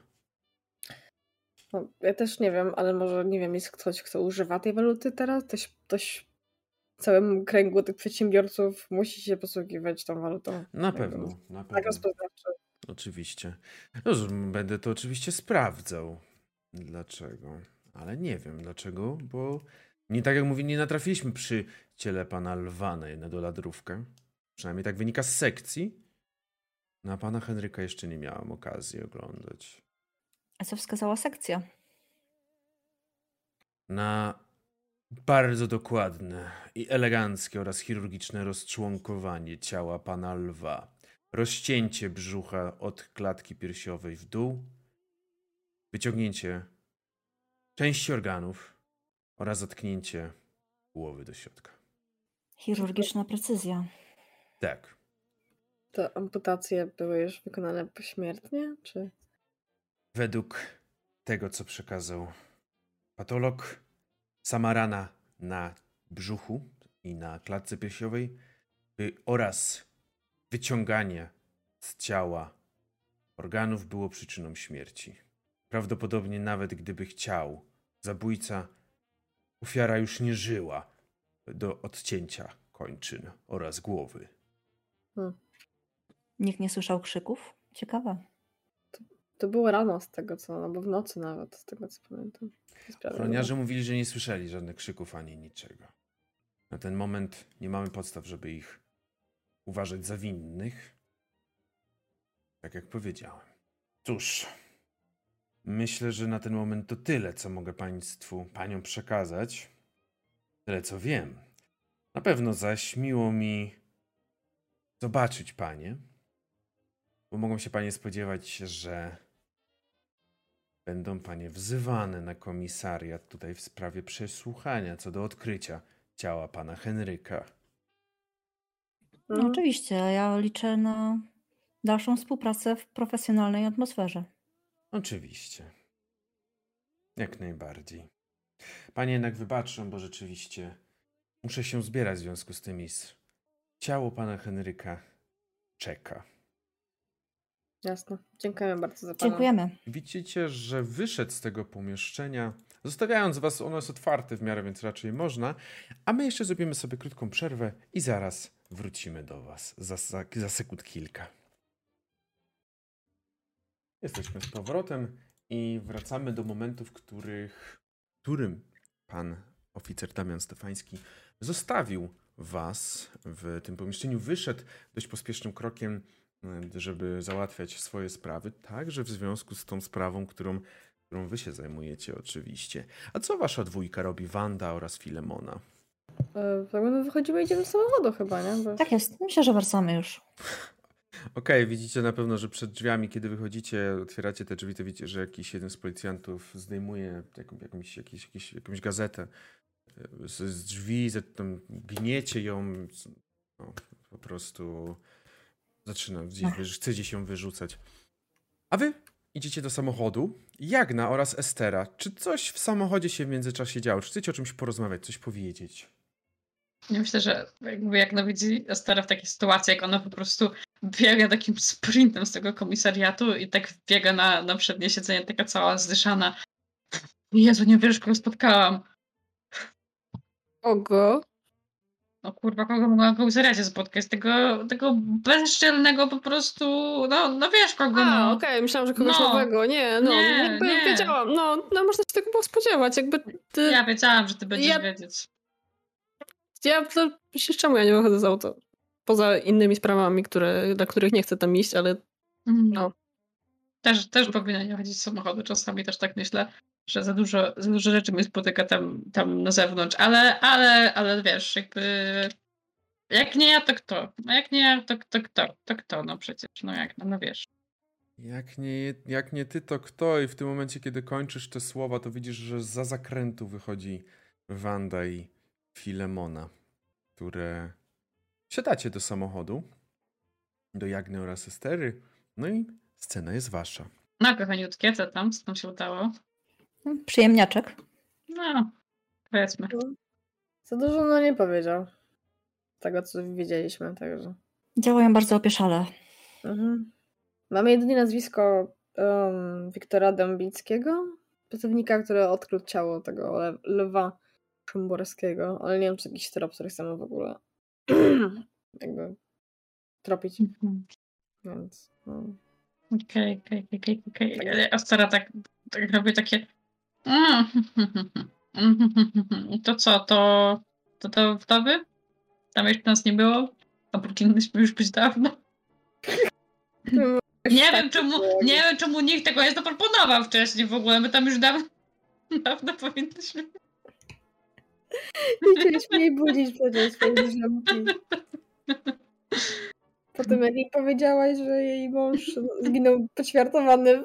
No, ja też nie wiem, ale może, nie wiem, jest ktoś, kto używa tej waluty teraz? Ktoś całym kręgu tych przedsiębiorców musi się posługiwać tą walutą. Na pewno. Tak rozpoznawczy. Oczywiście. No, będę to oczywiście sprawdzał. Dlaczego? Ale nie wiem dlaczego, bo nie tak jak mówię, nie natrafiliśmy przy ciele pana Lwa na jedną ladrówkę. Przynajmniej tak wynika z sekcji. Na pana Henryka jeszcze nie miałam okazji oglądać. A co wskazała sekcja? Na bardzo dokładne i eleganckie oraz chirurgiczne rozczłonkowanie ciała pana Lwa. Rozcięcie brzucha od klatki piersiowej w dół. Wyciągnięcie części organów oraz zatknięcie głowy do środka. Chirurgiczna precyzja. Tak. Te amputacje były już wykonane pośmiertnie, czy? Według tego, co przekazał patolog, sama rana na brzuchu i na klatce piersiowej oraz wyciąganie z ciała organów było przyczyną śmierci. Prawdopodobnie nawet gdyby chciał, zabójca, ofiara już nie żyła do odcięcia kończyn oraz głowy. Nikt nie słyszał krzyków? Ciekawe. To było rano z tego co, albo w nocy nawet, z tego co pamiętam. Ochroniarze mówili, że nie słyszeli żadnych krzyków ani niczego. Na ten moment nie mamy podstaw, żeby ich uważać za winnych. Tak jak powiedziałem. Cóż, myślę, że na ten moment to tyle, co mogę paniom przekazać. Tyle, co wiem. Na pewno zaś miło mi zobaczyć panie, bo mogą się panie spodziewać, że będą panie wzywane na komisariat tutaj w sprawie przesłuchania co do odkrycia ciała pana Henryka. No oczywiście, ja liczę na dalszą współpracę w profesjonalnej atmosferze. Oczywiście. Jak najbardziej. Panie jednak wybaczą, bo rzeczywiście muszę się zbierać w związku z tym, iż ciało pana Henryka czeka. Jasne. Dziękujemy bardzo za pana. Dziękujemy. Widzicie, że wyszedł z tego pomieszczenia, zostawiając was, ono jest otwarte w miarę, więc raczej można, a my jeszcze zrobimy sobie krótką przerwę i zaraz wrócimy do was za sekund kilka. Jesteśmy z powrotem i wracamy do momentu, w którym pan oficer Damian Stefański zostawił was w tym pomieszczeniu, wyszedł dość pospiesznym krokiem, żeby załatwiać swoje sprawy, także w związku z tą sprawą, którą wy się zajmujecie oczywiście. A co wasza dwójka robi, Wanda oraz Filemona? My wychodzimy i idziemy z samochodu chyba, nie? Bo... Tak jest, myślę, że wracamy już. Okej, widzicie na pewno, że przed drzwiami, kiedy wychodzicie, otwieracie te drzwi, to widzicie, że jakiś jeden z policjantów zdejmuje jakąś gazetę z drzwi, tam gniecie ją, no, po prostu zaczyna, chce gdzieś ją wyrzucać. A wy idziecie do samochodu. Jagna oraz Estera. Czy coś w samochodzie się w międzyczasie działo? Czy chcecie o czymś porozmawiać, coś powiedzieć? Ja myślę, że Jagna widzi Estera w takiej sytuacji, jak ona po prostu biega takim sprintem z tego komisariatu i tak biega na przednie siedzenie, taka cała zdyszana. Jezu, nie wiesz, kogo spotkałam. Kogo? No kurwa, kogo mogłam w komisariacie spotkać? Tego bezczelnego po prostu, no wiesz kogo. A, okej, myślałam, że kogoś nowego. Nie, wiedziałam. No, można się tego było spodziewać. Ja wiedziałam, że ty będziesz wiedzieć. Czemu ja nie wychodzę z auta? Poza innymi sprawami, dla których nie chcę tam iść, ale no. Też powinien nie chodzić z samochodu. Czasami też tak myślę, że za dużo rzeczy mnie spotyka tam na zewnątrz, ale wiesz, jakby jak nie ja, to kto? A jak nie ja, to kto? To kto? No przecież, no wiesz. Jak nie ty, to kto? I w tym momencie, kiedy kończysz te słowa, to widzisz, że za zakrętu wychodzi Wanda i Filemona, które wsiadacie do samochodu, do Jagny oraz Estery, no i scena jest wasza. No kochaniutkie, co tam się udało? Przyjemniaczek. No, powiedzmy. Za dużo nie powiedział. Tego, co wiedzieliśmy, także. Działają bardzo opieszale. Mamy jedynie nazwisko Wiktora Dębickiego, pracownika, który odkrył ciało tego lwa Szymborskiego, ale nie wiem, czy jakiś trop, który chcemy w ogóle jakby tropić. Więc no. Okej. Astera tak robi takie to co, to wdowy? Tam jeszcze nas nie było? A powinnyśmy już być dawno. Nie wiem czemu nikt tego nie zaproponował wcześniej w ogóle. My tam już dawno powinnyśmy. Nie chcieliśmy jej budzić przecież swoje ziomki. Potem jak jej powiedziałaś, że jej mąż zginął poćwiartowany.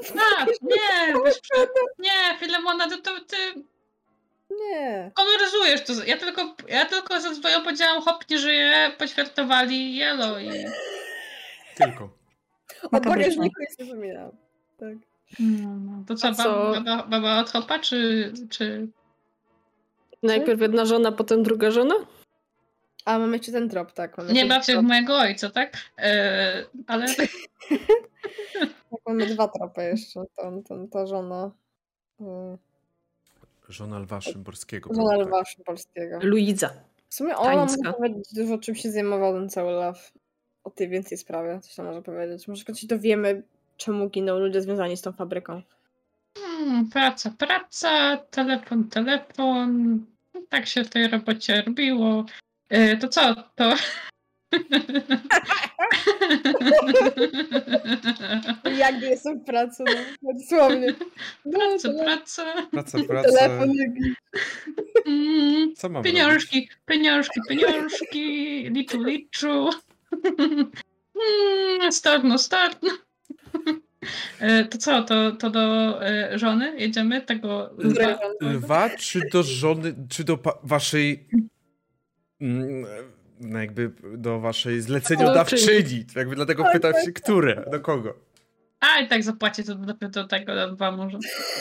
Nie, Filemona, to ty nie. koloryzujesz to. Ja tylko ze swoją powiedziałam, hop, nie żyje, poćwiartowali Yellow i... Tylko. O bagażniku jest nie zapomniałam. Tak. To co, baba od hopa, czy... Najpierw jedna żona, potem druga żona? A mamy jeszcze ten trop, tak. Nie bawcie w mojego ojca, tak? Ale... Tak, mamy 2 tropy jeszcze. Ta żona... Żona Lwa Szymborskiego. Żona Lwa Szymborskiego. Luiza. W sumie ona może powiedzieć dużo, czym się zajmował ten cały Lw. O tej więcej sprawie, coś tam może powiedzieć. Może się dowiemy, czemu giną ludzie związani z tą fabryką. Praca, telefon. Tak się w tej robocie robiło. To co? To... Jak jestem w pracy, no. Dosłownie. Praca. Telefon. Co mam Pieniążki. Liczu. Start. To co, to do żony jedziemy? Tego lwa, czy do żony, czy do waszej no jakby do waszej zleceniodawczyni? Jakby dlatego pytam się, które? Do kogo? A i tak zapłacić do tego lwa może.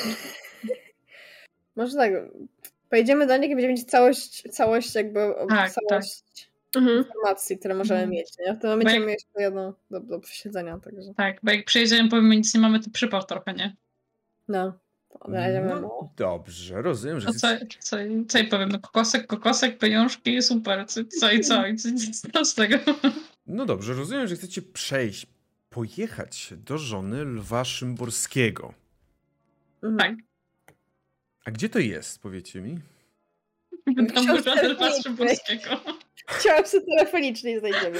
Może tak. Pojedziemy do nich i będziemy mieć całość jakby informacji, które możemy mieć, nie? To będziemy mieć jedno do prześledzenia, także. Tak, bo jak przyjedziemy, powiemy, nic nie mamy, to przypał trochę, nie? No. Dobrze, rozumiem, że... Co i powiem? No kokosek, pieniążki, super. Co z tego? No dobrze, rozumiem, że chcecie pojechać do żony Lwa Szymborskiego. Tak. A gdzie to jest, powiecie mi? Tam żony Lwa Szymborskiego. Chciałam się telefonicznie znajdziemy.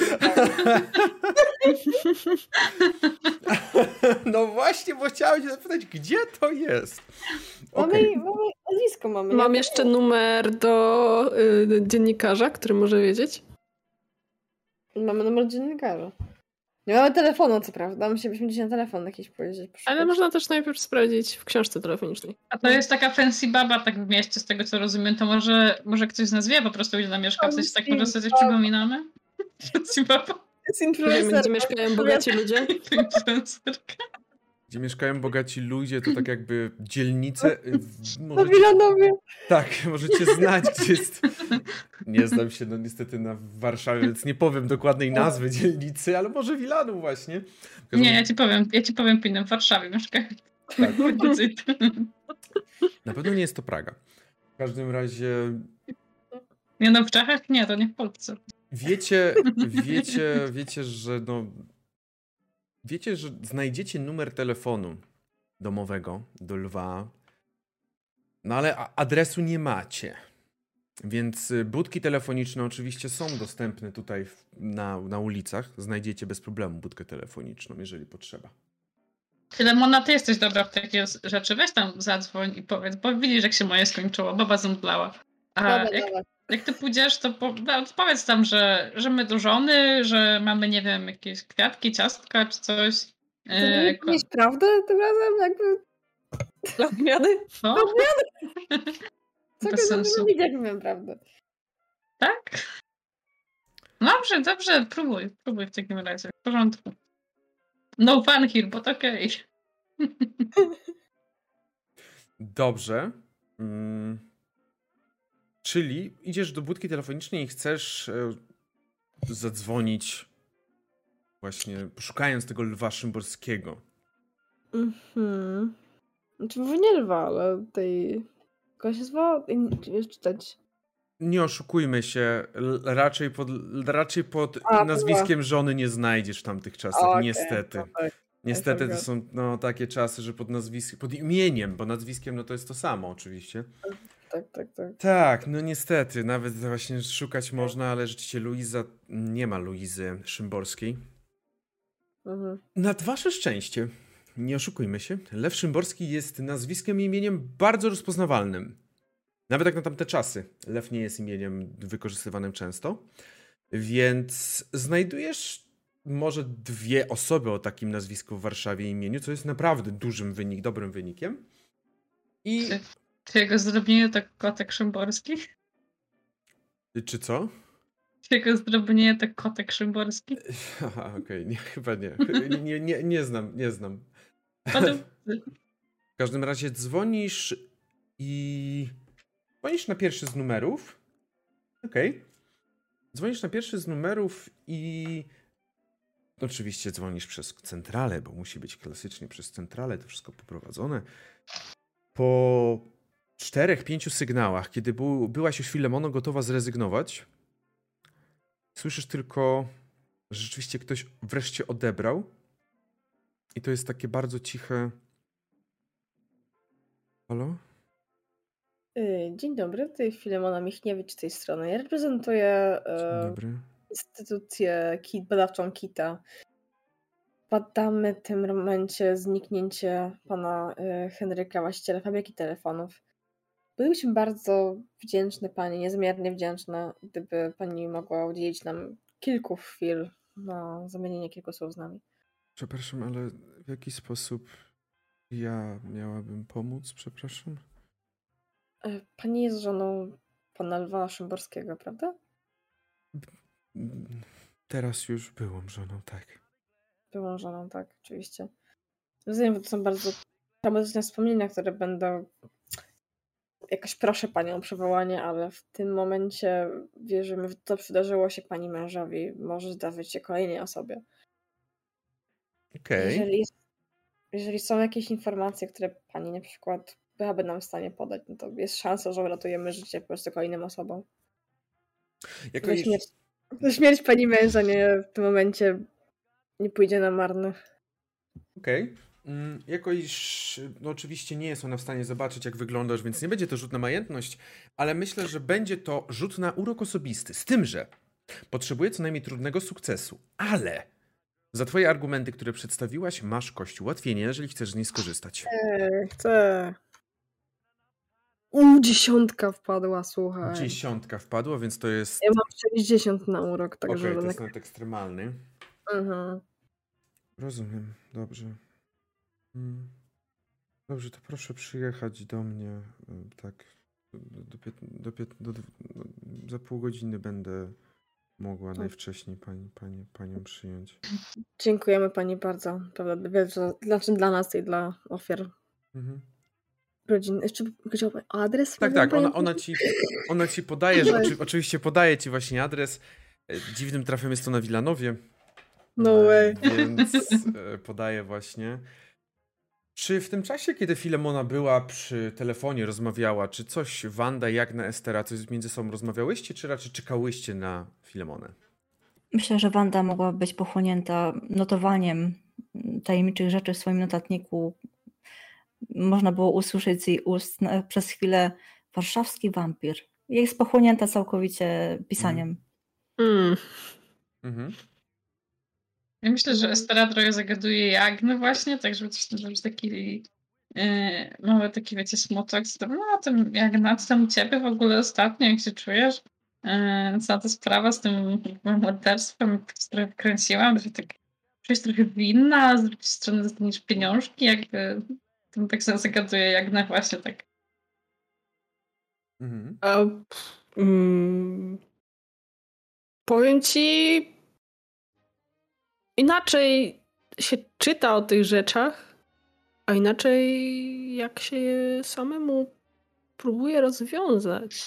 No właśnie, bo chciałem się zapytać, gdzie to jest? Mamy nazwisko mamy. Mam jeszcze numer do dziennikarza, który może wiedzieć. Mamy numer dziennikarza. Nie mamy telefonu, co prawda. Musielibyśmy gdzieś na telefon jakiś powiedzieć. Ale można też najpierw sprawdzić w książce telefonicznej. A to jest taka fancy baba tak w mieście, z tego co rozumiem, to może ktoś z nas wie po prostu, gdzie tam mieszka, w sensie tak może sobie coś przypominamy? Fancy baba. Wiemy, gdzie mieszkają bogaci ludzie? Gdzie mieszkają bogaci ludzie, to tak jakby dzielnice... Na Wilanowie. Tak, możecie znać, gdzie jest... Nie znam się niestety na Warszawie, więc nie powiem dokładnej nazwy dzielnicy, ale może Wilanów właśnie. Nie, ja ci powiem w Warszawie mieszkają. Tak. Na pewno nie jest to Praga. W każdym razie... Nie no, w Czechach? Nie, to nie w Polsce. Wiecie, że Wiecie, że znajdziecie numer telefonu domowego do Lwa, no ale adresu nie macie. Więc budki telefoniczne oczywiście są dostępne tutaj na ulicach. Znajdziecie bez problemu budkę telefoniczną, jeżeli potrzeba. Filemona, ty jesteś dobra w takie rzeczy. Weź tam zadzwoń i powiedz, bo widzisz, jak się moje skończyło. Baba zemdlała. A jak ty pójdziesz, to powiedz tam, że my do żony, że mamy, nie wiem, jakieś kwiatki, ciastka czy coś. To nie jest prawda tym razem? Jakby... Dla odmiany? No? Bez sensu. Nie widzieć, jak mówię prawdę. Tak? Dobrze, próbuj w takim razie. W porządku. No fun here, but okej. Dobrze. Czyli idziesz do budki telefonicznej i chcesz zadzwonić właśnie szukając tego Lwa Szymborskiego. Znaczy może nie Lwa, ale tej... Jak się zwał? Wiesz czytać. nie oszukujmy się, raczej pod nazwiskiem żony nie znajdziesz w tamtych czasach, niestety. Niestety to są takie czasy, że pod imieniem, bo nazwiskiem to jest to samo oczywiście. Tak. Tak, niestety, nawet właśnie szukać można, ale rzeczywiście nie ma Luizy Szymborskiej. Na wasze szczęście, nie oszukujmy się, Lew Szymborski jest nazwiskiem i imieniem bardzo rozpoznawalnym. Nawet jak na tamte czasy. Lew nie jest imieniem wykorzystywanym często. Więc znajdujesz może 2 osoby o takim nazwisku w Warszawie imieniu, co jest naprawdę dobrym wynikiem. I... Czy jego zdrobnienie to Kotek Szymborski? Czy co? Czy jego zdrobnienie to Kotek Szymborski? Aha, okej, chyba nie. Nie znam. W każdym razie dzwonisz na pierwszy z numerów. Okej. Dzwonisz na pierwszy z numerów i oczywiście dzwonisz przez centralę, bo musi być klasycznie przez centralę to wszystko poprowadzone. Po 4-5 sygnałach, kiedy byłaś już Filemono gotowa zrezygnować, słyszysz tylko, że rzeczywiście ktoś wreszcie odebrał. I to jest takie bardzo ciche... Halo? Dzień dobry, tutaj Filemona Michniewicz z tej strony. Ja reprezentuję instytucję badawczą KITA. Badamy w tym momencie zniknięcie pana Henryka, właściciela fabryki telefonów. Bylibyśmy bardzo wdzięczne pani, niezmiernie wdzięczne, gdyby pani mogła udzielić nam kilku chwil na zamienienie kilku słów z nami. Przepraszam, ale w jaki sposób ja miałabym pomóc, przepraszam? Pani jest żoną pana Lwa Szymborskiego, prawda? Teraz już byłam żoną, tak. Byłam żoną, tak, oczywiście. Rozumiem, że to są bardzo traumatyczne wspomnienia, które będą... Jakoś proszę panią o przywołanie, ale w tym momencie wierzymy, że to przydarzyło się pani mężowi. Może zdarzyć się kolejnej osobie. Okej. Jeżeli są jakieś informacje, które pani na przykład byłaby nam w stanie podać, no to jest szansa, że uratujemy życie po prostu kolejnym osobom. Śmierć pani męża w tym momencie nie pójdzie na marne. Okej. Jako iż oczywiście nie jest ona w stanie zobaczyć, jak wyglądasz, więc nie będzie to rzut na majętność, ale myślę, że będzie to rzut na urok osobisty. Z tym, że potrzebuję co najmniej trudnego sukcesu, ale za twoje argumenty, które przedstawiłaś, masz kość ułatwienia, jeżeli chcesz z niej skorzystać. Chcę. 10 wpadła, słuchaj. 10 wpadła, więc to jest... Ja mam 60 na urok, także... Okej, to jest nawet ekstremalny. Rozumiem, dobrze. Dobrze, to proszę przyjechać do mnie, tak, za pół godziny będę mogła najwcześniej panią przyjąć. Dziękujemy pani bardzo, prawda, znaczy dla nas i dla ofiar rodzin. Jeszcze powiedział adres? Tak, ona ci podaje, że oczywiście podaje ci właśnie adres. Dziwnym trafem jest to na Wilanowie. No way. Więc podaję właśnie. Czy w tym czasie, kiedy Filemona była przy telefonie, rozmawiała, czy coś Wanda i Jagna Estera, coś między sobą rozmawiałyście, czy raczej czekałyście na Filemonę? Myślę, że Wanda mogła być pochłonięta notowaniem tajemniczych rzeczy w swoim notatniku. Można było usłyszeć z jej ust przez chwilę warszawski wampir. Jest pochłonięta całkowicie pisaniem. Ja myślę, że Estera trochę zagaduje Jagnę właśnie, tak żeby coś tam taki mały taki, wiecie, smutek. No tym Jagna, co tam u ciebie w ogóle ostatnio, jak się czujesz? Cała ta sprawa z tym morderstwem, które wkręciłam, że tak czujesz trochę winna, a z drugiej strony dostaniesz pieniążki, jakby tym tak sobie zagaduje Jagnę właśnie tak. Powiem ci, inaczej się czyta o tych rzeczach, a inaczej jak się je samemu próbuje rozwiązać.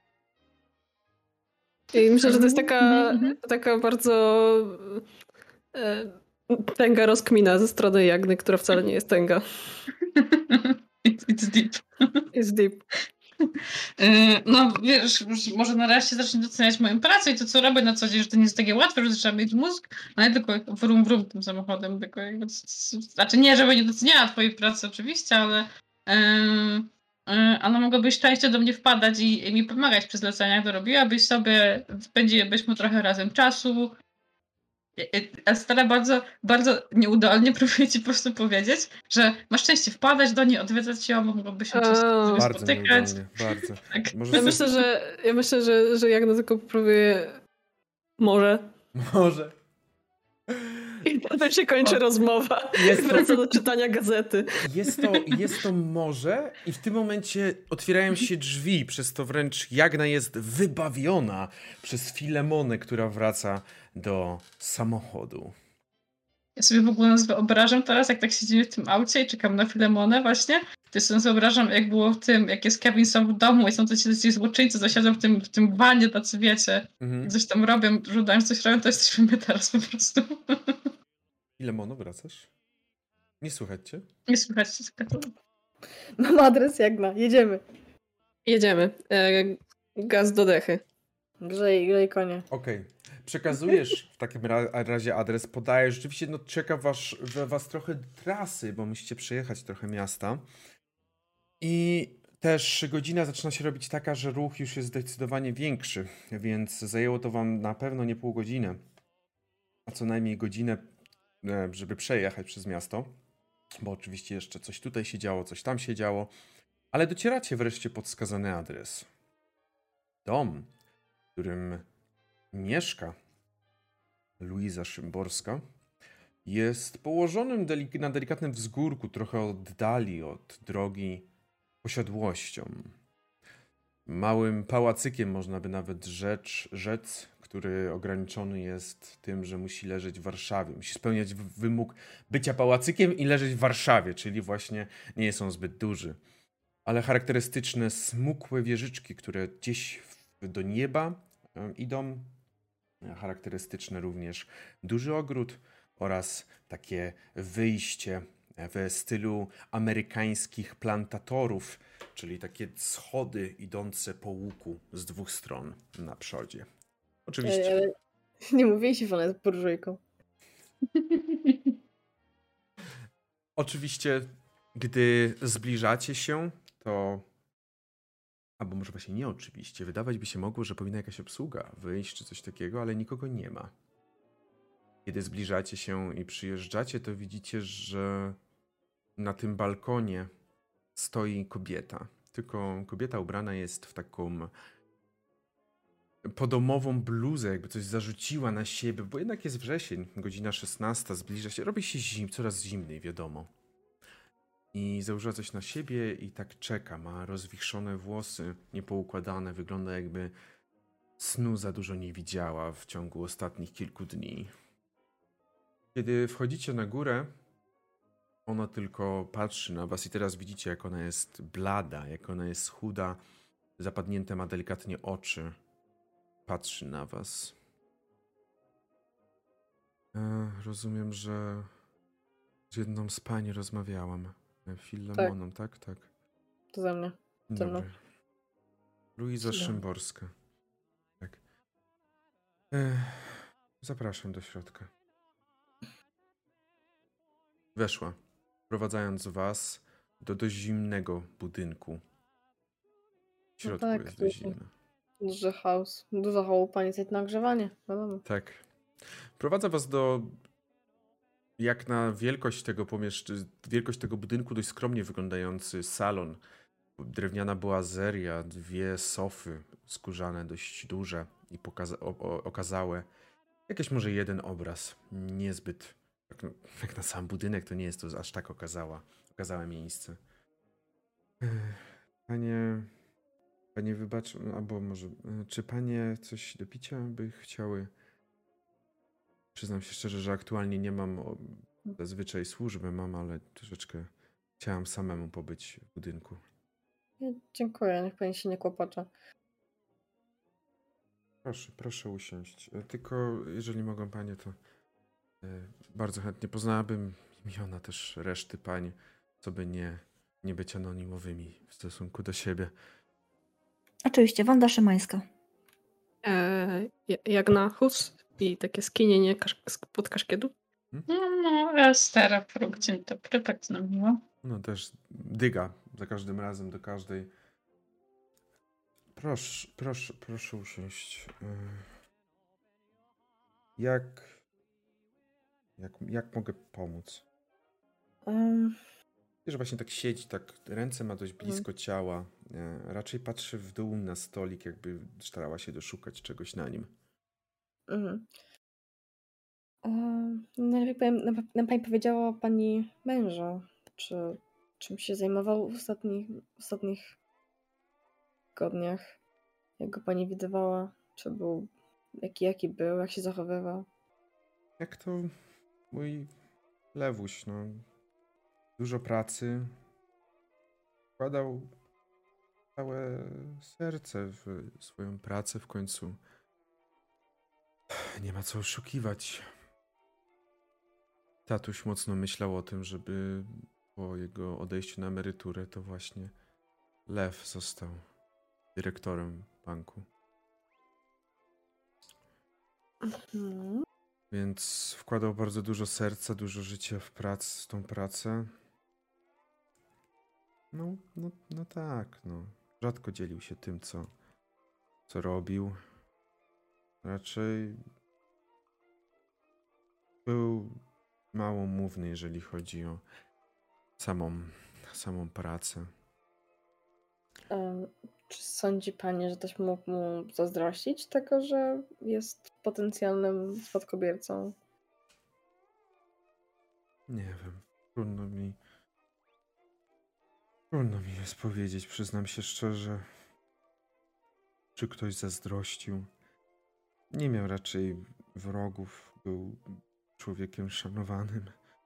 I myślę, że to jest taka bardzo tęga rozkmina ze strony Jagny, która wcale nie jest tęga. It's deep. It's deep. No wiesz, może nareszcie zacznie doceniać moją pracę i to, co robię na co dzień, że to nie jest takie łatwe, że trzeba mieć mózg, ale tylko wrum tym samochodem. Tylko jakby, znaczy nie, żeby nie doceniała twojej pracy oczywiście, ale mogłabyś częściej do mnie wpadać i mi pomagać przy zleceniach, to robiłabyś sobie, spędzilibyśmy trochę razem czasu. Estera bardzo nieudolnie próbuje ci po prostu powiedzieć, że masz częściej wpadać do niej, odwiedzać ją, bo mogłoby się często bardzo spotykać. Bardzo. Tak. Ja myślę, że Jagna tylko próbuje może. I potem się kończy rozmowa. Wraca do czytania gazety. Jest to może i w tym momencie otwierają się drzwi, przez to wręcz Jagna jest wybawiona przez Filemonę, która wraca do samochodu. Ja sobie w ogóle nas wyobrażam teraz, jak tak siedzimy w tym aucie i czekam na Filemonę właśnie, to sobie wyobrażam, jak było w tym, jak jest Kevin sam w domu i są ci złoczyńcy, zasiadzą w tym wanie, tacy wiecie, coś tam robią, żądają coś robią, to jesteśmy my teraz po prostu. Filemono, wracasz? Nie słychać cię? Nie słychać cię. Mam adres Jagna, jedziemy. Jedziemy. Gaz do dechy. Grzej konie. Okej. Przekazujesz w takim razie adres, podajesz. Rzeczywiście czeka was trochę trasy, bo musicie przejechać trochę miasta. I też godzina zaczyna się robić taka, że ruch już jest zdecydowanie większy, więc zajęło to wam na pewno nie pół godziny, a co najmniej godzinę, żeby przejechać przez miasto, bo oczywiście jeszcze coś tutaj się działo, coś tam się działo, ale docieracie wreszcie pod wskazany adres. Dom, w którym mieszka Luiza Szymborska, jest położonym na delikatnym wzgórku, trochę oddali od drogi posiadłością. Małym pałacykiem można by nawet rzec, który ograniczony jest tym, że musi leżeć w Warszawie. Musi spełniać wymóg bycia pałacykiem i leżeć w Warszawie, czyli właśnie nie jest on zbyt duży. Ale charakterystyczne smukłe wieżyczki, które gdzieś do nieba idą. Charakterystyczne również duży ogród oraz takie wyjście w stylu amerykańskich plantatorów, czyli takie schody idące po łuku z dwóch stron na przodzie. Oczywiście. Ale nie mówiłeś, że ona jest burżujką. Oczywiście, gdy zbliżacie się, to... Albo może właśnie nie oczywiście. Wydawać by się mogło, że powinna jakaś obsługa wyjść czy coś takiego, ale nikogo nie ma. Kiedy zbliżacie się i przyjeżdżacie, to widzicie, że na tym balkonie stoi kobieta. Tylko kobieta ubrana jest w taką podomową bluzę, jakby coś zarzuciła na siebie, bo jednak jest wrzesień, godzina 16, zbliża się, robi się coraz zimniej, wiadomo. I założyła coś na siebie i tak czeka, ma rozwichrzone włosy, niepoukładane, wygląda jakby snu za dużo nie widziała w ciągu ostatnich kilku dni. Kiedy wchodzicie na górę, ona tylko patrzy na was i teraz widzicie, jak ona jest blada, jak ona jest chuda, zapadnięte ma delikatnie oczy. Patrzy na was. Rozumiem, że z jedną z pań rozmawiałam. Filemoną, tak? Tak. To za mnie. Dobry. Luiza Szymborska. Tak. Zapraszam do środka. Weszła, wprowadzając was do dość zimnego budynku. W środku tak, jest dość zimno. Duży chaos. Dużo chałupa, nic na ogrzewanie. Wiadomo. Tak. Wprowadza was do... Jak na wielkość tego budynku, dość skromnie wyglądający salon. Drewniana boazeria, 2 sofy skórzane, dość duże i okazałe. Jakieś może 1 obraz. Niezbyt, jak na sam budynek, to nie jest to aż tak okazałe miejsce. Panie wybacz, albo może, czy panie coś do picia by chciały? Przyznam się szczerze, że aktualnie nie mam zazwyczaj służby, ale troszeczkę chciałam samemu pobyć w budynku. Dziękuję, niech pani się nie kłopocza. Proszę usiąść. Tylko jeżeli mogą panie, to bardzo chętnie poznałabym imiona też reszty pań, co by nie być anonimowymi w stosunku do siebie. Oczywiście, Wanda Szymańska. Jagna Hus i takie skinienie pod kaszkietu. No, Estera Fruk, dzień dobry, bardzo nam miło. No też dyga za każdym razem do każdej. Proszę usiąść. Jak mogę pomóc? Wiesz, właśnie tak siedzi, tak ręce ma dość blisko ciała. Raczej patrzy w dół na stolik, jakby starała się doszukać czegoś na nim. Najlepiej nam pani powiedziała o pani męża. Czym się zajmował w ostatnich tygodniach? Jak go pani widywała? Czy był jaki był? Jak się zachowywał? Jak to mój Lewuś, no. Dużo pracy. Wkładał całe serce w swoją pracę w końcu. Nie ma co oszukiwać. Tatuś mocno myślał o tym, żeby po jego odejściu na emeryturę to właśnie Lew został dyrektorem banku. Więc wkładał bardzo dużo serca, dużo życia w tą pracę. No tak, no. Rzadko dzielił się tym, co robił. Raczej był małomówny, jeżeli chodzi o samą pracę. Czy sądzi pani, że ktoś mógł mu zazdrościć tego, że jest potencjalnym spadkobiercą? Nie wiem. Trudno mi jest powiedzieć, przyznam się szczerze. Czy ktoś zazdrościł? Nie miał raczej wrogów. Był człowiekiem szanowanym.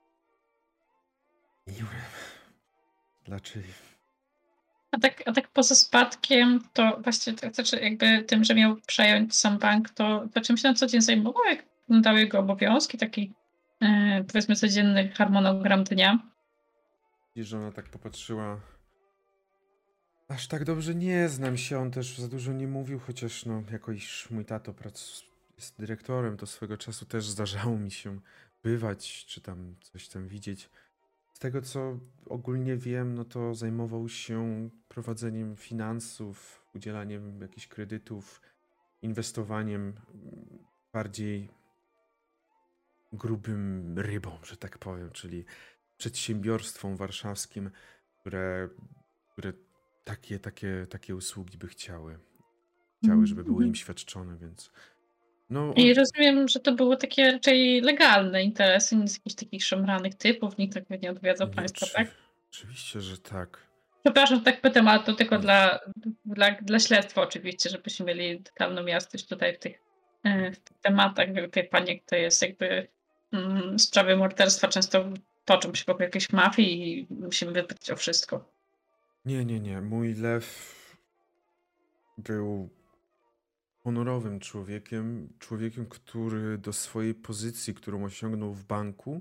Miłym. Dlaczego? A tak poza spadkiem, to właściwie to znaczy jakby tym, że miał przejąć sam bank, to czym się na co dzień zajmował? Jak wyglądały jego obowiązki? Taki powiedzmy codzienny harmonogram dnia? I że ona tak popatrzyła. Aż tak dobrze nie znam się, on też za dużo nie mówił, chociaż no, jako iż mój tato jest dyrektorem, to swego czasu też zdarzało mi się bywać, czy tam coś tam widzieć. Z tego, co ogólnie wiem, no to zajmował się prowadzeniem finansów, udzielaniem jakichś kredytów, inwestowaniem bardziej grubym rybą, że tak powiem, czyli przedsiębiorstwom warszawskim, które takie usługi by chciały, żeby były im świadczone, więc no... I rozumiem, że to były takie raczej legalne interesy, nic jakichś takich szemranych typów, nikt tak nie odwiedzał państwa, tak? Oczywiście, że tak. Przepraszam, że tak pytam, ale to tylko dla śledztwa oczywiście, żebyśmy mieli totalną jasność tutaj w tych tematach. Wie pani, jak to jest jakby sprawy morderstwa często toczą się wokół jakiejś mafii i musimy wypytać o wszystko. Nie. Mój Lew był honorowym człowiekiem, który do swojej pozycji, którą osiągnął w banku,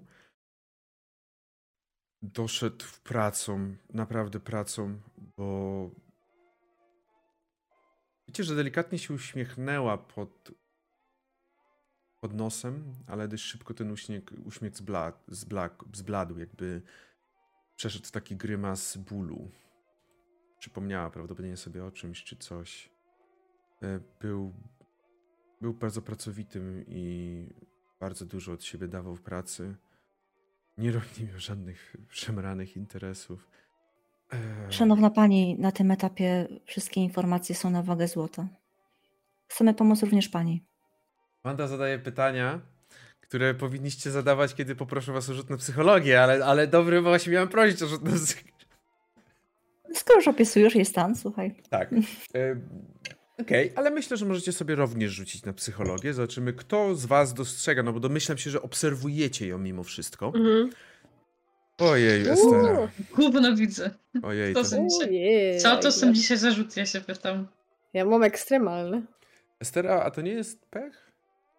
doszedł naprawdę pracą, bo wiecie, że delikatnie się uśmiechnęła pod nosem, ale dość szybko ten uśmiech zbladł, jakby przeszedł w taki grymas bólu. Przypomniała prawdopodobnie sobie o czymś czy coś. Był bardzo pracowitym i bardzo dużo od siebie dawał w pracy. Nie miał żadnych szemranych interesów. Szanowna pani, na tym etapie wszystkie informacje są na wagę złota. Chcemy pomóc również pani. Wanda zadaje pytania, które powinniście zadawać, kiedy poproszę was o rzut na psychologię, ale dobry, bo właśnie miałem prosić o rzut na psychologię. Skoro już opisujesz jej stan, słuchaj. Tak. Okej, ale myślę, że możecie sobie również rzucić na psychologię. Zobaczymy, kto z was dostrzega, no bo domyślam się, że obserwujecie ją mimo wszystko. Ojej, Estera. Gówno widzę. Ojej. Co to są dzisiaj zarzuty, ja się pytam. Ja mam ekstremalny. Estera, a to nie jest pech?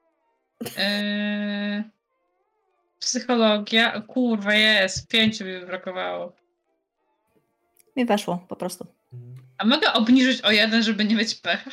Psychologia? Kurwa, jest. 5 mi brakowało. Mi weszło, po prostu. A mogę obniżyć o 1, żeby nie mieć pecha?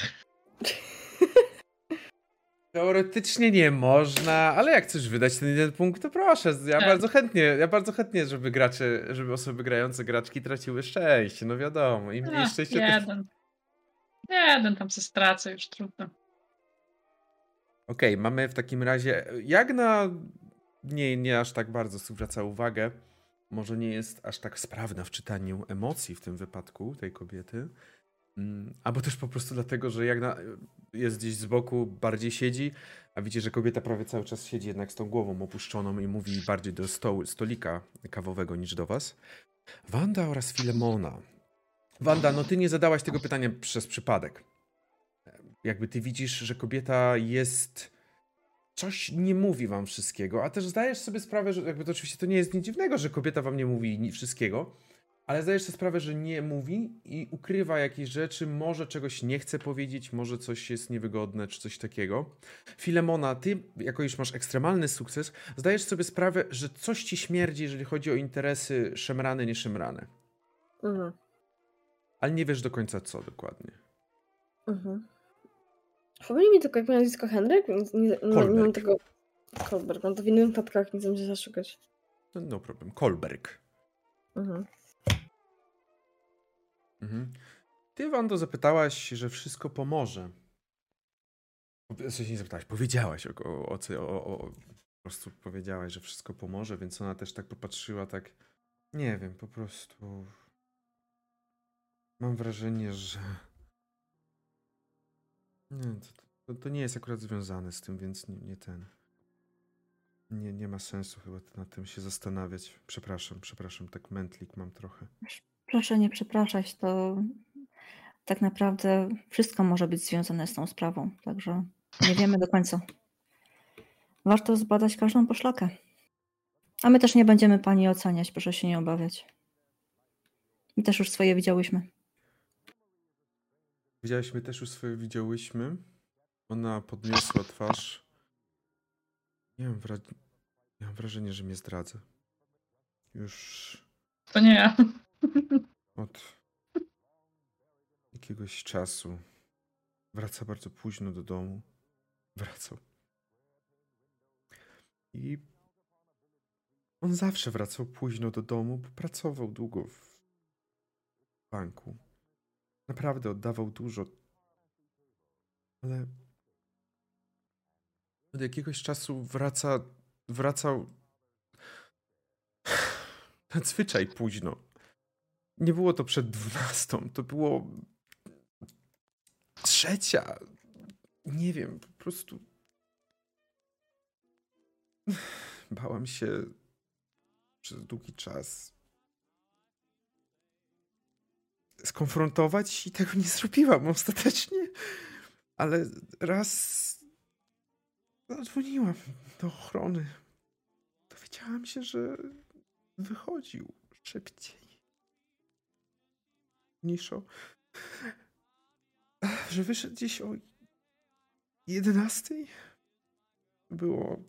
Teoretycznie nie można, ale jak chcesz wydać ten jeden punkt, to proszę. Ja bardzo chętnie, żeby osoby grające graczki traciły szczęście. No wiadomo, im mniej szczęścia... Jeden tam se stracę, już trudno. Okej, mamy w takim razie... Jagna nie aż tak bardzo zwraca uwagę. Może nie jest aż tak sprawna w czytaniu emocji w tym wypadku tej kobiety. Albo też po prostu dlatego, że Jagna jest gdzieś z boku, bardziej siedzi, a widzi, że kobieta prawie cały czas siedzi jednak z tą głową opuszczoną i mówi bardziej do stolika kawowego niż do was. Wanda oraz Filemona. Wanda, no ty nie zadałaś tego pytania przez przypadek. Jakby ty widzisz, że kobieta jest... Coś nie mówi wam wszystkiego, a też zdajesz sobie sprawę, że jakby to oczywiście to nie jest nic dziwnego, że kobieta wam nie mówi wszystkiego, ale zdajesz sobie sprawę, że nie mówi i ukrywa jakieś rzeczy, może czegoś nie chce powiedzieć, może coś jest niewygodne, czy coś takiego. Filemona, ty, jako już masz ekstremalny sukces, zdajesz sobie sprawę, że coś ci śmierdzi, jeżeli chodzi o interesy szemrane, nieszemrane. Ale nie wiesz do końca co dokładnie. Przypomnij mi tylko, jak miał nazwisko Henryk? Nie mam tego... Kolberg. Mam to w innych notatkach, nie chcę się zaszukać. No problem. Kolberg. Ty, Wando, zapytałaś, że wszystko pomoże. W sensie nie zapytałaś, powiedziałaś po prostu powiedziałaś, że wszystko pomoże, więc ona też tak popatrzyła, tak, nie wiem, po prostu mam wrażenie, że nie, to nie jest akurat związane z tym, więc nie ma sensu chyba nad tym się zastanawiać. Przepraszam, tak mętlik mam trochę. Proszę nie przepraszać, to tak naprawdę wszystko może być związane z tą sprawą, także nie wiemy do końca. Warto zbadać każdą poszlakę. A my też nie będziemy pani oceniać, proszę się nie obawiać. My też już swoje widziałyśmy. My też już swoje widziałyśmy. Ona podniosła twarz. Mam wrażenie, że mnie zdradza. Już... To nie ja. Od jakiegoś czasu. Wraca bardzo późno do domu. Wracał. I on zawsze wracał późno do domu, bo pracował długo w banku. Naprawdę oddawał dużo. Ale od jakiegoś czasu wracał nadzwyczaj późno. Nie było to przed 12, to było 3. Nie wiem, po prostu bałam się przez długi czas skonfrontować i tego nie zrobiłam ostatecznie. Ale raz zadzwoniłam do ochrony. Dowiedziałam się, że wychodził szybciej niż że wyszedł gdzieś o 11. Było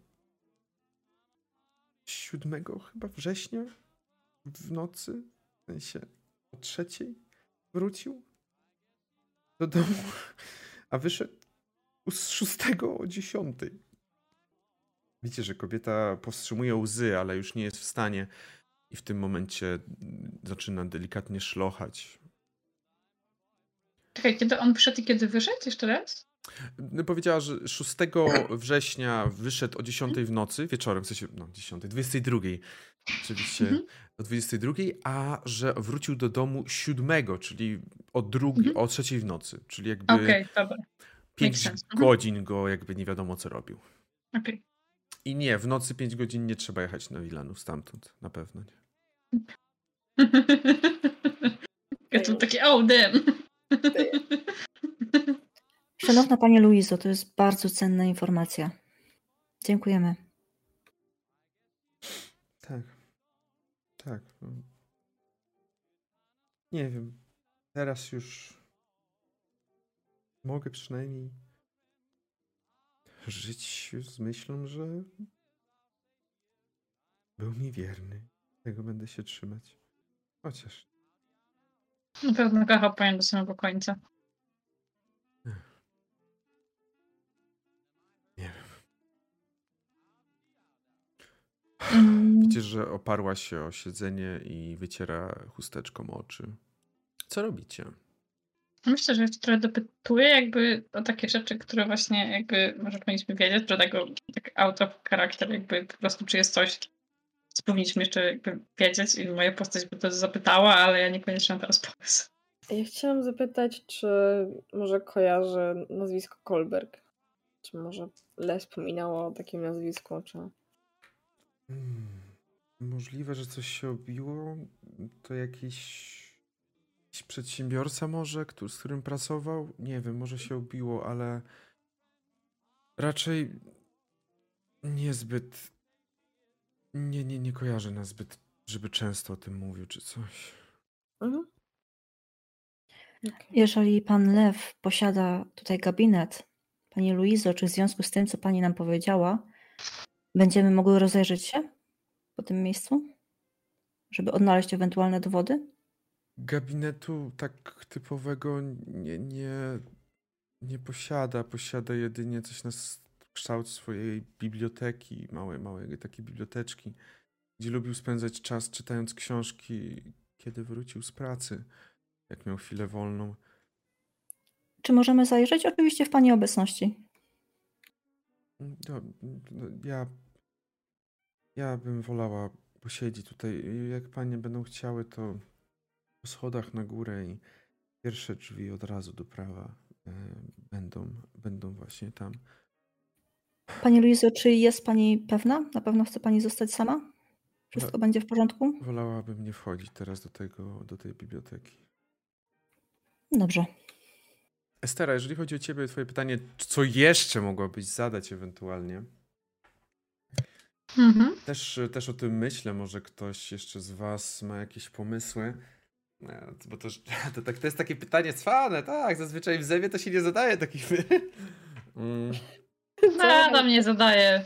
7 chyba września w nocy, w sensie o 3 wrócił do domu, a wyszedł z 6 o 10. Widzicie, że kobieta powstrzymuje łzy, ale już nie jest w stanie i w tym momencie zaczyna delikatnie szlochać. Czekaj, kiedy on wyszedł i kiedy wyszedł? Jeszcze raz? Powiedziała, że 6 września wyszedł o 10 w nocy, wieczorem, w sensie, 22, oczywiście o 22, a że wrócił do domu 7, czyli o 3 w nocy, czyli jakby dobra. 5 godzin go jakby nie wiadomo co robił. Okay. I nie, w nocy 5 godzin nie trzeba jechać do Milanu stamtąd, na pewno nie. Ja tu taki, oh damn. Szanowna Pani Luizo, to jest bardzo cenna informacja. Dziękujemy. Tak. Nie wiem. Teraz już mogę przynajmniej żyć z myślą, że był mi wierny. Tego będę się trzymać. Chociaż Na pewno kocha panią do samego końca. Nie wiem. Mm. Widzisz, że oparła się o siedzenie i wyciera chusteczką oczy. Co robicie? Myślę, że jeszcze trochę dopytuję jakby o takie rzeczy, które właśnie jakby może powinniśmy wiedzieć, że tak out of character jakby po prostu czy jest coś, co powinniśmy jeszcze jakby wiedzieć i moja postać by to zapytała, ale ja niekoniecznie mam teraz pomysł. Ja chciałam zapytać, czy może kojarzy nazwisko Kolberg? Czy może Les wspominało o takim nazwisku, czy... Możliwe, że coś się obiło. To jakiś przedsiębiorca może, z którym pracował? Nie wiem, może się obiło, ale raczej niezbyt... Nie kojarzę nas zbyt, żeby często o tym mówił, czy coś. Mhm. Okay. Jeżeli pan Lew posiada tutaj gabinet, pani Luizo, czy w związku z tym, co pani nam powiedziała, będziemy mogły rozejrzeć się po tym miejscu, żeby odnaleźć ewentualne dowody? Gabinetu tak typowego nie posiada. Posiada jedynie coś na kształt swojej biblioteki, małej takiej biblioteczki, gdzie lubił spędzać czas czytając książki, kiedy wrócił z pracy, jak miał chwilę wolną. Czy możemy zajrzeć? Oczywiście w pani obecności. Ja bym wolała posiedzieć tutaj. Jak panie będą chciały, to po schodach na górę i pierwsze drzwi od razu do prawa będą właśnie tam. Pani Luizo, czy jest pani pewna? Na pewno chce pani zostać sama? Wszystko będzie w porządku? Wolałabym nie wchodzić teraz do tej biblioteki. Dobrze. Estera, jeżeli chodzi o ciebie, twoje pytanie, co jeszcze mogłabyś zadać ewentualnie? Mhm. Też o tym myślę, może ktoś jeszcze z was ma jakieś pomysły. Bo to jest takie pytanie cwane, tak, zazwyczaj w Zewie to się nie zadaje takich... Adam nie zadaje.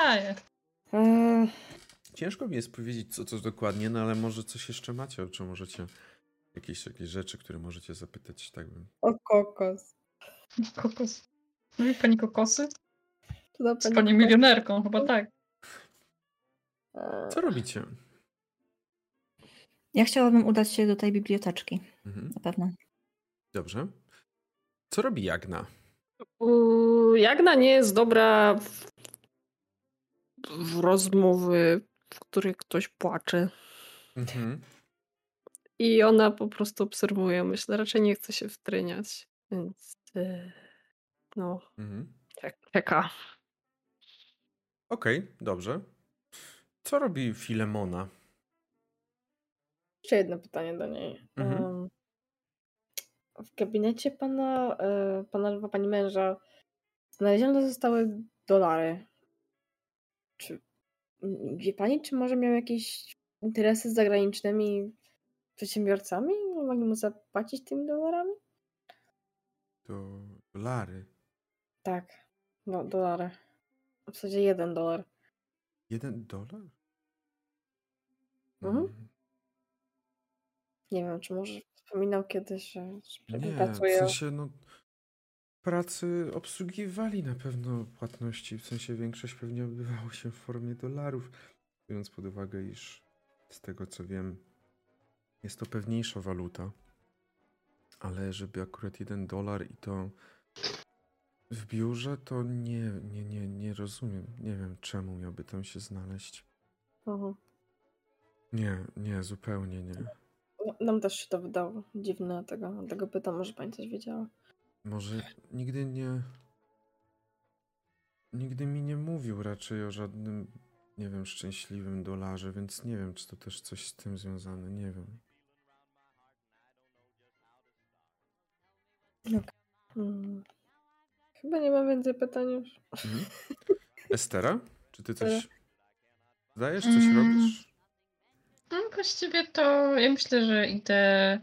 Ciężko mi jest powiedzieć co dokładnie, no ale może coś jeszcze macie, czy możecie jakieś rzeczy, które możecie zapytać, tak bym... O kokos. Kokos. Mówi pani kokosy? To z pani milionerką, chyba tak. Co robicie? Ja chciałabym udać się do tej biblioteczki. Na pewno. Dobrze. Co robi Jagna? Jagna nie jest dobra w rozmowy, w których ktoś płacze. I ona po prostu obserwuje. Myślę, raczej nie chce się wtryniać. Więc czeka. Okej, dobrze. Co robi Filemona? Jeszcze jedno pytanie do niej. W gabinecie pana lwa, pani męża znalezione zostały dolary. Czy wie pani, czy może miał jakieś interesy z zagranicznymi przedsiębiorcami? Mogli mu zapłacić tymi dolarami? To dolary. Tak, dolary. W zasadzie $1. $1? Nie wiem, czy może wspominał kiedyś, że nie, pracuje... w sensie, pracy obsługiwali na pewno płatności, w sensie większość pewnie odbywało się w formie dolarów, biorąc pod uwagę, iż z tego co wiem, jest to pewniejsza waluta, ale żeby akurat $1 i to w biurze, to nie rozumiem. Nie wiem, czemu miałby tam się znaleźć. Nie, zupełnie nie. Nam też się to wydało dziwne, tego pytam, może pani coś wiedziała. Może nigdy mi nie mówił raczej o żadnym, nie wiem, szczęśliwym dolarze, więc nie wiem, czy to też coś z tym związane, nie wiem. Chyba nie ma więcej pytań już. Estera, czy ty coś zdajesz, coś robisz? Właściwie to ja myślę, że idę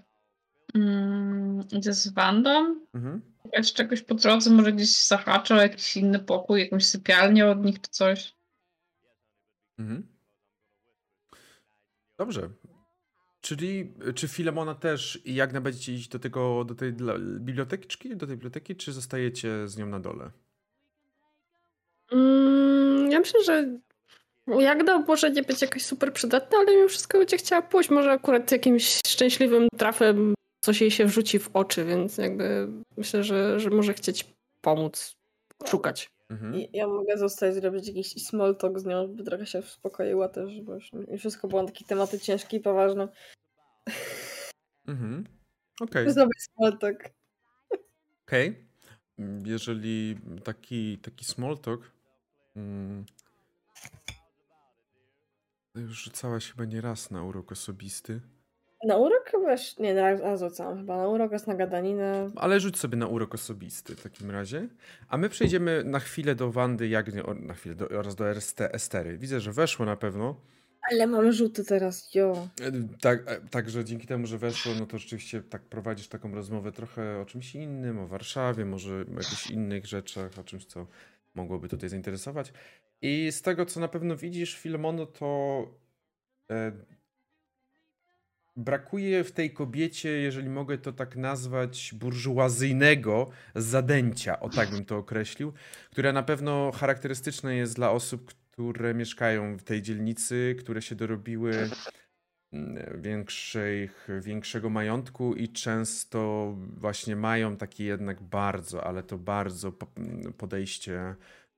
z Wandą. Szukać czegoś po drodze, może gdzieś zahaczę o jakiś inny pokój, jakąś sypialnię od nich czy coś. Dobrze. Czyli czy Filemona też i Jagna będziecie iść do tej biblioteki, czy zostajecie z nią na dole? Ja myślę, że Jagna może nie być jakoś super przydatna, ale mimo wszystko będzie chciała pójść. Może akurat jakimś szczęśliwym trafem coś jej się wrzuci w oczy, więc jakby myślę, że może chcieć pomóc szukać. Ja mogę zostać, zrobić jakiś small talk z nią, żeby trochę się uspokoiła też, bo już wszystko było na takie tematy ciężkie i poważne. Okej. Zrobić small talk. Okej. Jeżeli taki small talk, już rzucałaś chyba nie raz na urok osobisty. Na urok chyba nie, raz rzucałam chyba. Na urok, raz na gadaninę. Ale rzuć sobie na urok osobisty w takim razie. A my przejdziemy na chwilę do Wandy, Jagny, oraz do Estery. Widzę, że weszło na pewno. Ale mam rzuty teraz, jo. Także dzięki temu, że weszło, no to rzeczywiście tak prowadzisz taką rozmowę trochę o czymś innym, o Warszawie, może o jakichś innych rzeczach, o czymś, co mogłoby tutaj zainteresować. I z tego, co na pewno widzisz, Filemono, to brakuje w tej kobiecie, jeżeli mogę to tak nazwać, burżuazyjnego zadęcia, o tak bym to określił, która na pewno charakterystyczne jest dla osób, które mieszkają w tej dzielnicy, które się dorobiły większego majątku i często właśnie mają takie jednak ale to bardzo podejście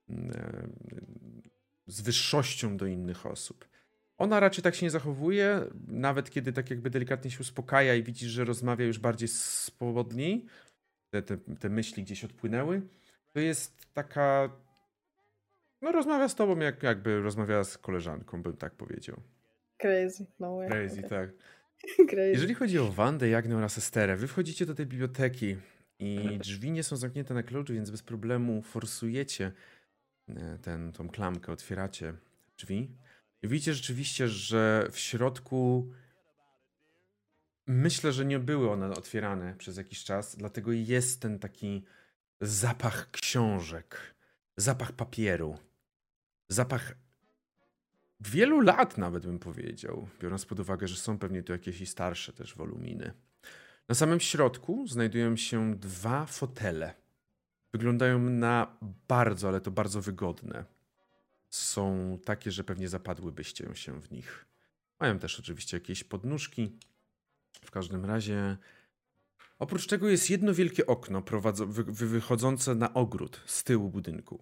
z wyższością do innych osób. Ona raczej tak się nie zachowuje, nawet kiedy tak jakby delikatnie się uspokaja i widzisz, że rozmawia już bardziej swobodniej, te myśli gdzieś odpłynęły, to jest taka, no rozmawia z tobą jakby rozmawiała z koleżanką, bym tak powiedział. Crazy. No way. Crazy, tak. Crazy. Jeżeli chodzi o Wandę, Jagnę oraz Esterę, wy wchodzicie do tej biblioteki i drzwi nie są zamknięte na klucz, więc bez problemu forsujecie tą klamkę, otwieracie drzwi. I widzicie rzeczywiście, że w środku myślę, że nie były one otwierane przez jakiś czas, dlatego jest ten taki zapach książek, zapach papieru, zapach wielu lat nawet bym powiedział, biorąc pod uwagę, że są pewnie tu jakieś i starsze też woluminy. Na samym środku znajdują się 2 fotele. Wyglądają na bardzo, ale to bardzo wygodne. Są takie, że pewnie zapadłybyście się w nich. Mają też oczywiście jakieś podnóżki. W każdym razie oprócz tego jest jedno wielkie okno wychodzące na ogród z tyłu budynku.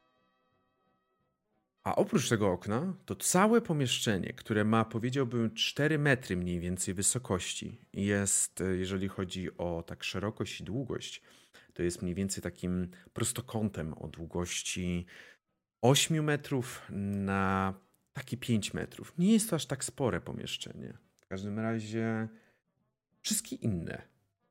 A oprócz tego okna to całe pomieszczenie, które ma, powiedziałbym, 4 metry mniej więcej wysokości, jest, jeżeli chodzi o tak szerokość i długość, to jest mniej więcej takim prostokątem o długości 8 metrów na takie 5 metrów. Nie jest to aż tak spore pomieszczenie. W każdym razie wszystkie inne,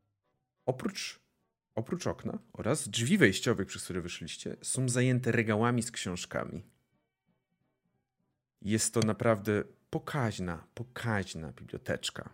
oprócz okna oraz drzwi wejściowych, przez które wyszliście, są zajęte regałami z książkami. Jest to naprawdę pokaźna biblioteczka.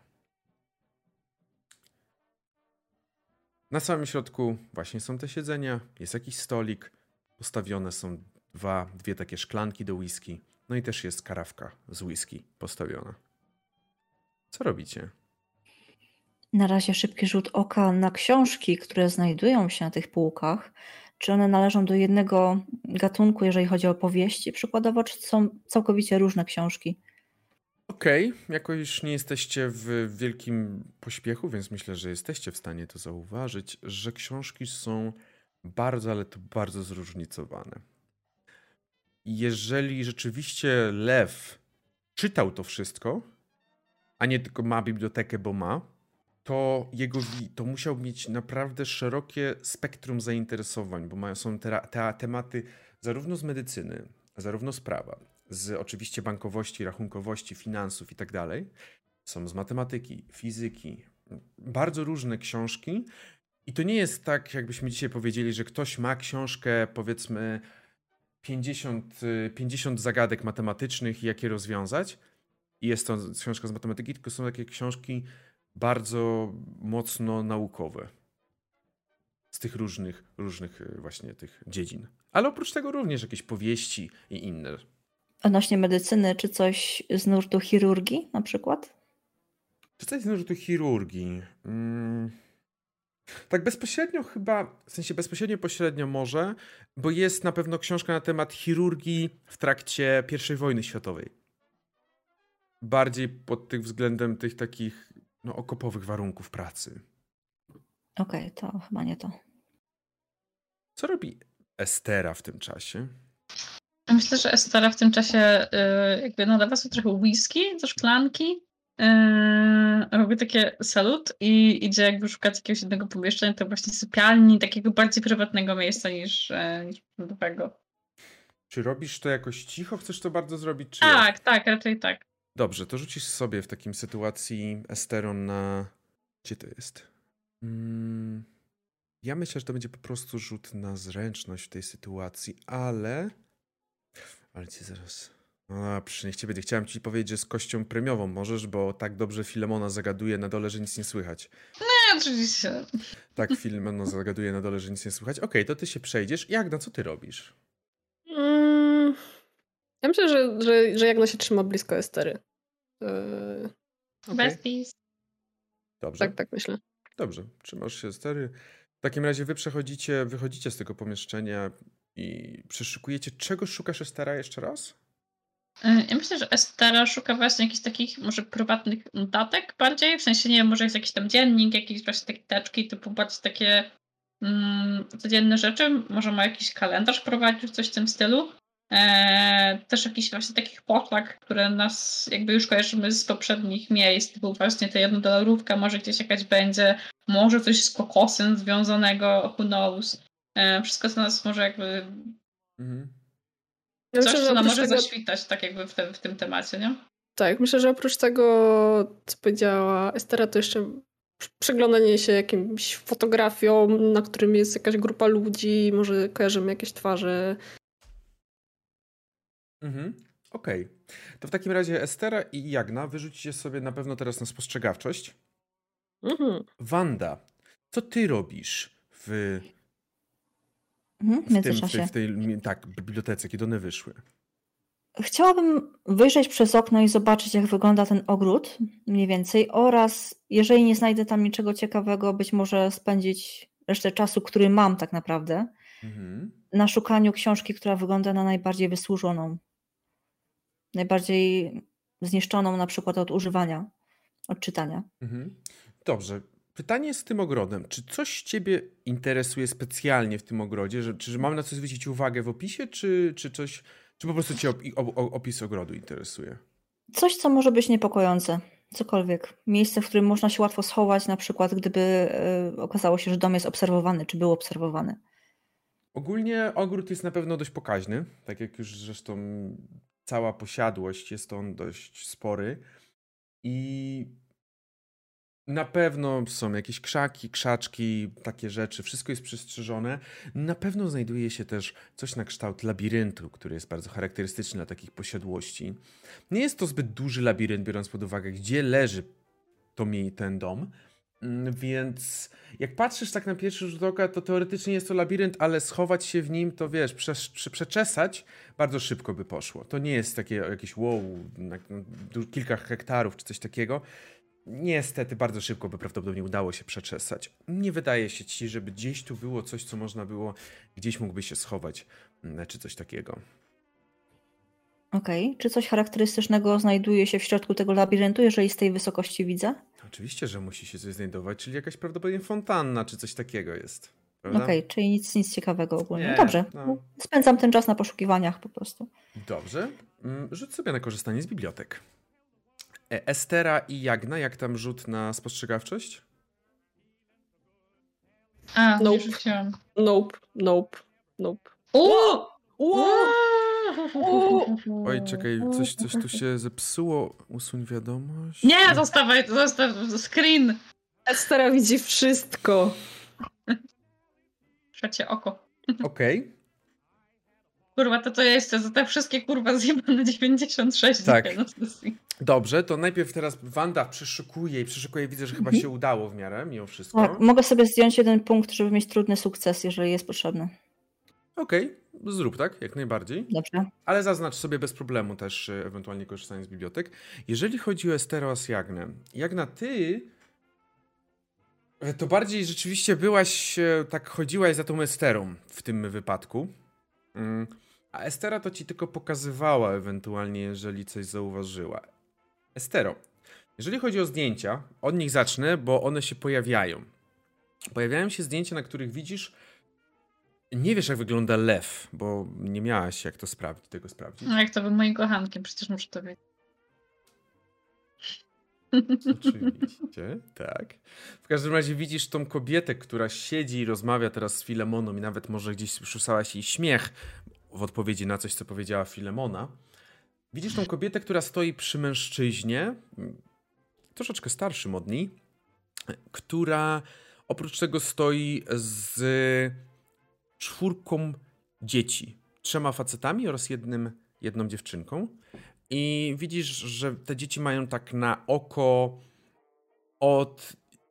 Na samym środku właśnie są te siedzenia, jest jakiś stolik, postawione są dwie takie szklanki do whisky, no i też jest karawka z whisky postawiona. Co robicie? Na razie szybki rzut oka na książki, które znajdują się na tych półkach. Czy one należą do jednego gatunku, jeżeli chodzi o powieści przykładowo, czy są całkowicie różne książki? Okej, jako już nie jesteście w wielkim pośpiechu, więc myślę, że jesteście w stanie to zauważyć, że książki są bardzo, ale to bardzo zróżnicowane. Jeżeli rzeczywiście Lew czytał to wszystko, a nie tylko ma bibliotekę, bo ma, to musiał mieć naprawdę szerokie spektrum zainteresowań, bo są tematy zarówno z medycyny, zarówno z prawa, z oczywiście bankowości, rachunkowości, finansów i tak dalej. Są z matematyki, fizyki, bardzo różne książki i to nie jest tak, jakbyśmy dzisiaj powiedzieli, że ktoś ma książkę, powiedzmy 50 zagadek matematycznych i jak je rozwiązać i jest to książka z matematyki, tylko są takie książki bardzo mocno naukowe z tych różnych właśnie tych dziedzin. Ale oprócz tego również jakieś powieści i inne. Odnośnie medycyny, czy coś z nurtu chirurgii na przykład? Rzucaj z rzutu chirurgii. Tak bezpośrednio chyba, w sensie bezpośrednio, pośrednio może, bo jest na pewno książka na temat chirurgii w trakcie I wojny światowej. Bardziej pod tym względem tych takich okopowych warunków pracy. Okej, to chyba nie to. Co robi Estera w tym czasie? Myślę, że Estera w tym czasie jakby nalewa sobie trochę whisky do szklanki. Robi takie salut i idzie jakby szukać jakiegoś jednego pomieszczenia, to właśnie sypialni, takiego bardziej prywatnego miejsca niż nowego. Czy robisz to jakoś cicho? Chcesz to bardzo zrobić? Czy Tak, raczej tak. Dobrze, to rzucisz sobie w takim sytuacji Esteron na... Gdzie to jest? Ja myślę, że to będzie po prostu rzut na zręczność w tej sytuacji, ale ci zaraz... niech cię będzie. Chciałem ci powiedzieć, że z kością premiową możesz, bo tak dobrze Filemona zagaduje na dole, że nic nie słychać. Nie, oczywiście. Tak, Filemona zagaduje na dole, że nic nie słychać. Okej, to ty się przejdziesz. Jagna, co ty robisz? Ja myślę, że Jagna się trzyma blisko Estery. Besties. Dobrze. Tak myślę. Dobrze, trzymasz się Estery. W takim razie wy wychodzicie z tego pomieszczenia i przeszukujecie. Czego szukasz, Estera, jeszcze raz? Ja myślę, że Estera szuka właśnie jakichś takich może prywatnych notatek bardziej, w sensie nie wiem, może jest jakiś tam dziennik, jakieś właśnie takie teczki, typu bardziej takie codzienne rzeczy, może ma jakiś kalendarz prowadził, coś w tym stylu. Też jakichś właśnie takich poszlak, które nas jakby już kojarzymy z poprzednich miejsc, typu właśnie ta $1, może gdzieś jakaś będzie, może coś z kokosem związanego, who knows. Wszystko z nas może jakby Ja coś, myślę, co nam może zaświtać tak jakby w tym temacie, nie? Tak, myślę, że oprócz tego, co powiedziała Estera, to jeszcze przyglądanie się jakimś fotografiom, na którym jest jakaś grupa ludzi, może kojarzymy jakieś twarze. Okej. To w takim razie Estera i Jagna wyrzucicie sobie na pewno teraz na spostrzegawczość. Wanda, co ty robisz w tej bibliotece, kiedy one wyszły? Chciałabym wyjrzeć przez okno i zobaczyć, jak wygląda ten ogród mniej więcej oraz jeżeli nie znajdę tam niczego ciekawego, być może spędzić resztę czasu, który mam tak naprawdę, na szukaniu książki, która wygląda na najbardziej wysłużoną. Najbardziej zniszczoną na przykład od używania, od czytania. Dobrze. Pytanie jest z tym ogrodem. Czy coś ciebie interesuje specjalnie w tym ogrodzie? Czy mamy na coś zwrócić uwagę w opisie, czy coś... Czy po prostu cię opis ogrodu interesuje? Coś, co może być niepokojące. Cokolwiek. Miejsce, w którym można się łatwo schować, na przykład gdyby okazało się, że dom jest obserwowany, czy był obserwowany. Ogólnie ogród jest na pewno dość pokaźny. Tak jak już zresztą cała posiadłość, jest on dość spory. I na pewno są jakieś krzaki, krzaczki, takie rzeczy. Wszystko jest przestrzeżone. Na pewno znajduje się też coś na kształt labiryntu, który jest bardzo charakterystyczny dla takich posiadłości. Nie jest to zbyt duży labirynt, biorąc pod uwagę, gdzie leży ten dom. Więc jak patrzysz tak na pierwszy rzut oka, to teoretycznie jest to labirynt, ale schować się w nim, to wiesz, przeczesać bardzo szybko by poszło. To nie jest takie jakieś kilka hektarów czy coś takiego. Niestety bardzo szybko by prawdopodobnie udało się przeczesać. Nie wydaje się ci, żeby gdzieś tu było coś, co można było, gdzieś mógłby się schować, czy coś takiego. Okej. Czy coś charakterystycznego znajduje się w środku tego labiryntu, jeżeli z tej wysokości widzę? Oczywiście, że musi się coś znajdować, czyli jakaś prawdopodobnie fontanna, czy coś takiego jest. Okej, czyli nic ciekawego ogólnie. Nie, dobrze. Spędzam ten czas na poszukiwaniach po prostu. Dobrze. Rzuć sobie na korzystanie z bibliotek. Estera i Jagna, jak tam rzut na spostrzegawczość? Nie rzuciłam. Nope. Oj, czekaj, coś tu się zepsuło. Usuń wiadomość. Nie, zostaw screen. Estera widzi wszystko. Trzecie oko. Okej. Kurwa, to ja jeszcze za te wszystkie kurwa zjebane 96 tak. Dobrze, to najpierw teraz Wanda przeszukuje, widzę, że chyba się udało w miarę, mimo wszystko. Tak, mogę sobie zdjąć 1 punkt, żeby mieć trudny sukces, jeżeli jest potrzebny. Okej, zrób tak, jak najbardziej. Dobrze. Ale zaznacz sobie bez problemu też, ewentualnie korzystając z bibliotek. Jeżeli chodzi o Esterę oraz Jagnę. Jagna, ty to bardziej rzeczywiście byłaś, tak chodziłaś za tą Esterą w tym wypadku. A Estera to ci tylko pokazywała ewentualnie, jeżeli coś zauważyła. Estero, jeżeli chodzi o zdjęcia, od nich zacznę, bo one się pojawiają. Pojawiają się zdjęcia, na których widzisz, nie wiesz jak wygląda lew, bo nie miałaś jak tego sprawdzić. No jak to był moim kochankiem, przecież muszę to wiedzieć. Oczywiście, tak. W każdym razie widzisz tą kobietę, która siedzi i rozmawia teraz z Filemoną i nawet może gdzieś słyszałaś jej śmiech w odpowiedzi na coś, co powiedziała Filemona. Widzisz tą kobietę, która stoi przy mężczyźnie, troszeczkę starszym od niej, która oprócz tego stoi z 4 dzieci. 3 facetami oraz jedną dziewczynką. I widzisz, że te dzieci mają tak na oko od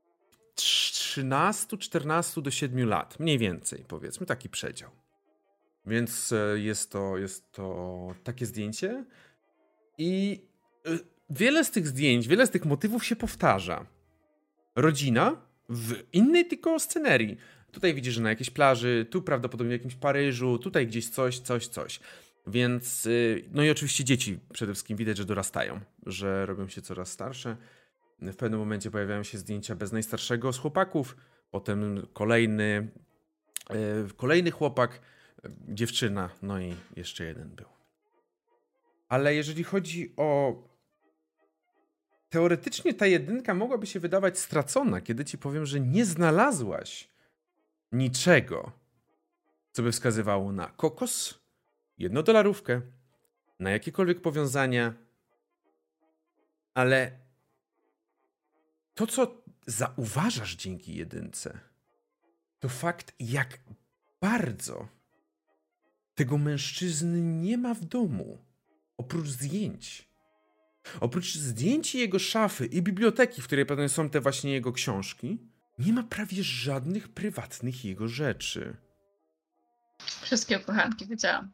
13-14 do 7 lat. Mniej więcej, powiedzmy, taki przedział. Więc jest to takie zdjęcie. I wiele z tych zdjęć, wiele z tych motywów się powtarza. Rodzina w innej tylko scenerii. Tutaj widzisz, że na jakiejś plaży, tu prawdopodobnie w jakimś Paryżu, tutaj gdzieś coś. Więc, no i oczywiście dzieci przede wszystkim widać, że dorastają, że robią się coraz starsze. W pewnym momencie pojawiają się zdjęcia bez najstarszego z chłopaków, potem kolejny chłopak, dziewczyna, no i jeszcze jeden był. Ale jeżeli chodzi o... Teoretycznie ta jedynka mogłaby się wydawać stracona, kiedy ci powiem, że nie znalazłaś niczego, co by wskazywało na kokos, 1 dolarówkę, na jakiekolwiek powiązania, ale to, co zauważasz dzięki jedynce, to fakt, jak bardzo tego mężczyzny nie ma w domu, oprócz zdjęć. Oprócz zdjęć jego szafy i biblioteki, w której pewnie są te właśnie jego książki, nie ma prawie żadnych prywatnych jego rzeczy. Wszystkie kochanki wiedziałam.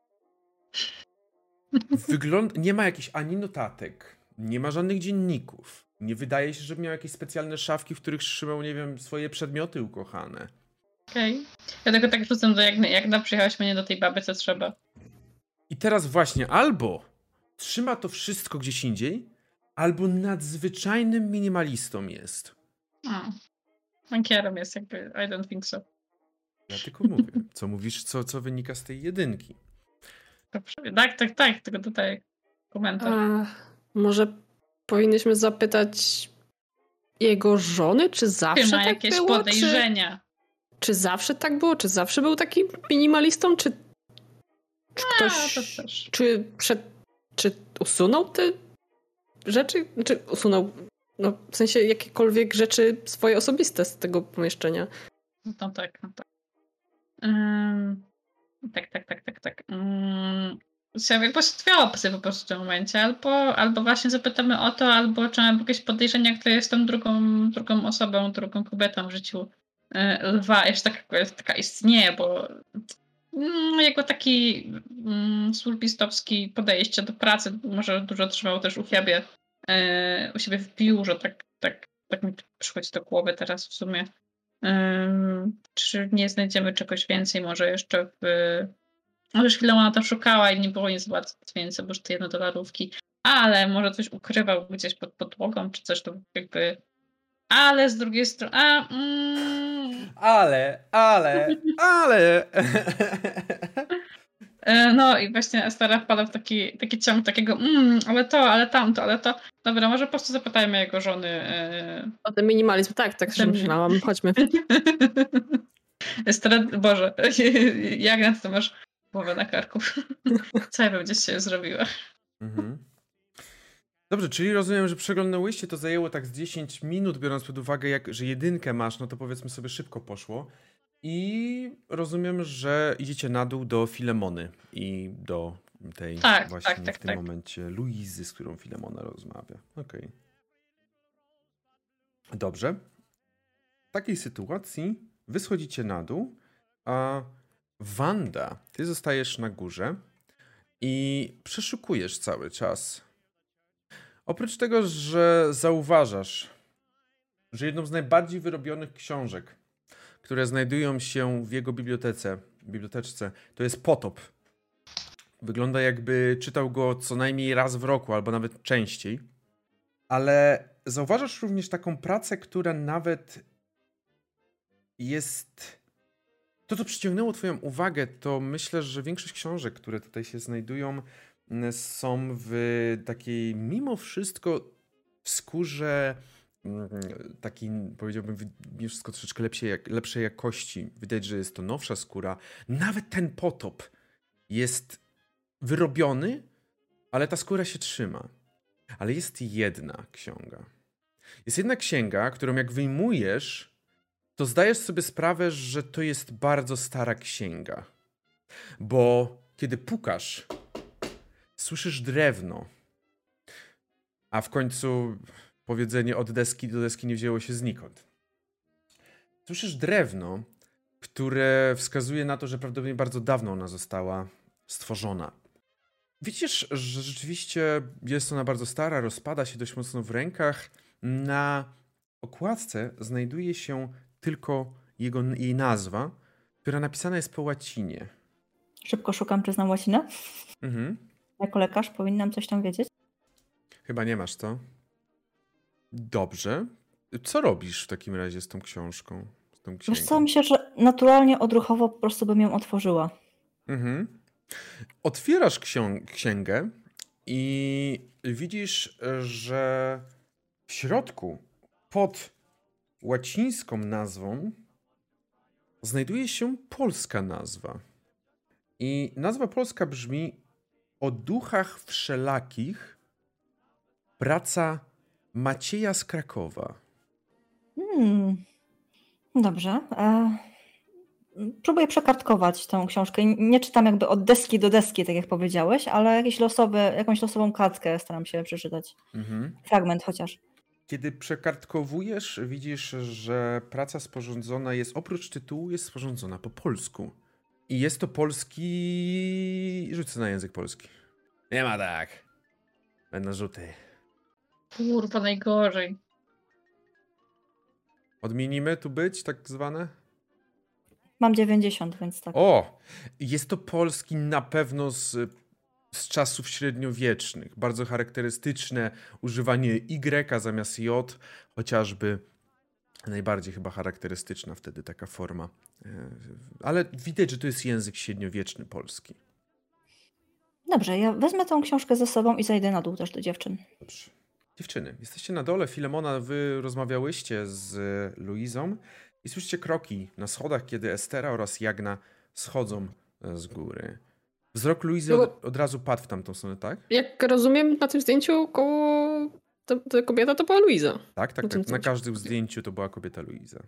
Nie ma jakichś ani notatek, nie ma żadnych dzienników. Nie wydaje się, żeby miał jakieś specjalne szafki, w których trzymał, nie wiem, swoje przedmioty ukochane. Okej. Ja tego tak rzucam do jak przyjechałaś mnie do tej baby, co trzeba. I teraz właśnie albo trzyma to wszystko gdzieś indziej, albo nadzwyczajnym minimalistą jest. Bankierem jest jakby, I don't think so. Ja tylko mówię, co mówisz, co wynika z tej jedynki. Tak, tylko tutaj komentarz. Może powinniśmy zapytać jego żony, czy zawsze ma tak jakieś było? podejrzenia. Czy zawsze tak było? Czy zawsze był taki minimalistą? Czy ktoś... To też. Czy usunął te rzeczy? Czy usunął, no w sensie jakiekolwiek rzeczy swoje osobiste z tego pomieszczenia? No tak. Tak. Ja bym postwiała sobie po prostu w tym momencie. Albo właśnie zapytamy o to, albo czy mam jakieś podejrzenia, kto jest tą drugą osobą, drugą kobietą w życiu lwa. Jeszcze taka istnieje, bo jego taki słupistowski podejście do pracy może dużo trwało też u siebie w biurze. Tak mi przychodzi do głowy teraz w sumie. Czy nie znajdziemy czegoś więcej może jeszcze Może chwilę ona to szukała i nie było nic więcej, bo już te 1 dolarówki. Ale może coś ukrywał gdzieś pod podłogą, czy coś to jakby... Ale z drugiej strony... Ale... No i właśnie Estera wpada w taki ciąg takiego ale tamto, ale to... Dobra, może po prostu zapytajmy jego żony. O ten minimalizm, tak się myślałam. Chodźmy. Estera, Boże, jak to masz głowę na karku? Co ja bym gdzieś się zrobiła? Dobrze, czyli rozumiem, że przeglądałyście, to zajęło tak z 10 minut, biorąc pod uwagę, że jedynkę masz, no to powiedzmy sobie szybko poszło. I rozumiem, że idziecie na dół do Filemony i do tej w tym momencie Luizy, z którą Filemona rozmawia. Okej. Dobrze. W takiej sytuacji wy schodzicie na dół, a Wanda, ty zostajesz na górze i przeszukujesz cały czas. Oprócz tego, że zauważasz, że jedną z najbardziej wyrobionych książek, które znajdują się w jego biblioteczce, to jest Potop. Wygląda, jakby czytał go co najmniej raz w roku, albo nawet częściej. Ale zauważasz również taką pracę, która nawet jest... To, co przyciągnęło twoją uwagę, to myślę, że większość książek, które tutaj się znajdują, są w takiej, mimo wszystko, w skórze takiej, powiedziałbym, mimo wszystko troszeczkę lepszej jakości. Widać, że jest to nowsza skóra. Nawet ten Potop jest wyrobiony, ale ta skóra się trzyma. Ale jest jedna księga. Jest jedna księga, którą jak wyjmujesz, to zdajesz sobie sprawę, że to jest bardzo stara księga. Bo kiedy pukasz, słyszysz drewno. A w końcu powiedzenie od deski do deski nie wzięło się znikąd. Słyszysz drewno, które wskazuje na to, że prawdopodobnie bardzo dawno ona została stworzona. Widzisz, że rzeczywiście jest ona bardzo stara, rozpada się dość mocno w rękach. Na okładce znajduje się tylko jej nazwa, która napisana jest po łacinie. Szybko szukam, czy znam łacinę. Jako lekarz powinnam coś tam wiedzieć. Chyba nie masz, co? Dobrze. Co robisz w takim razie z tą książką? Z tą księgą? Wiesz co, myślę, że naturalnie, odruchowo po prostu bym ją otworzyła. Otwierasz księgę i widzisz, że w środku, pod łacińską nazwą, znajduje się polska nazwa. I nazwa polska brzmi: o duchach wszelakich, praca Macieja z Krakowa. Dobrze. Próbuję przekartkować tę książkę. Nie czytam jakby od deski do deski, tak jak powiedziałeś, ale jakąś losową kartkę staram się przeczytać. Fragment chociaż. Kiedy przekartkowujesz, widzisz, że praca sporządzona jest, oprócz tytułu, jest sporządzona po polsku. I jest to polski... Rzucę na język polski. Nie ma tak. Będą rzuty. Kurwa, najgorzej. Odmienimy tu być, tak zwane? Mam 90, więc tak. O! Jest to polski na pewno z czasów średniowiecznych. Bardzo charakterystyczne używanie Y zamiast J, chociażby najbardziej chyba charakterystyczna wtedy taka forma. Ale widać, że to jest język średniowieczny polski. Dobrze, ja wezmę tą książkę ze sobą i zajdę na dół też do dziewczyn. Dobrze. Dziewczyny, jesteście na dole. Filemona, wy rozmawiałyście z Luizą i słyszycie kroki na schodach, kiedy Estera oraz Jagna schodzą z góry. Wzrok Luizy od razu padł w tamtą stronę, tak? Jak rozumiem, na tym zdjęciu koło ta kobieta to była Luiza. Tak. Na każdym zdjęciu to była kobieta Luiza.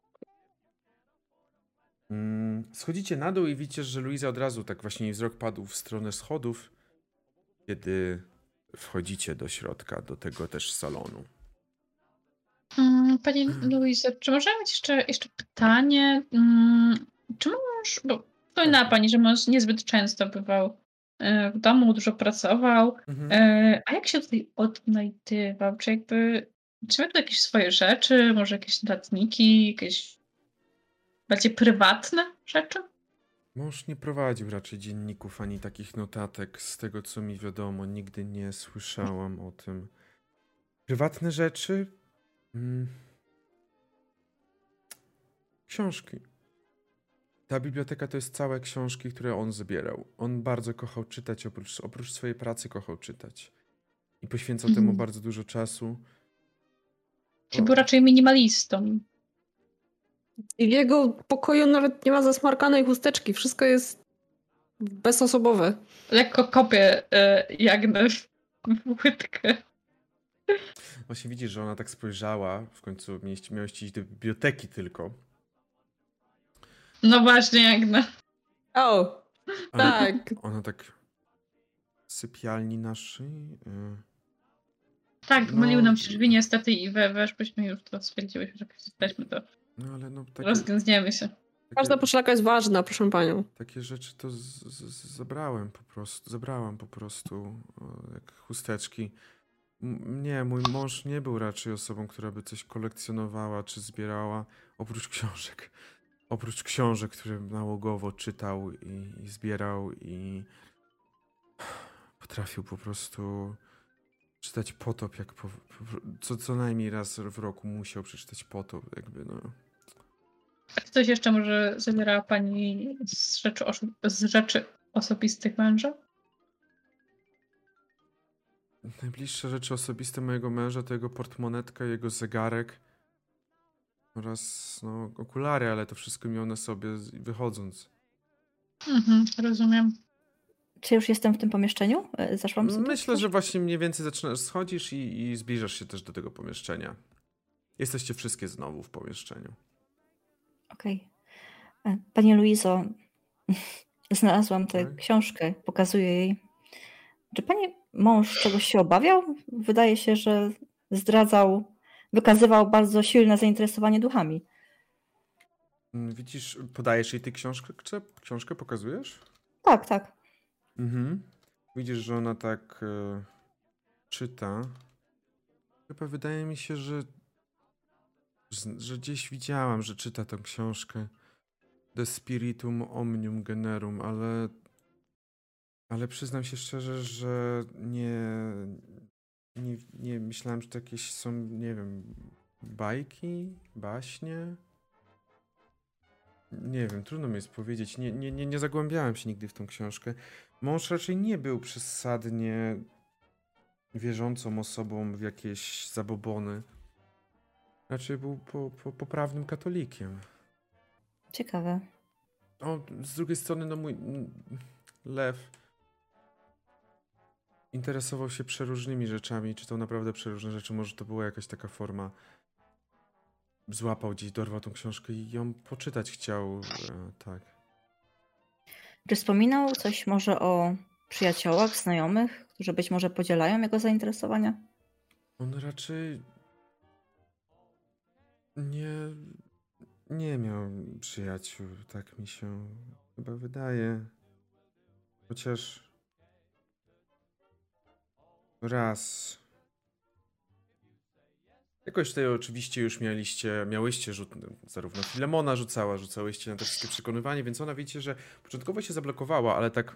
Schodzicie na dół i widzicie, że Luiza od razu tak właśnie jej wzrok padł w stronę schodów, kiedy wchodzicie do środka, do tego też salonu. Pani Luiza, czy możemy mieć jeszcze pytanie? Czy mąż, bo wspominała pani, że mąż niezbyt często bywał w domu, dużo pracował, a jak się tutaj odnajdywał? Czy miał tu jakieś swoje rzeczy, może jakieś notatniki, jakieś bardziej prywatne rzeczy? Mąż nie prowadził raczej dzienników ani takich notatek. Z tego, co mi wiadomo, nigdy nie słyszałam o tym. Prywatne rzeczy? Książki. Ta biblioteka to jest całe książki, które on zbierał. On bardzo kochał czytać, oprócz swojej pracy kochał czytać. I poświęcał temu bardzo dużo czasu. Czyli był raczej minimalistą. I w jego pokoju nawet nie ma zasmarkanej chusteczki. Wszystko jest bezosobowe. Lekko kopię Jagnę w łydkę. Właśnie widzisz, że ona tak spojrzała. W końcu miałeś iść do biblioteki tylko. No właśnie, Jagna. O, tak. Ona tak... Sypialni naszej... Tak, myliły nam się drzwi niestety i weszłyśmy już, to stwierdziłyśmy, że jak jesteśmy, to no, ale no, tak... rozgęzniemy się. Każda poszlaka jest ważna, proszę panią. Takie rzeczy to zabrałam po prostu jak chusteczki. Nie, mój mąż nie był raczej osobą, która by coś kolekcjonowała czy zbierała, oprócz książek, które nałogowo czytał i zbierał i potrafił po prostu czytać Potop, jak co najmniej raz w roku musiał przeczytać Potop, jakby no. A czy coś jeszcze może zabierała pani z rzeczy osobistych męża? Najbliższe rzeczy osobiste mojego męża to jego portmonetka, jego zegarek oraz no, okulary, ale to wszystko miał na sobie wychodząc. Rozumiem. Czy już jestem w tym pomieszczeniu? Zaszłam sobie? Myślę, że właśnie mniej więcej schodzisz i zbliżasz się też do tego pomieszczenia. Jesteście wszystkie znowu w pomieszczeniu. Okej. Pani Luizo, znalazłam tę książkę, pokazuję jej. Czy pani mąż czegoś się obawiał? Wydaje się, że wykazywał bardzo silne zainteresowanie duchami. Widzisz, podajesz jej tę książkę pokazujesz? Tak. Mhm. Widzisz, że ona tak czyta. Chyba wydaje mi się, że gdzieś widziałam, że czyta tę książkę De Spiritum Omnium Generum, ale przyznam się szczerze, że nie myślałem, że to jakieś są, nie wiem, bajki, baśnie. Nie wiem, trudno mi jest powiedzieć. Nie zagłębiałem się nigdy w tą książkę. Mąż raczej nie był przesadnie wierzącą osobą w jakieś zabobony. Raczej był poprawnym katolikiem. Ciekawe. Z drugiej strony, no mój Lew interesował się przeróżnymi rzeczami. Czy to naprawdę przeróżne rzeczy? Może to była jakaś taka forma. Złapał gdzieś, dorwał tą książkę i ją poczytać chciał. Tak. Czy wspominał coś może o przyjaciołach, znajomych, którzy być może podzielają jego zainteresowania? On raczej nie miał przyjaciół, tak mi się chyba wydaje. Chociaż raz. Jakoś tutaj oczywiście już miałyście rzut, zarówno Filemona rzucałyście na te wszystkie przekonywanie, więc ona wiecie, że początkowo się zablokowała, ale tak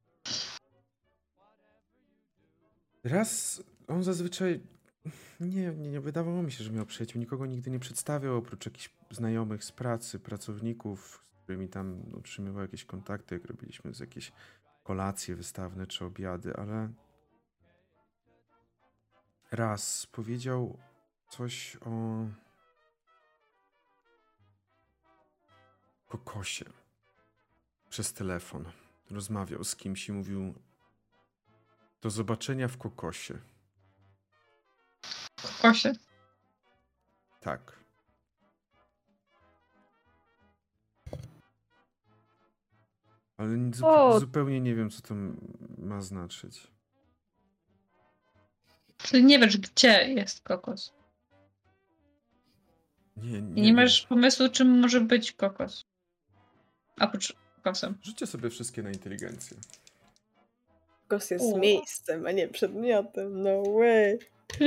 raz on zazwyczaj nie wydawało mi się, że miał przyjaciół, nikogo nigdy nie przedstawiał, oprócz jakichś znajomych z pracy, pracowników, z którymi tam utrzymywał jakieś kontakty, jak robiliśmy jakieś kolacje wystawne czy obiady, ale raz powiedział coś o kokosie przez telefon. Rozmawiał z kimś i mówił: do zobaczenia w kokosie. Kokosie? Tak. Ale zupełnie nie wiem, co to ma znaczyć. Czyli nie wiesz, gdzie jest kokos. Nie masz pomysłu, czym może być kokos. Oprócz kokosem. Rzućcie sobie wszystkie na inteligencję. Kokos jest miejscem, a nie przedmiotem. No way.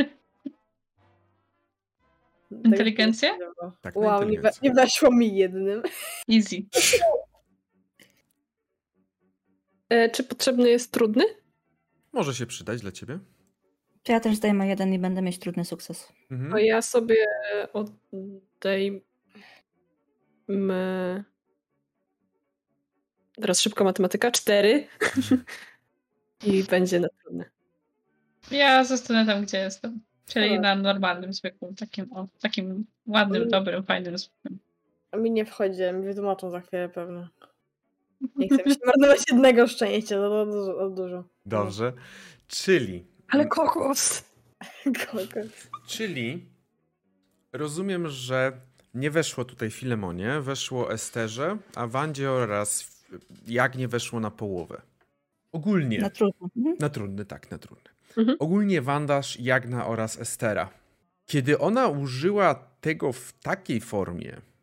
Inteligencję? Tak, wow, nie weszło mi jednym. Easy. Czy potrzebny jest trudny? Może się przydać dla ciebie. To ja też zdejmę jeden i będę mieć trudny sukces. To ja sobie odejmę... Teraz szybko matematyka. 4. I będzie na trudne. Ja zostanę tam, gdzie jestem. Czyli na normalnym, zwykłym, takim ładnym, dobrym, fajnym, zwykłym. A mi nie wchodzi, mi wytłumaczą za chwilę pewno. Nie chcę mi się marnować jednego szczęścia, to dużo. Dobrze. Czyli... Ale kokos! Czyli rozumiem, że nie weszło tutaj Filemonie, weszło Esterze, a Wandzie oraz Jagnie weszło na połowę. Ogólnie. Na trudny. Na trudny, tak, na trudny. Ogólnie Wanda, Jagna oraz Estera. Kiedy ona użyła tego w takiej formie, w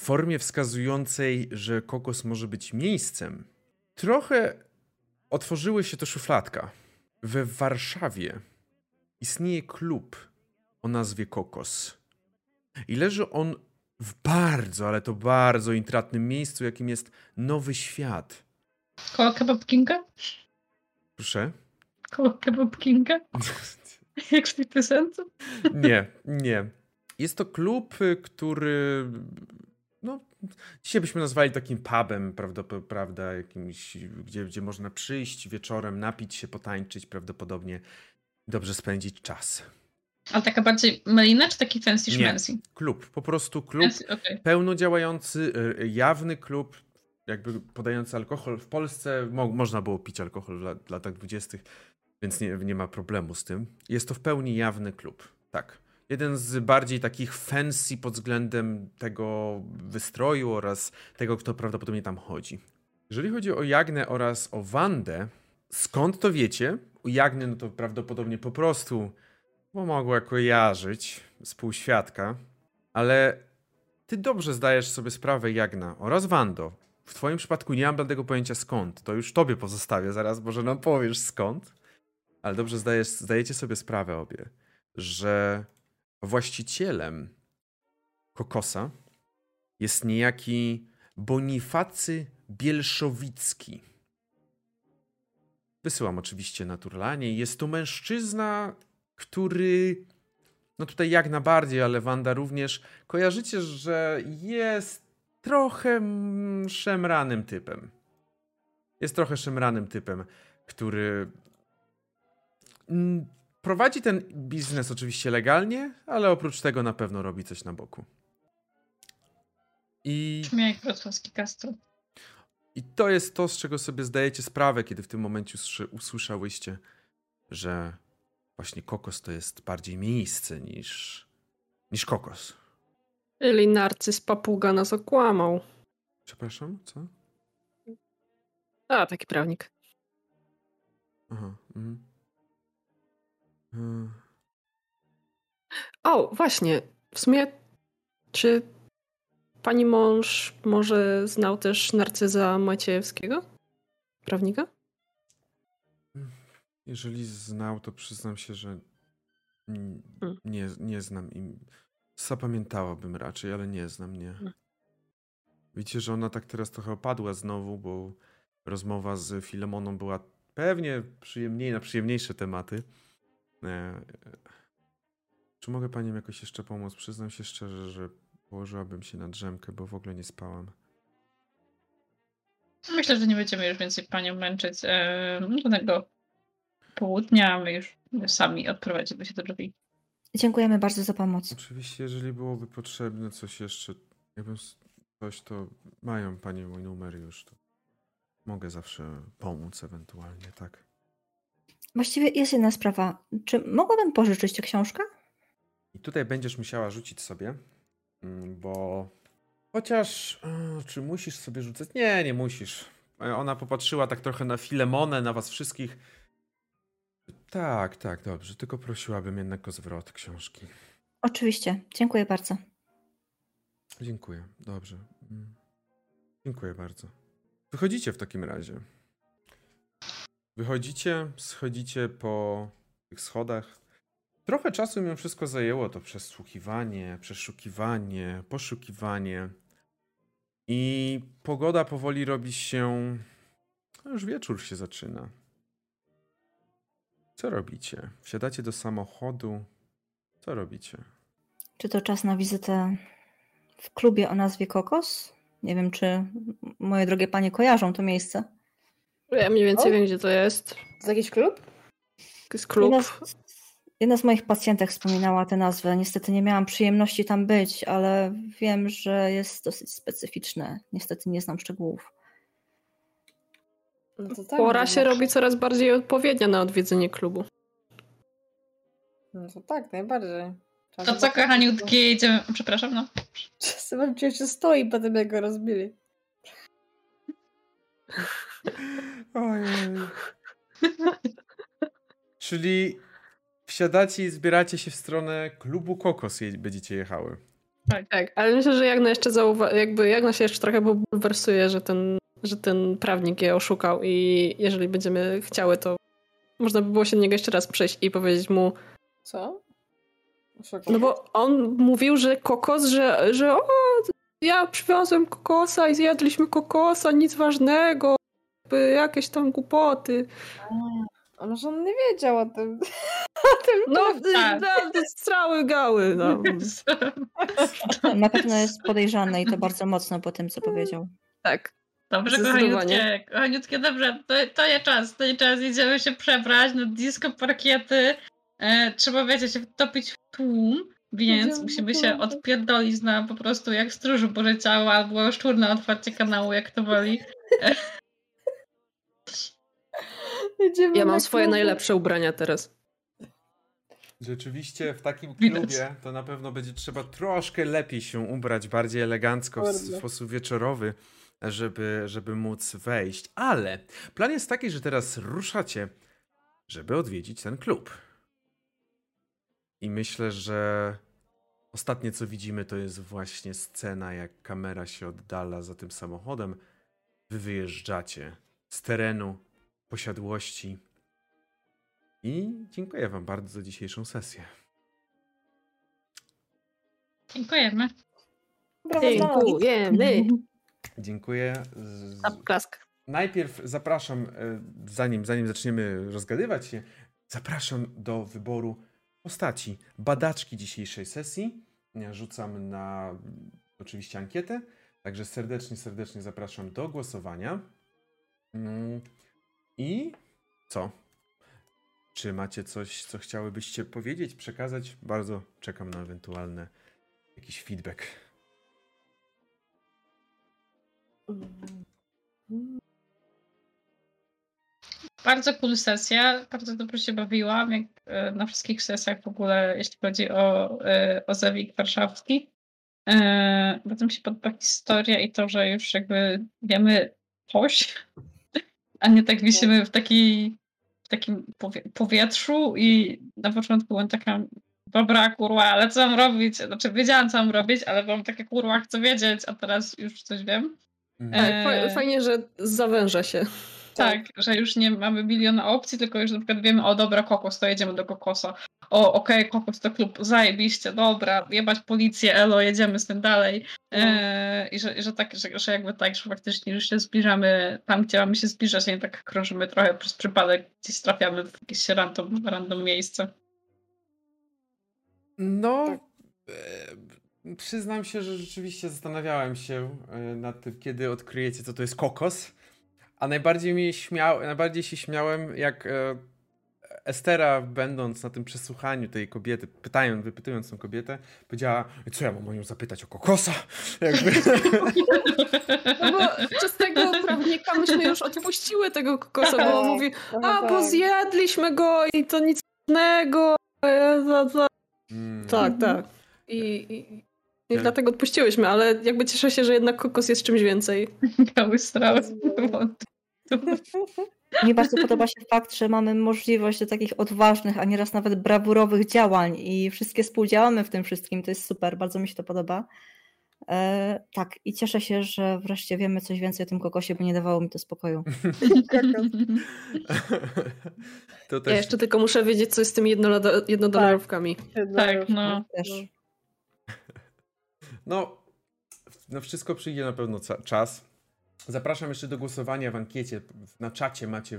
formie wskazującej, że kokos może być miejscem, trochę otworzyły się to szufladka. We Warszawie istnieje klub o nazwie Kokos. I leży on w bardzo, ale to bardzo intratnym miejscu, jakim jest Nowy Świat. Koło Kebab Kinga? Proszę? Koło Kebab Kinga? Jak z tej piosenki? Nie. Jest to klub, który... No, dzisiaj byśmy nazwali takim pubem, prawda, jakimś, gdzie można przyjść wieczorem, napić się, potańczyć, prawdopodobnie dobrze spędzić czas. Ale taka bardziej melina, czy taki fancy szmancy? Klub, po prostu klub, Okay. pełnodziałający, jawny klub, jakby podający alkohol. W Polsce można było pić alkohol w latach 20., więc nie ma problemu z tym. Jest to w pełni jawny klub, tak. Jeden z bardziej takich fancy pod względem tego wystroju oraz tego, kto prawdopodobnie tam chodzi. Jeżeli chodzi o Jagnę oraz o Wandę, skąd to wiecie? U Jagny no to prawdopodobnie po prostu mogła kojarzyć z półświadka, ale ty dobrze zdajesz sobie sprawę, Jagna oraz Wando. W twoim przypadku nie mam bladego pojęcia skąd. To już tobie pozostawię, zaraz może nam powiesz skąd. Ale dobrze zdajecie sobie sprawę obie, że właścicielem Kokosa jest niejaki Bonifacy Bielszowicki. Wysyłam oczywiście naturalnie. Jest to mężczyzna, który, no tutaj Jagna bardziej, ale Wanda również, kojarzycie, że jest trochę szemranym typem. Jest trochę szemranym typem, który prowadzi ten biznes oczywiście legalnie, ale oprócz tego na pewno robi coś na boku. Brzmi jak wrocławski Castro. I to jest to, z czego sobie zdajecie sprawę, kiedy w tym momencie usłyszałyście, że właśnie kokos to jest bardziej miejsce niż kokos. Eli narcyz papuga nas okłamał. Przepraszam, co? A, taki prawnik. Aha. O, właśnie. W sumie, czy pani mąż może znał też Narcyza Maciejewskiego? Prawnika? Jeżeli znał, to przyznam się, że nie znam im. Zapamiętałabym raczej, ale nie znam, nie. Widzicie, że ona tak teraz trochę opadła znowu, bo rozmowa z Filemoną była pewnie na przyjemniejsze tematy. Czy mogę panią jakoś jeszcze pomóc? Przyznam się szczerze, że położyłabym się na drzemkę, bo w ogóle nie spałam. Myślę, że nie będziemy już więcej panią męczyć do tego południa. My już sami odprowadzimy się do drzwi. Dziękujemy bardzo za pomoc. Oczywiście, jeżeli byłoby potrzebne coś jeszcze, jakbym coś, to mają panie mój numer już, to mogę zawsze pomóc ewentualnie, tak. Właściwie jest jedna sprawa. Czy mogłabym pożyczyć tę książkę? I tutaj będziesz musiała rzucić sobie, bo chociaż, czy musisz sobie rzucać? Nie musisz. Ona popatrzyła tak trochę na Filemonę, na was wszystkich. Tak, dobrze. Tylko prosiłabym jednak o zwrot książki. Oczywiście. Dziękuję bardzo. Dziękuję. Dobrze. Dziękuję bardzo. Wychodzicie w takim razie. Wychodzicie, schodzicie po tych schodach. Trochę czasu mimo wszystko zajęło to przeszukiwanie, poszukiwanie. I pogoda powoli robi się... już wieczór się zaczyna. Co robicie? Wsiadacie do samochodu. Co robicie? Czy to czas na wizytę w klubie o nazwie Kokos? Nie wiem, czy moje drogie panie kojarzą to miejsce. Ja mniej więcej wiem, gdzie to jest. To jest jakiś klub? To jest klub. Jedna z moich pacjentek wspominała tę nazwę. Niestety nie miałam przyjemności tam być, ale wiem, że jest dosyć specyficzne. Niestety nie znam szczegółów. No to tak, Pora się robi coraz bardziej odpowiednia na odwiedzenie klubu. No to tak, najbardziej. To co, kochaniutki, jedziemy... Przepraszam, no. Czasem się stoi po tym, jak go rozbili. Ojej. Czyli wsiadacie i zbieracie się w stronę klubu Kokos, będziecie jechały. Tak, ale myślę, że Jagna się jeszcze trochę bulwersuje, że ten prawnik je oszukał i jeżeli będziemy chciały, to można by było się do niego jeszcze raz przejść i powiedzieć mu... Co? No bo on mówił, że kokos, że ja przywiozłem kokosa i zjedliśmy kokosa, nic ważnego, jakieś tam głupoty. A może on nie wiedział o tym? No, strały gały. No. Na pewno jest podejrzany i to bardzo mocno po tym, co powiedział. Tak. Dobrze, kochaniutkie, dobrze, to nie czas, idziemy się przebrać na disco parkiety. Trzeba, wiecie, się wtopić w tłum, więc musimy się odpierdolić na po prostu jak stróżu Boże Ciała albo szczur na otwarcie kanału, jak to woli. Ja mam swoje najlepsze ubrania teraz. Rzeczywiście w takim klubie to na pewno będzie trzeba troszkę lepiej się ubrać, bardziej elegancko, w sposób wieczorowy, żeby móc wejść. Ale plan jest taki, że teraz ruszacie, żeby odwiedzić ten klub. I myślę, że ostatnie co widzimy to jest właśnie scena, jak kamera się oddala za tym samochodem. Wy wyjeżdżacie z terenu posiadłości. I dziękuję wam bardzo za dzisiejszą sesję. Dziękujemy. Dziękujemy. Dziękuję. Klask. Najpierw zapraszam, zanim zaczniemy rozgadywać się, zapraszam do wyboru postaci. Badaczki dzisiejszej sesji. Ja rzucam na oczywiście ankietę, także serdecznie zapraszam do głosowania. I co? Czy macie coś, co chciałybyście powiedzieć, przekazać? Bardzo czekam na ewentualny jakiś feedback. Bardzo cool sesja, bardzo dobrze się bawiłam, jak na wszystkich sesjach w ogóle, jeśli chodzi o Zewik warszawski. Bardzo mi się podoba historia i to, że już jakby wiemy coś, a nie tak wisimy w takim powietrzu i na początku byłem taka dobra kurwa, ale co mam robić? Znaczy wiedziałam co mam robić, ale byłam taka kurwa, chcę wiedzieć, a teraz już coś wiem. Tak, fajnie, że zawęża się. Tak, że już nie mamy miliona opcji, tylko już na przykład wiemy, o dobra, kokos, to jedziemy do kokosa. O, okej, kokos to klub, zajebiście, dobra, jebać policję, elo, jedziemy z tym dalej. I że jakby tak, że faktycznie już się zbliżamy tam, gdzie mamy się zbliżać, a nie tak krążymy trochę przez przypadek, gdzieś trafiamy w jakieś random miejsce. No, przyznam się, że rzeczywiście zastanawiałem się nad tym, kiedy odkryjecie, co to jest kokos. A najbardziej się śmiałem, jak Estera, będąc na tym przesłuchaniu tej kobiety, wypytując tą kobietę, powiedziała, co ja mam o nią zapytać o kokosa? Jakby. No bo przez tego prawnika myśmy już odpuściły tego kokosa, bo on mówi, bo zjedliśmy go i to nic innego. Tak. I dlatego odpuściłyśmy, ale jakby cieszę się, że jednak kokos jest czymś więcej. Biały straż. Mnie bardzo podoba się fakt, że mamy możliwość do takich odważnych, a nieraz nawet brawurowych działań i wszystkie współdziałamy w tym wszystkim. To jest super, bardzo mi się to podoba. Tak, i cieszę się, że wreszcie wiemy coś więcej o tym kokosie, bo nie dawało mi to spokoju. To też... Ja jeszcze tylko muszę wiedzieć, co jest z tymi jednodolarówkami. Tak, no. Też. No, wszystko przyjdzie na pewno czas. Zapraszam jeszcze do głosowania w ankiecie. Na czacie macie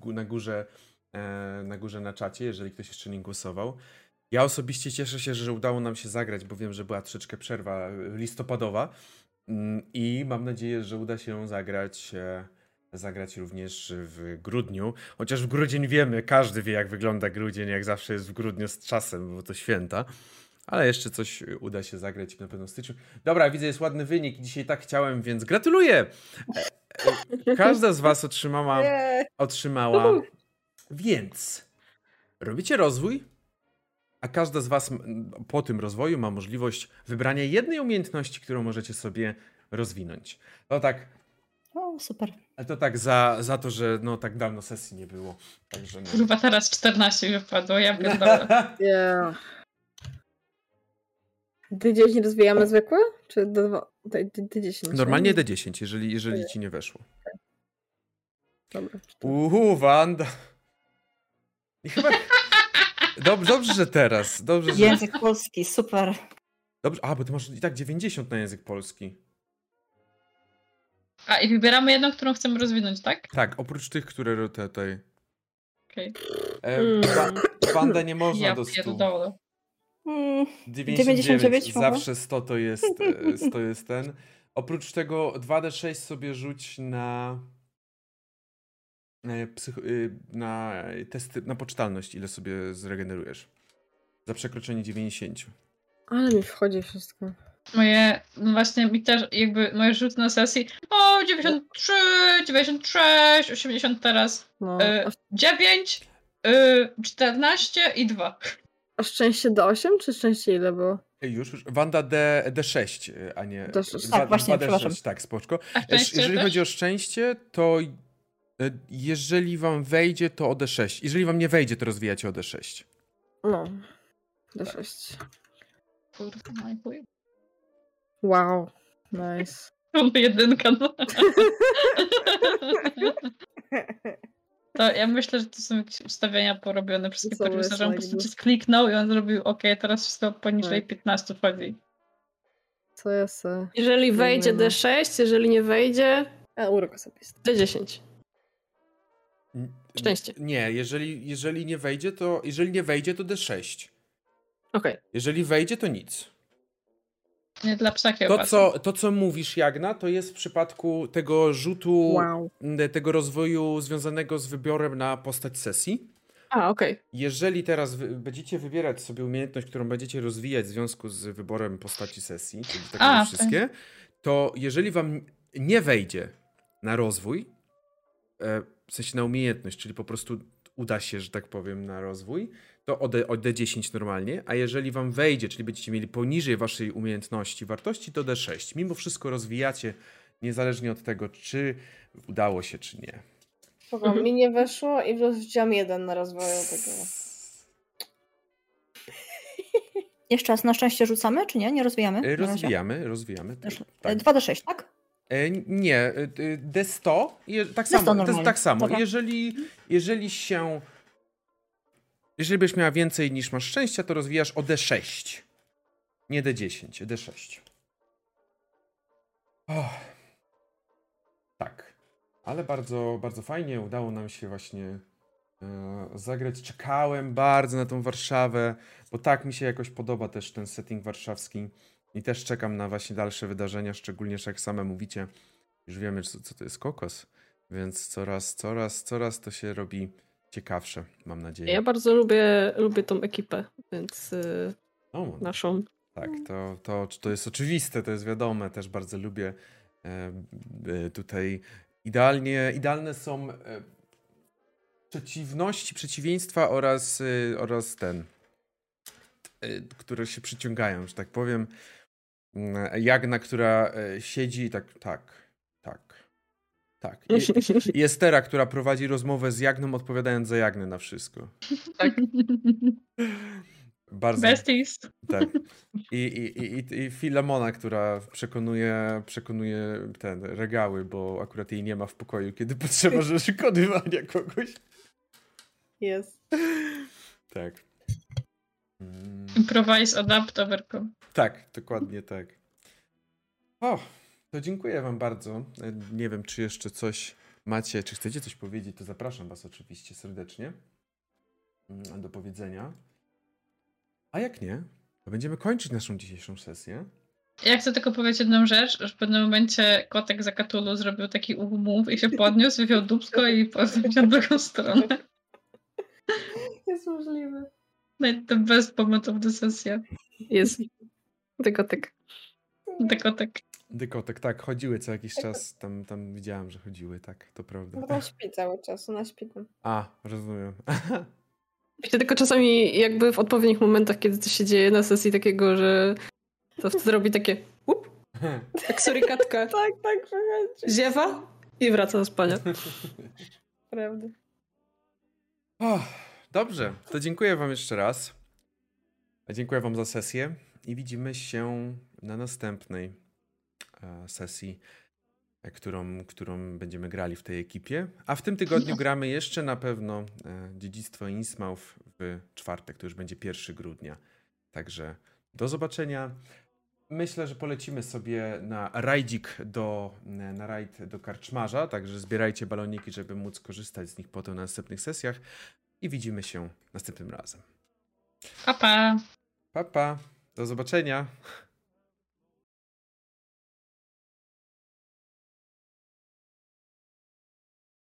na górze na czacie, jeżeli ktoś jeszcze nie głosował. Ja osobiście cieszę się, że udało nam się zagrać, bo wiem, że była troszeczkę przerwa listopadowa i mam nadzieję, że uda się ją zagrać również w grudniu. Chociaż w grudzień wiemy, każdy wie, jak wygląda grudzień, jak zawsze jest w grudniu z czasem, bo to święta. Ale jeszcze coś uda się zagrać na pewno w styczniu. Dobra, widzę, jest ładny wynik. Dzisiaj tak chciałem, więc gratuluję! Każda z was otrzymała. Więc robicie rozwój, a każda z was po tym rozwoju ma możliwość wybrania jednej umiejętności, którą możecie sobie rozwinąć. To tak. O, super. To tak za to, że no tak dawno sesji nie było. Także no. Chyba teraz 14 wypadło, ja pierdolę. D10 rozwijamy zwykłe? Czy D10? Normalnie D10, jeżeli ci nie weszło. Dobra. Wanda. I chyba... Dobrze, że teraz. Dobrze, że... Język polski, super. Dobrze, bo ty masz i tak 90 na język polski. I wybieramy jedną, którą chcemy rozwinąć, tak? Tak, oprócz tych, które tutaj... Okej. Wanda nie można Ja do 100. pierdolę. 99 zawsze 100 to jest ten. Oprócz tego 2D6 sobie rzuć na testy, na poczytalność, ile sobie zregenerujesz. Za przekroczenie 90. Ale mi wchodzi wszystko. Właśnie mi też jakby moje rzuty na sesji 93, 96, 80 teraz, No. 9, 14 i 2. A szczęście D8 czy szczęście ile było? Już. Wanda D6, a nie... D6. Tak, właśnie, przepraszam. Tak, spoczko. A szczęście Jeżeli też? chodzi o szczęście, to jeżeli wam wejdzie, to o D6. Jeżeli wam nie wejdzie, to rozwijacie o D6. No. D6. Kurwa, najchuj. Wow. Nice. Jedynka, no. To ja myślę, że to są jakieś ustawienia porobione przez To są producer, że on po jakby- prostu kliknął i on zrobił teraz wszystko poniżej Tak. 15 wchodzi. Co jest? Jeżeli wejdzie Dobra. D6, jeżeli nie wejdzie Urok osobisty. D10. Szczęście. Nie, jeżeli nie wejdzie, to D6. Okej. Jeżeli wejdzie, to nic. Nie dla psa kiełbasy. To, co mówisz, Jagna, to jest w przypadku tego rzutu, Wow. tego rozwoju związanego z wyborem na postać sesji. Okej. Jeżeli teraz będziecie wybierać sobie umiejętność, którą będziecie rozwijać w związku z wyborem postaci sesji, czyli takie wszystkie, to jeżeli wam nie wejdzie na rozwój, w sensie na umiejętność, czyli po prostu uda się, że tak powiem, na rozwój, to o D10 normalnie, a jeżeli wam wejdzie, czyli będziecie mieli poniżej waszej umiejętności wartości, to D6. Mimo wszystko rozwijacie, niezależnie od tego, czy udało się, czy nie. Spoko, mi nie weszło i wrzuciłam 1 na rozwoju tego. Jeszcze raz, na szczęście rzucamy, czy nie? Nie rozwijamy? Na razie. Rozwijamy. Tak. 2D6, tak? Nie, D100, tak D100 samo. To jest normalnie. tak samo. Dobra. Jeżeli byś miała więcej niż masz szczęścia, to rozwijasz o D6. Nie D10, D6. Tak. Ale bardzo, bardzo fajnie udało nam się właśnie zagrać. Czekałem bardzo na tą Warszawę, bo tak mi się jakoś podoba też ten setting warszawski. I też czekam na właśnie dalsze wydarzenia, szczególnie, że jak same mówicie, już wiemy, co to jest kokos, więc coraz to się robi ciekawsze, mam nadzieję. Ja bardzo lubię tą ekipę, więc naszą. Tak, to jest oczywiste, to jest wiadome, też bardzo lubię tutaj. Idealne są przeciwieństwa oraz które się przyciągają, że tak powiem. Jagna, która siedzi i tak. I Estera, która prowadzi rozmowę z Jagną, odpowiadając za Jagnę na wszystko. Tak. Bardzo. Besties. Tak. I Filamona, która przekonuje regały, bo akurat jej nie ma w pokoju, kiedy potrzeba przekonywania kogoś. Jest. Tak. Improvise, adapt, overcome. Tak, dokładnie tak. To dziękuję wam bardzo. Nie wiem, czy jeszcze coś macie, czy chcecie coś powiedzieć, to zapraszam was oczywiście serdecznie do powiedzenia. A jak nie, to będziemy kończyć naszą dzisiejszą sesję. Ja chcę tylko powiedzieć jedną rzecz, że w pewnym momencie kotek za Cthulhu zrobił taki move i się podniósł, wywiał dupsko i poszedł na drugą stronę. Jest możliwe. The best moment of the session. Jest. Dykotek. Dykotek, tak, chodziły co jakiś czas, tam widziałem, że chodziły, tak, to prawda. Bo ona śpi cały czas, ona śpi tam. Rozumiem. Wiecie, tylko czasami jakby w odpowiednich momentach, kiedy coś się dzieje na sesji takiego, że to wtedy robi takie tak surykatka. Tak, przechodzi. Ziewa i wraca do spania. Prawda. Dobrze, to dziękuję wam jeszcze raz. Dziękuję wam za sesję. i widzimy się na następnej sesji, którą będziemy grali w tej ekipie. A w tym tygodniu gramy jeszcze na pewno Dziedzictwo Innsmouth w czwartek. To już będzie 1 grudnia. Także do zobaczenia. Myślę, że polecimy sobie na rajdzik na rajd do karczmarza, także zbierajcie baloniki, żeby móc korzystać z nich potem na następnych sesjach i widzimy się następnym razem. Pa, pa. Pa, pa. Do zobaczenia.